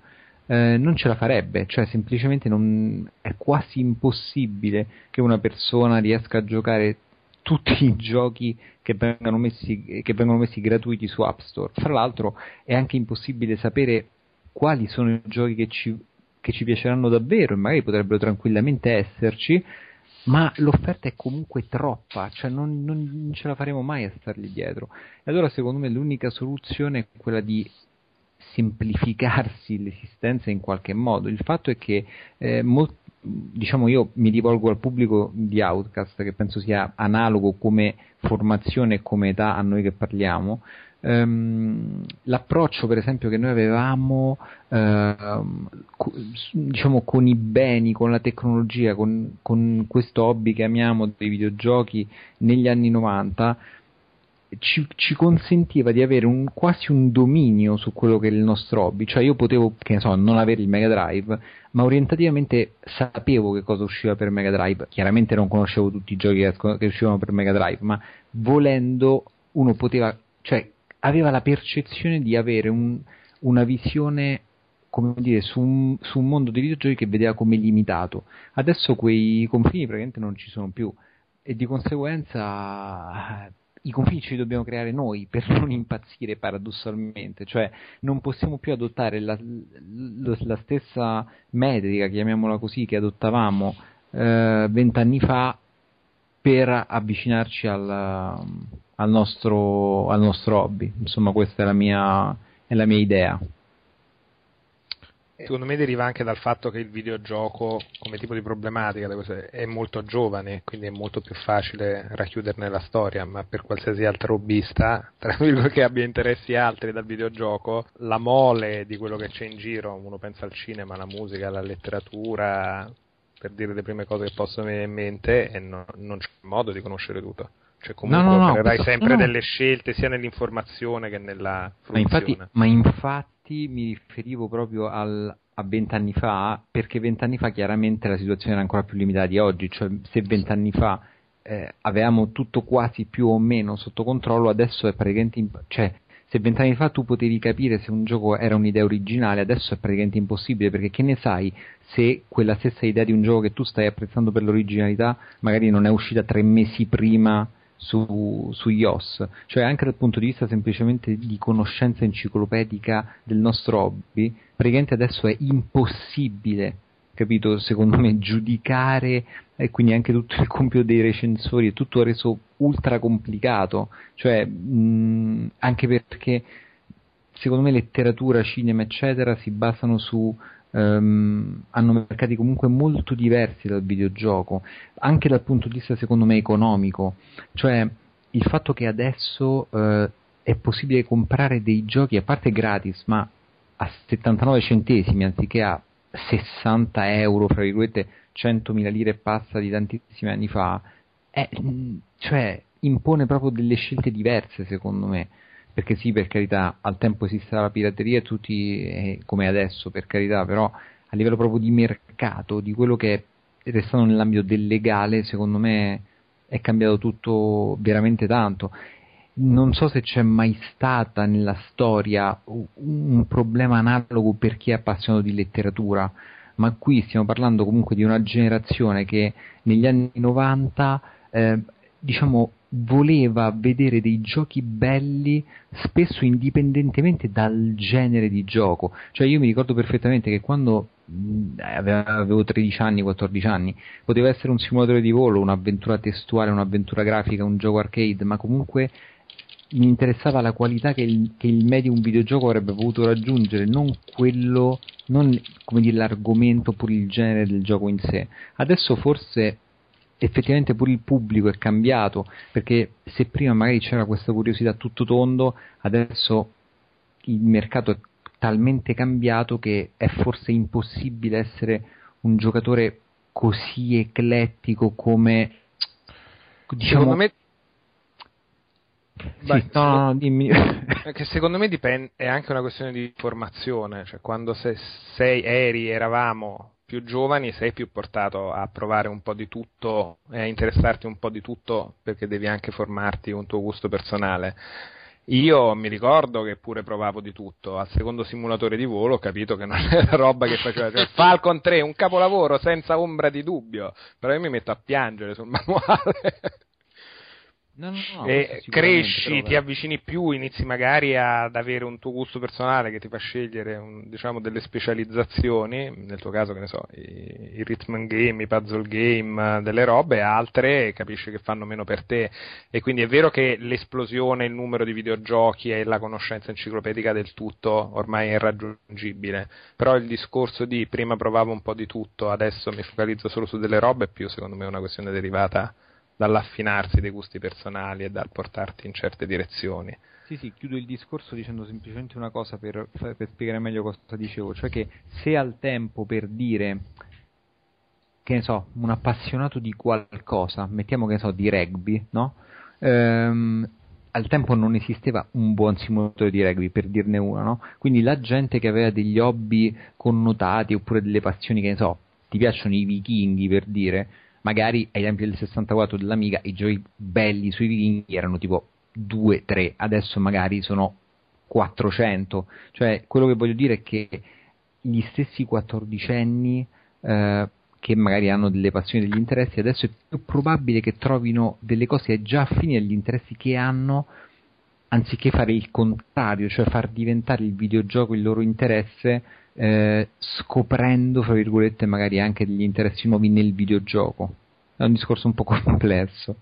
eh, non ce la farebbe, cioè semplicemente non, è quasi impossibile che una persona riesca a giocare tutti i giochi che vengono messi, che vengono messi gratuiti su App Store. Fra l'altro è anche impossibile sapere quali sono i giochi che ci, che ci piaceranno davvero, e magari potrebbero tranquillamente esserci, ma l'offerta è comunque troppa, cioè non, non ce la faremo mai a stargli dietro. E allora secondo me l'unica soluzione è quella di semplificarsi l'esistenza in qualche modo. Il fatto è che eh, molti, diciamo, io mi rivolgo al pubblico di Outcast, che penso sia analogo come formazione e come età a noi che parliamo. Um, l'approccio per esempio che noi avevamo uh, co- diciamo con i beni, con la tecnologia, con, con questo hobby che amiamo dei videogiochi negli anni novanta, ci, ci consentiva di avere un, quasi un dominio su quello che è il nostro hobby. Cioè io potevo, che ne so, non avere il Mega Drive, ma orientativamente sapevo che cosa usciva per Mega Drive. Chiaramente non conoscevo tutti i giochi che, che uscivano per Mega Drive, ma volendo uno poteva, cioè aveva la percezione di avere un, una visione, come dire, su un, su un mondo dei videogiochi che vedeva come limitato. Adesso quei confini praticamente non ci sono più, e di conseguenza i confini ce li dobbiamo creare noi per non impazzire, paradossalmente. Cioè non possiamo più adottare la, la, la stessa metrica, chiamiamola così, che adottavamo vent'anni eh, fa per avvicinarci al, al, nostro, al nostro hobby. Insomma, questa è la mia, è la mia idea. Secondo me deriva anche dal fatto che il videogioco come tipo di problematica è molto giovane, quindi è molto più facile racchiuderne la storia, ma per qualsiasi altro hobbista, tra virgolette, che abbia interessi altri dal videogioco, la mole di quello che c'è in giro, uno pensa al cinema, alla musica, alla letteratura, per dire le prime cose che possono venire in mente, e no, non c'è modo di conoscere tutto. Cioè comunque no, no, no, avrai questo, sempre no. delle scelte sia nell'informazione che nella fruizione. Ma infatti, ma infatti mi riferivo proprio al, a vent'anni fa, perché vent'anni fa chiaramente la situazione era ancora più limitata di oggi. Cioè se vent'anni fa eh, avevamo tutto quasi più o meno sotto controllo, adesso è praticamente imp- cioè se vent'anni fa tu potevi capire se un gioco era un'idea originale, adesso è praticamente impossibile, perché che ne sai se quella stessa idea di un gioco che tu stai apprezzando per l'originalità magari non è uscita tre mesi prima su, su iOS. Cioè anche dal punto di vista semplicemente di conoscenza enciclopedica del nostro hobby, praticamente adesso è impossibile, capito, secondo me, giudicare, e quindi anche tutto il compito dei recensori è tutto reso ultra complicato. Cioè mh, anche perché secondo me letteratura, cinema eccetera si basano su Um, hanno mercati comunque molto diversi dal videogioco, anche dal punto di vista secondo me economico. Cioè il fatto che adesso uh, è possibile comprare dei giochi, a parte gratis, ma a settantanove centesimi anziché a sessanta euro, fra virgolette centomila lire e passa di tantissimi anni fa, è, cioè impone proprio delle scelte diverse secondo me. Perché sì, per carità, al tempo esisteva la pirateria e tutti, eh, come adesso, per carità, però a livello proprio di mercato, di quello che è restato nell'ambito del legale, secondo me è cambiato tutto veramente tanto. Non so se c'è mai stata nella storia un problema analogo per chi è appassionato di letteratura, ma qui stiamo parlando comunque di una generazione che negli anni novanta, eh, diciamo, voleva vedere dei giochi belli, spesso indipendentemente dal genere di gioco. Cioè io mi ricordo perfettamente che quando mh, avevo tredici anni, quattordici anni, poteva essere un simulatore di volo, un'avventura testuale, un'avventura grafica, un gioco arcade, ma comunque mi interessava la qualità che il, che il medium videogioco avrebbe potuto raggiungere, non quello, non come dire l'argomento oppure il genere del gioco in sé. Adesso forse effettivamente pure il pubblico è cambiato, perché se prima magari c'era questa curiosità a tutto tondo, adesso il mercato è talmente cambiato che è forse impossibile essere un giocatore così eclettico come, diciamo, secondo me. Sì, Beh, no, no, no, dimmi. Che secondo me dipende, è anche una questione di formazione, cioè quando se, sei, eri, eravamo più giovani, sei più portato a provare un po' di tutto e a interessarti un po' di tutto, perché devi anche formarti un tuo gusto personale. Io mi ricordo che pure provavo di tutto. Al secondo simulatore di volo ho capito che non era roba che faceva, cioè Falcon tre, un capolavoro senza ombra di dubbio, però io mi metto a piangere sul manuale. No, no, no, e cresci, però, ti avvicini più, inizi magari ad avere un tuo gusto personale che ti fa scegliere un, diciamo delle specializzazioni, nel tuo caso che ne so, i, i rhythm game, i puzzle game, delle robe, altre capisci che fanno meno per te, e quindi è vero che l'esplosione, il numero di videogiochi e la conoscenza enciclopedica del tutto ormai è irraggiungibile, però il discorso di prima provavo un po' di tutto, adesso mi focalizzo solo su delle robe, è più secondo me una questione derivata dall'affinarsi dei gusti personali e dal portarti in certe direzioni. Sì, sì, chiudo il discorso dicendo semplicemente una cosa per, per spiegare meglio cosa dicevo, cioè che se al tempo, per dire, che ne so, un appassionato di qualcosa, mettiamo che ne so, di rugby, no? Ehm, al tempo non esisteva un buon simulatore di rugby, per dirne uno, no? Quindi la gente che aveva degli hobby connotati oppure delle passioni, che ne so, ti piacciono i vichinghi, per dire, magari ai tempi del sessantaquattro dell'Amiga i giochi belli sui vichinghi erano tipo due tre, adesso magari sono quattrocento, cioè quello che voglio dire è che gli stessi quattordicenni eh, che magari hanno delle passioni, degli interessi, adesso è più probabile che trovino delle cose già affini agli interessi che hanno, anziché fare il contrario, cioè far diventare il videogioco il loro interesse, Eh, scoprendo, fra virgolette, magari anche degli interessi nuovi nel videogioco. È un discorso un po' complesso.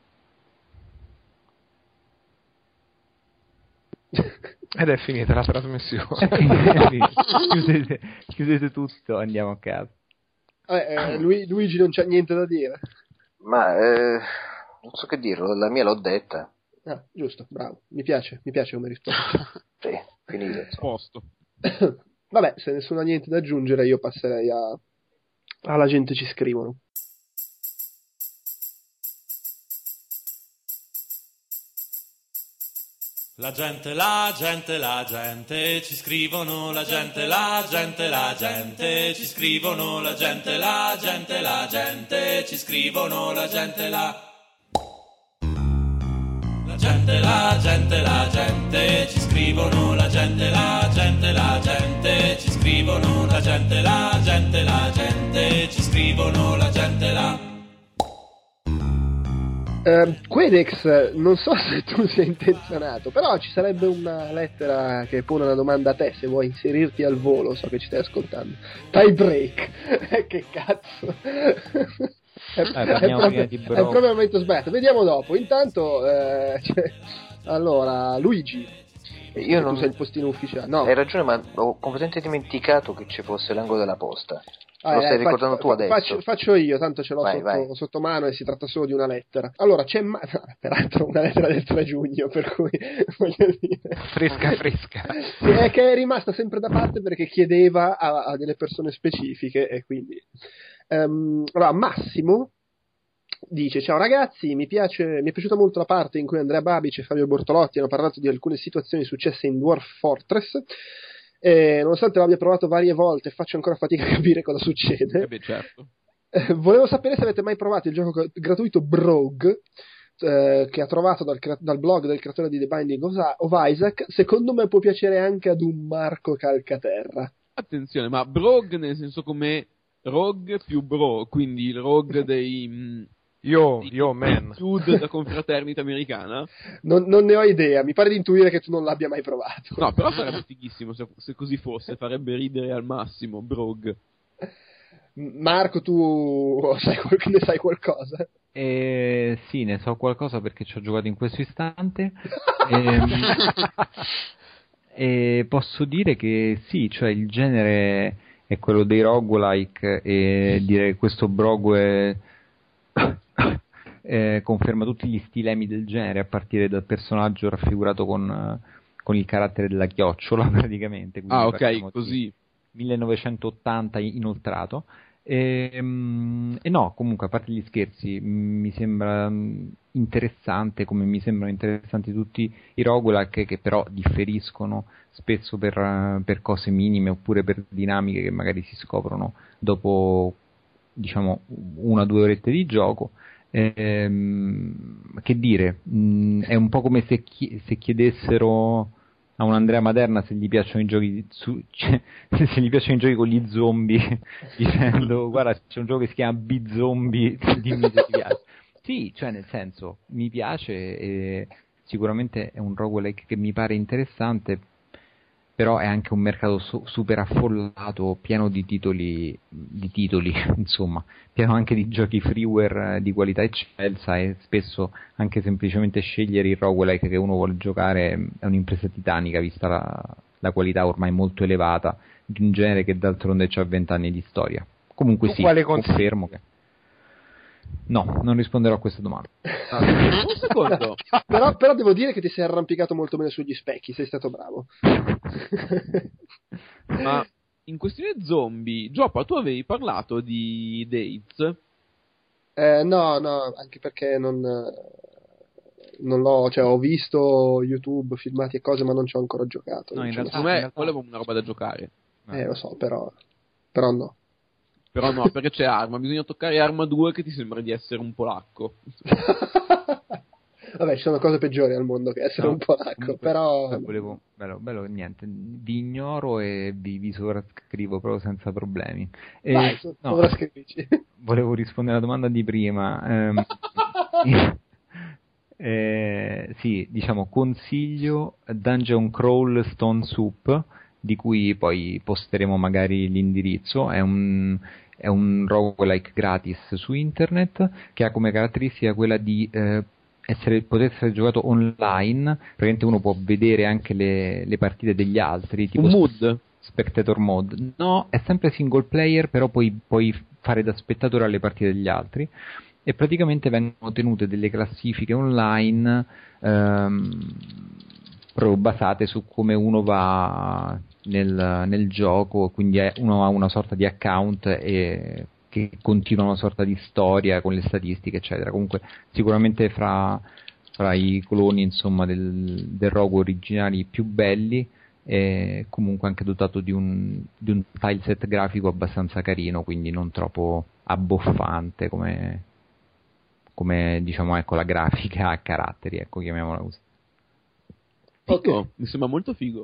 Ed è finita la trasmissione. chiudete, chiudete tutto, andiamo a casa. Eh, eh, Lu- Luigi non c'ha niente da dire. Ma eh, non so che dirlo, la mia l'ho detta. Ah, giusto, bravo, mi piace, mi piace come risposta. Sì, finito. Posto. Vabbè, se nessuno ha niente da aggiungere, io passerei a alla gente ci scrivono. La gente, la gente, la gente ci scrivono, la gente, la gente, la gente ci scrivono, la gente, la gente, la gente ci scrivono, la gente, la La gente, la gente, la gente ci scrivono, la gente, la gente, la gente ci scrivono, la gente, la gente, la gente ci scrivono, la gente, la Uh, Quedex, non so se tu sia intenzionato, però ci sarebbe una lettera che pone una domanda a te, se vuoi inserirti al volo, so che ci stai ascoltando. Tie break, che cazzo. È, eh, è, proprio, è proprio il momento sbagliato. Vediamo dopo. Intanto, eh, cioè, allora, Luigi, io non tu sei il postino ufficiale. No. Hai ragione, ma ho completamente dimenticato che ci fosse l'angolo della posta. Ah, Lo stai eh, ricordando faccio, tu adesso? Faccio, faccio io, tanto ce l'ho vai, sotto, vai. sotto mano e si tratta solo di una lettera. Allora, c'è ma- no, peraltro una lettera del tre giugno, per cui voglio dire fresca fresca. Sì, è che è rimasta sempre da parte perché chiedeva a, a delle persone specifiche e quindi um, allora Massimo dice: ciao ragazzi, mi piace mi è piaciuta molto la parte in cui Andrea Babic e Fabio Bortolotti hanno parlato di alcune situazioni successe in Dwarf Fortress. E nonostante l'abbia provato varie volte faccio ancora fatica a capire cosa succede. Eh beh, certo. eh, volevo sapere se avete mai provato il gioco gratuito Brogue, eh, che ha trovato dal, dal blog del creatore di The Binding of Isaac. Secondo me può piacere anche ad un Marco Calcaterra. Attenzione, ma Brogue nel senso come Rogue più Bro, quindi il Rogue dei mh, Yo, yo man Dude da confraternita americana. Non, non ne ho idea, mi pare di intuire che tu non l'abbia mai provato. No, però sarebbe fighissimo se, se così fosse, farebbe ridere al massimo Brogue. Marco, tu sai, ne sai qualcosa? Eh, sì, ne so qualcosa perché ci ho giocato in questo istante. e, e posso dire che sì, cioè il genere è quello dei roguelike e dire che questo Brogue eh, conferma tutti gli stilemi del genere, a partire dal personaggio raffigurato con, con il carattere della chiocciola praticamente. Ah, ok, così millenovecentottanta inoltrato. E, e no, comunque, a parte gli scherzi, mi sembra interessante, come mi sembrano interessanti tutti i roguelike, che però differiscono spesso per, per cose minime oppure per dinamiche che magari si scoprono dopo, diciamo, una o due orette di gioco. Ehm, che dire, mh, è un po' come se, chi- se chiedessero a un Andrea Maderna se gli piacciono i giochi su, cioè, se gli piacciono i giochi con gli zombie, dicendo guarda c'è un gioco che si chiama B-Zombie, dimmi se ti piace. Sì, cioè nel senso, mi piace e sicuramente è un roguelike che mi pare interessante, però è anche un mercato su- super affollato, pieno di titoli, di titoli, insomma, pieno anche di giochi freeware di qualità eccelsa, e spesso anche semplicemente scegliere il roguelike che uno vuole giocare è un'impresa titanica, vista la, la qualità ormai molto elevata di un genere che d'altronde ha vent'anni di storia. Comunque Tu sì, quale consigli? confermo che... No, non risponderò a questa domanda. Un secondo. però, però devo dire che ti sei arrampicato molto bene sugli specchi, sei stato bravo. Ma in questione zombie, Gioppa, tu avevi parlato di Dates? Eh, no, no, anche perché non, non l'ho, cioè ho visto YouTube, filmati e cose, ma non ci ho ancora giocato. No, in ce l'ho. realtà, in realtà quello è una roba da giocare. Eh, lo so, però, però no. Però no, perché c'è Arma, bisogna toccare Arma due che ti sembra di essere un polacco. Vabbè, ci sono cose peggiori al mondo che essere No, un polacco, comunque, però... Volevo, bello, bello, niente, vi ignoro e vi, vi sovrascrivo proprio senza problemi. E, Vai, so- no, sovrascrivici. volevo rispondere alla domanda di prima. Ehm, eh, sì, diciamo, consiglio Dungeon Crawl Stone Soup, di cui poi posteremo magari l'indirizzo. È un, è un roguelike gratis su internet che ha come caratteristica quella di eh, essere, poter essere giocato online. Praticamente uno può vedere anche le, le partite degli altri, tipo un mood? Spectator mode. No, è sempre single player, però puoi, puoi fare da spettatore alle partite degli altri, e praticamente vengono tenute delle classifiche online ehm, proprio basate su come uno va nel, nel gioco, quindi è, uno ha una sorta di account e che continua una sorta di storia con le statistiche eccetera. Comunque sicuramente fra, fra i cloni insomma del, del rogue originali più belli, e comunque anche dotato di un, di un tileset grafico abbastanza carino, quindi non troppo abboffante come, come diciamo, ecco, la grafica a caratteri, ecco, chiamiamola così. Figo, okay. Mi sembra molto figo.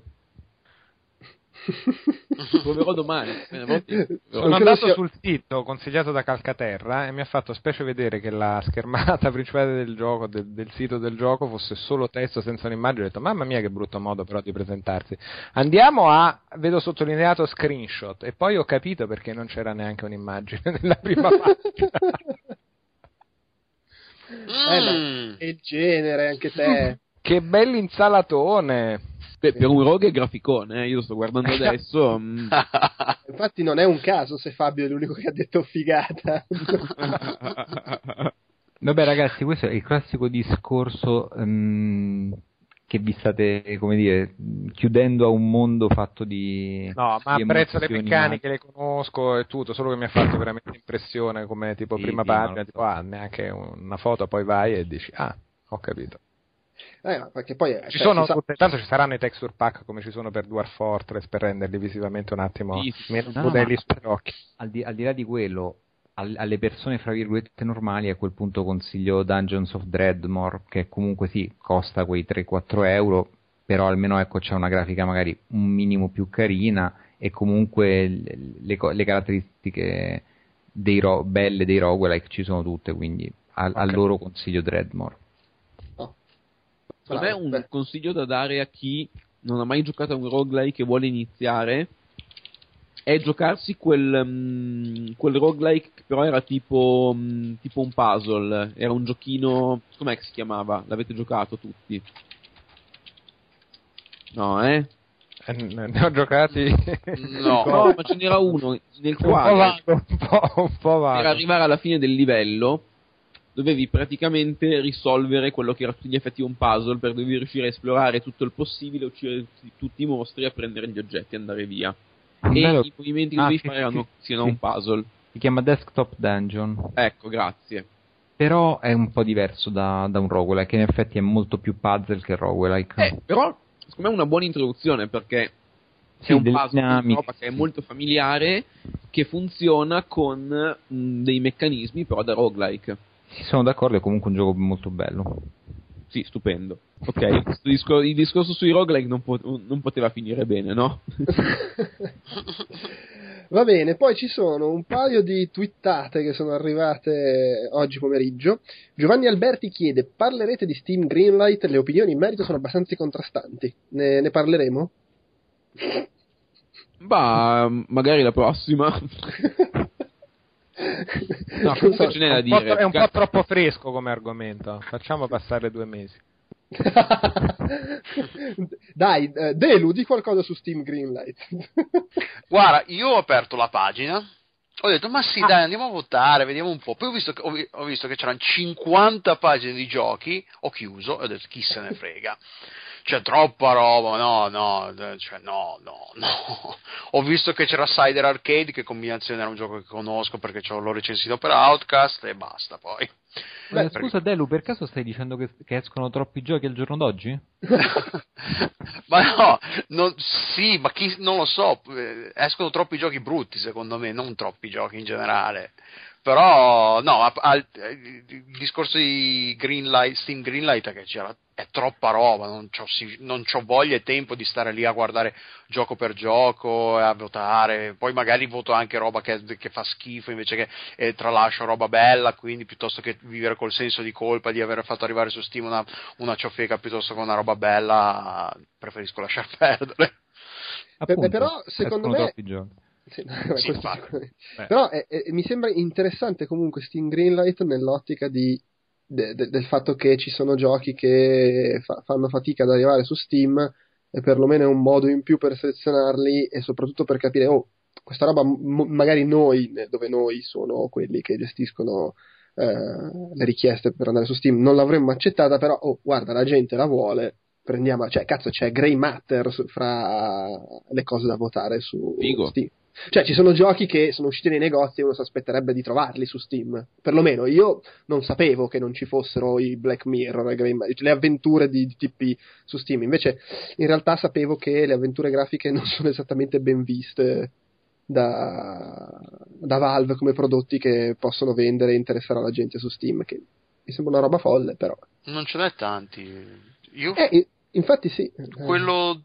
Proverò domani. Sono andato sul sito consigliato da Calcaterra e mi ha fatto specie vedere che la schermata principale del gioco, del, del sito del gioco, fosse solo testo senza un'immagine. Ho detto mamma mia che brutto modo però di presentarsi. Andiamo a, vedo sottolineato screenshot, e poi ho capito perché non c'era neanche un'immagine nella prima pagina. Mm. Eh, il genere, anche te. Che bell'insalatone. Beh, per un rogue è graficone, eh? Io lo sto guardando adesso. mm. Infatti non è un caso se Fabio è l'unico che ha detto figata. Vabbè ragazzi, questo è il classico discorso um, che vi state, come dire, chiudendo a un mondo fatto di... No, ma di apprezzo le emozioni, meccaniche, le conosco e tutto, solo che mi ha fatto veramente impressione come tipo sì, prima sì, pagina, so. tipo ah, neanche una foto, poi vai e dici ah, ho capito. Eh, no, perché poi Ci cioè, sono sa... tutte, tanto ci saranno i texture pack come ci sono per Dwarf Fortress, per renderli visivamente un attimo sì, meno no, modelli no, sugli occhi. Al di, al di là di quello, al, alle persone fra virgolette normali a quel punto consiglio Dungeons of Dreadmore, che comunque sì, costa quei tre quattro euro, però almeno ecco c'è una grafica magari un minimo più carina, e comunque le, le, le caratteristiche dei ro- belle dei roguelike ci sono tutte, quindi a, okay. a loro consiglio Dreadmore. Per me un Beh. consiglio da dare a chi non ha mai giocato a un roguelike e vuole iniziare è giocarsi quel, um, quel roguelike che però era tipo, um, tipo un puzzle, era un giochino, com'è che si chiamava? L'avete giocato tutti? No, eh? Eh, ne ho giocati no, no, ma ce n'era uno nel quale un po' vago, un po', un po' vago. Per arrivare alla fine del livello dovevi praticamente risolvere quello che era a tutti gli effetti un puzzle, per dovevi riuscire a esplorare tutto il possibile, uccidere tutti, tutti i mostri, a prendere gli oggetti e andare via. E bello. I movimenti che ah, dovevi sì, fare erano sì, siano sì. un puzzle. Si chiama Desktop Dungeon. Ecco, grazie. Però è un po' diverso da, da un roguelike, che in effetti è molto più puzzle che roguelike. Eh, però secondo me è una buona introduzione, perché sì, è un puzzle, una roba che è sì. molto familiare, che funziona con mh, dei meccanismi però da roguelike. Sì, sono d'accordo, è comunque un gioco molto bello. Sì, stupendo. Ok, il discorso, il discorso sui roguelike non, po- non poteva finire bene, no? Va bene, poi ci sono un paio di twittate che sono arrivate oggi pomeriggio. Giovanni Alberti chiede: parlerete di Steam Greenlight? Le opinioni in merito sono abbastanza contrastanti. Ne, ne parleremo? Bah, magari la prossima. No, comunque ce n'è da dire. È un po' troppo fresco come argomento. Facciamo passare due mesi. Dai, eh, Delu, di qualcosa su Steam Greenlight. Guarda, io ho aperto la pagina, ho detto ma sì, ah. dai, andiamo a votare, vediamo un po'. Poi ho visto, che, ho, ho visto che c'erano cinquanta pagine di giochi, ho chiuso e ho detto chi se ne frega. C'è troppa roba, no, no, cioè no, no, no. Ho visto che c'era Cider Arcade, che combinazione era un gioco che conosco perché l'ho recensito per Outcast e basta poi. Beh, scusa Delu, per caso stai dicendo che, che escono troppi giochi al giorno d'oggi? Ma no, non, sì, ma chi, non lo so, escono troppi giochi brutti secondo me, non troppi giochi in generale. Però no, al, il discorso di Greenlight, Steam Greenlight è che c'era, è troppa roba, non c'ho, non c'ho voglia e tempo di stare lì a guardare gioco per gioco e a votare. Poi magari voto anche roba che, che fa schifo invece che eh, tralascio roba bella, quindi piuttosto che vivere col senso di colpa di aver fatto arrivare su Steam una, una ciofeca piuttosto che una roba bella, preferisco lasciar perdere. Appunto, però secondo me Sì, no, sì, però è, è, mi sembra interessante comunque Steam Greenlight nell'ottica di, de, de, del fatto che ci sono giochi che fa, fanno fatica ad arrivare su Steam e perlomeno è un modo in più per selezionarli e soprattutto per capire oh, questa roba m- magari noi, dove noi sono quelli che gestiscono eh, le richieste per andare su Steam, non l'avremmo accettata, però oh, guarda, la gente la vuole, prendiamo, cioè cazzo c'è Grey Matter fra le cose da votare su Figo. Steam. Cioè ci sono giochi che sono usciti nei negozi e uno si aspetterebbe di trovarli su Steam, perlomeno io non sapevo che non ci fossero i Black Mirror, le avventure di, di T P su Steam, invece in realtà sapevo che le avventure grafiche non sono esattamente ben viste da, da Valve come prodotti che possono vendere e interessare alla gente su Steam, che mi sembra una roba folle, però non ce n'è tanti. Io eh, infatti sì, quello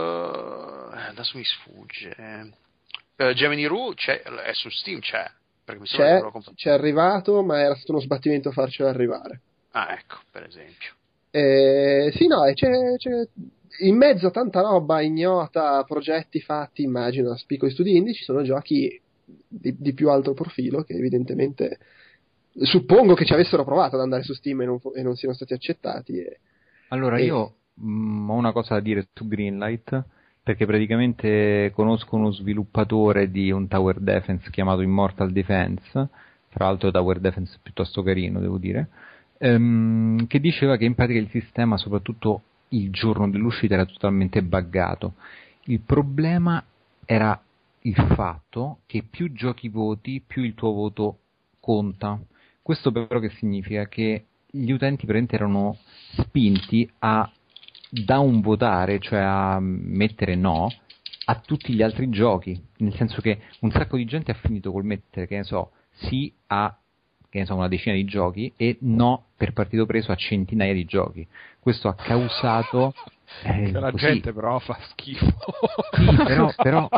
d... adesso mi sfugge Uh, Gemini Roo c'è, è su Steam, c'è, perché mi c'è, comp- c'è arrivato, ma era stato uno sbattimento farcelo arrivare. Ah, ecco, per esempio. Eh, sì, no, c'è, c'è in mezzo a tanta roba ignota, progetti fatti, immagino, da piccoli studi indie, ci sono giochi di, di più alto profilo che evidentemente suppongo che ci avessero provato ad andare su Steam e non, e non siano stati accettati. E, allora, e... io mh, ho una cosa da dire su Greenlight, perché praticamente conosco uno sviluppatore di un tower defense chiamato Immortal Defense, tra l'altro tower defense piuttosto carino devo dire, ehm, che diceva che in pratica il sistema, soprattutto il giorno dell'uscita, era totalmente buggato. Il problema era il fatto che più giochi voti, più il tuo voto conta. Questo però che significa? Che gli utenti praticamente erano spinti a da un votare, cioè a mettere no a tutti gli altri giochi, nel senso che un sacco di gente ha finito col mettere, che ne so, sì a che ne so, una decina di giochi e no per partito preso a centinaia di giochi. Questo ha causato eh, che la così. gente però fa schifo. Sì, però, però,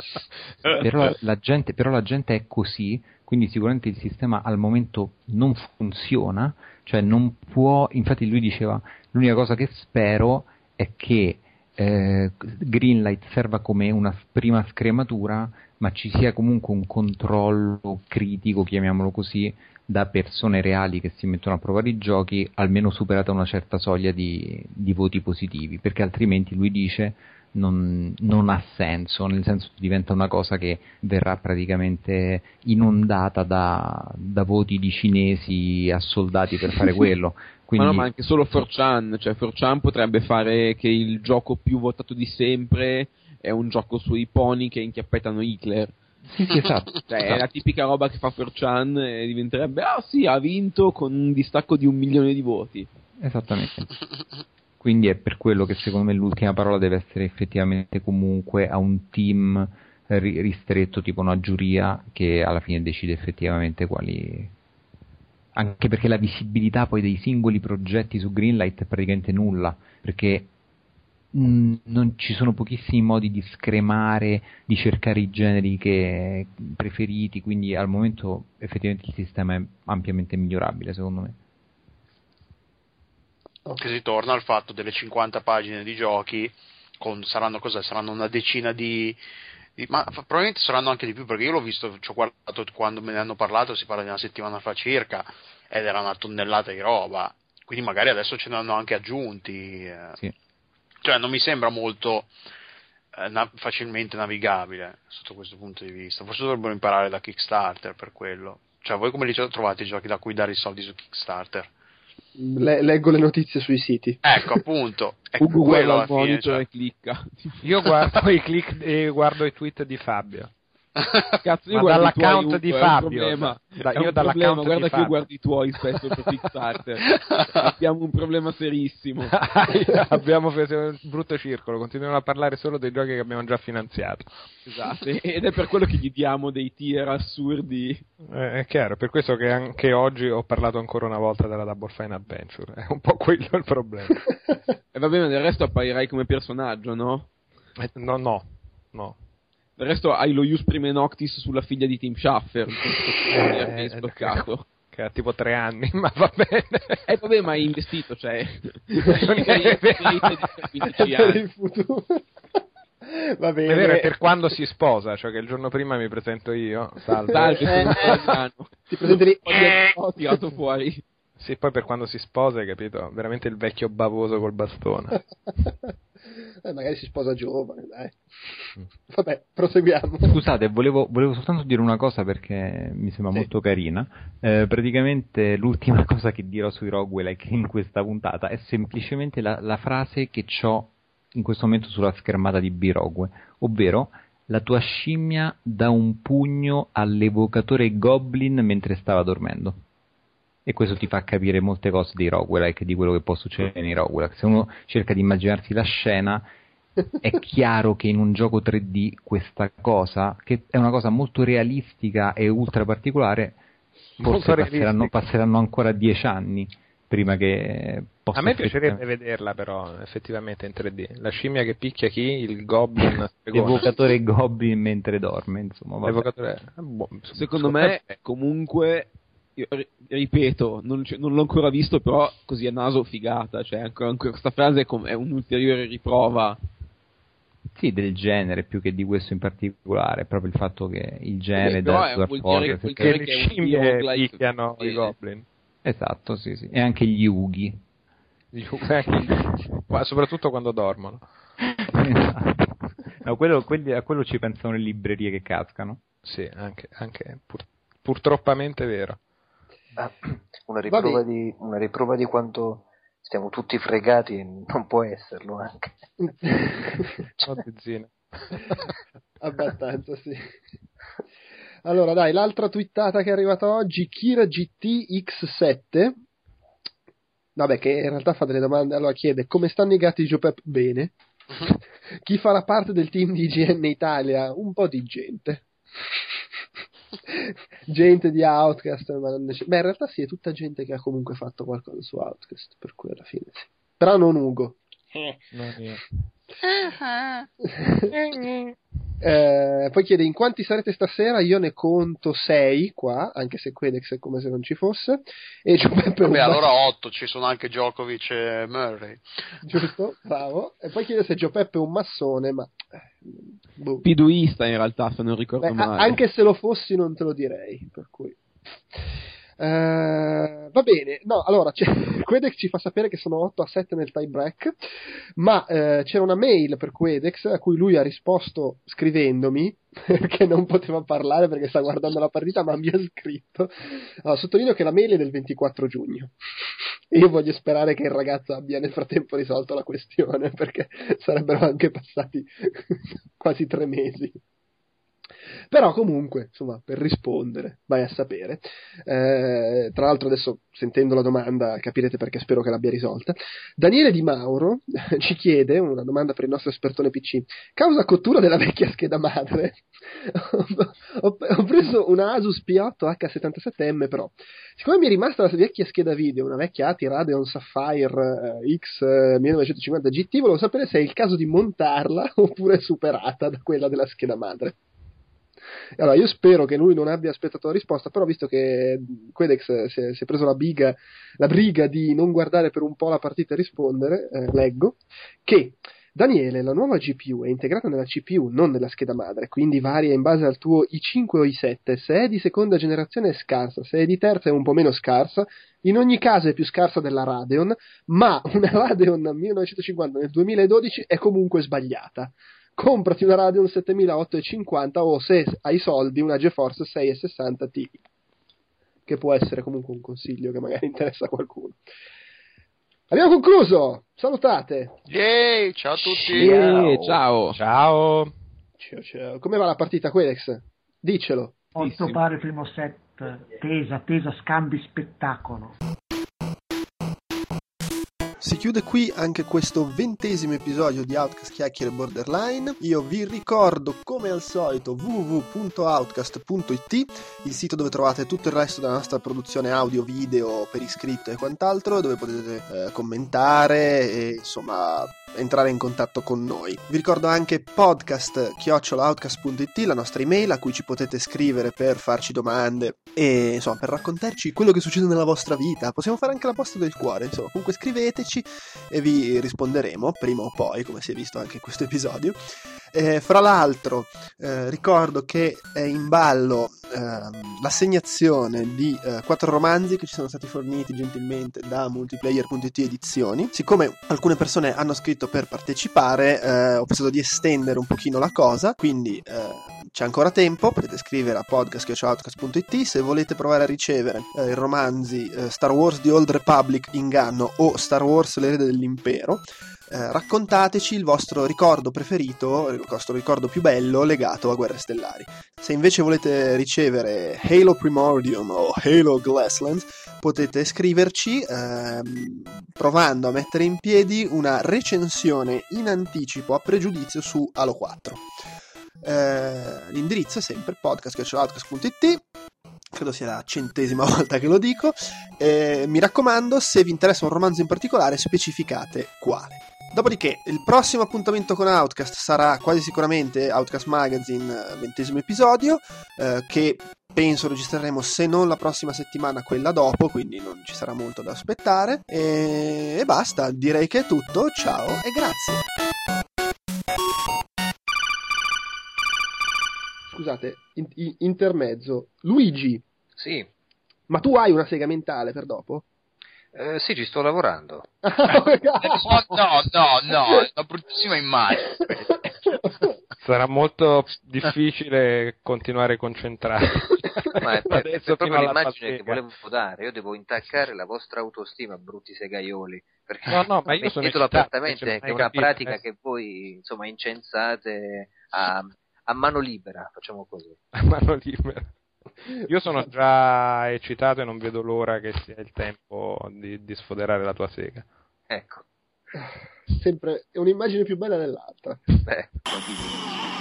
però, la gente, però la gente è così, quindi sicuramente il sistema al momento non funziona, cioè non può, infatti lui diceva l'unica cosa che spero è che eh, Greenlight serva come una prima scrematura, ma ci sia comunque un controllo critico, chiamiamolo così, da persone reali che si mettono a provare i giochi, almeno superata una certa soglia di, di voti positivi, perché altrimenti lui dice non, non ha senso, nel senso diventa una cosa che verrà praticamente inondata da, da voti di cinesi assoldati per fare quello. Quindi... Ma no, ma anche solo four chan, cioè four chan potrebbe fare che il gioco più votato di sempre è un gioco sui pony che inchiappettano Hitler. Sì, sì, esatto. Cioè, è la tipica roba che fa four chan e diventerebbe, ah sì, ha vinto con un distacco di un milione di voti. Esattamente. Quindi è per quello che secondo me l'ultima parola deve essere effettivamente comunque a un team ristretto, tipo una giuria, che alla fine decide effettivamente quali, anche perché la visibilità poi dei singoli progetti su Greenlight è praticamente nulla, perché mh, non ci sono pochissimi modi di scremare, di cercare i generi che preferiti, quindi al momento effettivamente il sistema è ampiamente migliorabile secondo me. Che si torna al fatto delle cinquanta pagine di giochi, con, saranno cos'è? Saranno una decina di, di ma probabilmente saranno anche di più, perché io l'ho visto, ci ho guardato quando me ne hanno parlato, si parla di una settimana fa circa, ed era una tonnellata di roba, quindi magari adesso ce ne hanno anche aggiunti, eh. Sì. Cioè non mi sembra molto eh, na- facilmente navigabile sotto questo punto di vista. Forse dovrebbero imparare da Kickstarter per quello. Cioè voi come li trovate i giochi da cui dare i soldi su Kickstarter? Le- leggo le notizie sui siti. Ecco, appunto. È Ugo quello guarda alla il fine, monitor cioè. e clicca. Io guardo i click e guardo i tweet di Fabio. Cazzo, io Ma guardo dall'account i tuoi, di Ugo, Fabio. È un problema. Da, è io un dall'account problema. Guarda di che io Fabio. guardo i tuoi spesso per Kickstarter. Abbiamo un problema serissimo. Abbiamo preso un brutto circolo, continuiamo a parlare solo dei giochi che abbiamo già finanziato. Esatto, ed è per quello che gli diamo dei tier assurdi. Eh, è chiaro, per questo che anche oggi ho parlato ancora una volta della Double Fine Adventure. È un po' quello il problema. E va bene, del resto apparirai come personaggio, no? Eh, no, no, no. Del resto hai lo Ius Prime Noctis sulla figlia di Tim Schafer, Eh, che hai sbloccato. Che ha tipo tre anni, ma va bene. Eh vabbè, ma hai investito, cioè Per il futuro. Va bene. È vero, è per quando si sposa, cioè che il giorno prima mi presento io. Salve. Salve, sono Eh, italiano. Ti presenti lì. Ho tirato fuori. Sì, poi per quando si sposa, hai capito? Veramente il vecchio bavoso col bastone. Eh, magari si sposa giovane, dai. Vabbè, proseguiamo. Scusate, volevo, volevo soltanto dire una cosa perché mi sembra Sì. molto carina. Eh, praticamente l'ultima cosa che dirò sui roguelike in questa puntata è semplicemente la, la frase che c'ho in questo momento sulla schermata di B-Rogue, ovvero: la tua scimmia dà un pugno all'evocatore Goblin mentre stava dormendo. E questo ti fa capire molte cose dei roguelike, di quello che può succedere nei roguelike. Se uno cerca di immaginarsi la scena, è chiaro che in un gioco tre D questa cosa, che è una cosa molto realistica e ultra particolare, forse passeranno, passeranno ancora dieci anni prima che possa... A me piacerebbe vederla però effettivamente in tre D. La scimmia che picchia chi? Il Goblin. L'evocatore Goblin mentre dorme, insomma. Vabbè. L'evocatore... Boh, Secondo me, comunque... Io, ripeto, non, non l'ho ancora visto, però così a naso figata, cioè ancora, ancora questa frase è, com- è un'ulteriore riprova. Sì, del genere più che di questo in particolare, proprio il fatto che il genere Beh, però da è un- vuol dire- vuol che dire le che è un scimmie roguelike. picchiano i Goblin. Esatto, sì, sì. E anche gli Ughi. Gli Ughi. Ma soprattutto quando dormono. Esatto. No, quello, quelli, a quello ci pensano le librerie che cascano. Sì, anche, anche pur, purtroppamente vero. Ah, una, riprova di, una riprova di quanto stiamo tutti fregati non può esserlo anche. Oh, pizzina. Abbastanza, sì. Allora, dai, l'altra twittata che è arrivata oggi, Kira G T X sette, vabbè, che in realtà fa delle domande. Allora chiede: come stanno i gatti di Giuseppe? Bene. Chi farà parte del team di I G N Italia? Un po' di gente. Gente di Outcast, ma non nece- beh, in realtà sì, è tutta gente che ha comunque fatto qualcosa su Outcast, per cui alla fine sì. Però non Ugo. Non io. Eh, poi chiede: in quanti sarete stasera? Io ne conto sei qua, anche se Quedex è come se non ci fosse. E Giuseppe Vabbè, allora otto, ci sono anche Djokovic e Murray. Giusto, bravo. E poi chiede se Giopeppe è un massone, ma boh. Piduista in realtà, se non ricordo Beh, male. a- anche se lo fossi non te lo direi, per cui Eh, va bene. No, allora Quedex ci fa sapere che sono otto a sette nel tie break, ma eh, c'era una mail per Quedex a cui lui ha risposto scrivendomi che non poteva parlare perché sta guardando la partita, ma mi ha scritto. Allora, sottolineo che la mail è del ventiquattro giugno e io voglio sperare che il ragazzo abbia nel frattempo risolto la questione, perché sarebbero anche passati quasi tre mesi. Però comunque, insomma, per rispondere, vai a sapere. Eh, tra l'altro adesso, sentendo la domanda, capirete perché spero che l'abbia risolta. Daniele Di Mauro ci chiede, una domanda per il nostro espertone P C: causa cottura della vecchia scheda madre, ho, ho preso una Asus P otto H settantasette M Pro. Siccome mi è rimasta la vecchia scheda video, una vecchia A T I Radeon Sapphire eh, X eh, millenovecentocinquanta G T, volevo sapere se è il caso di montarla oppure superata da quella della scheda madre. Allora, io spero che lui non abbia aspettato la risposta, però visto che Quedex si è, si è preso la, biga, la briga di non guardare per un po' la partita e rispondere, eh, leggo che Daniele, la nuova G P U è integrata nella C P U, non nella scheda madre, quindi varia in base al tuo i cinque o i sette. Se è di seconda generazione è scarsa, se è di terza è un po' meno scarsa. In ogni caso è più scarsa della Radeon, ma una Radeon millenovecentocinquanta nel duemiladodici è comunque sbagliata. Comprati una Radeon settemilaottocentocinquanta o, se hai soldi, una GeForce seicentosessanta Ti, che può essere comunque un consiglio che magari interessa a qualcuno. Abbiamo concluso, salutate. Yay, ciao a tutti. Yeah, ciao. Ciao. Ciao, ciao. Come va la partita, Quedex? Dicelo. Otto pari primo set, tesa, tesa, scambi, spettacolo. Si chiude qui anche questo ventesimo episodio di Outcast Chiacchiere Borderline. Io vi ricordo, come al solito, w w w punto outcast punto i t, il sito dove trovate tutto il resto della nostra produzione audio, video, per iscritto e quant'altro, dove potete eh, commentare e insomma entrare in contatto con noi. Vi ricordo anche podcast chiocciola outcast punto i t, la nostra email a cui ci potete scrivere per farci domande e insomma per raccontarci quello che succede nella vostra vita. Possiamo fare anche la posta del cuore, insomma, comunque scriveteci e vi risponderemo prima o poi, come si è visto anche in questo episodio. Eh, fra l'altro eh, ricordo che è in ballo eh, l'assegnazione di eh, quattro romanzi che ci sono stati forniti gentilmente da multiplayer punto it edizioni. Siccome alcune persone hanno scritto per partecipare, eh, ho pensato di estendere un pochino la cosa, quindi eh, c'è ancora tempo, potete scrivere a podcast chiocciola outcast punto i t se volete provare a ricevere eh, i romanzi eh, Star Wars The Old Republic Inganno o Star Wars L'erede dell'impero. Eh, raccontateci il vostro ricordo preferito, il vostro ricordo più bello legato a Guerre Stellari. Se invece volete ricevere Halo Primordium o Halo Glasslands, potete scriverci ehm, provando a mettere in piedi una recensione in anticipo a pregiudizio su Halo quattro. Eh, l'indirizzo è sempre podcast chiocciola outcast punto i t. Credo sia la centesima volta che lo dico. Eh, mi raccomando, se vi interessa un romanzo in particolare, specificate quale. Dopodiché, il prossimo appuntamento con Outcast sarà quasi sicuramente Outcast Magazine, ventesimo episodio, eh, che penso registreremo, se non la prossima settimana, quella dopo, quindi non ci sarà molto da aspettare. E, e basta, direi che è tutto. Ciao e grazie. Scusate, in- in- intermezzo. Luigi. Sì. Ma tu hai una sega mentale per dopo? Eh, sì, ci sto lavorando. no, no, no, no, è una bruttissima immagine. Sarà molto difficile continuare concentrati. Ma è, è, è proprio l'immagine che sega. volevo dare. Io devo intaccare la vostra autostima, brutti segaioli. Perché no, no, ma io sono titolo eccitato, apertamente cioè, che è una capito, pratica eh. che voi insomma incensate a, a mano libera, facciamo così. A mano libera. Io sono già eccitato e non vedo l'ora che sia il tempo di, di sfoderare la tua sega. Ecco. Sempre è un'immagine più bella dell'altra. Beh.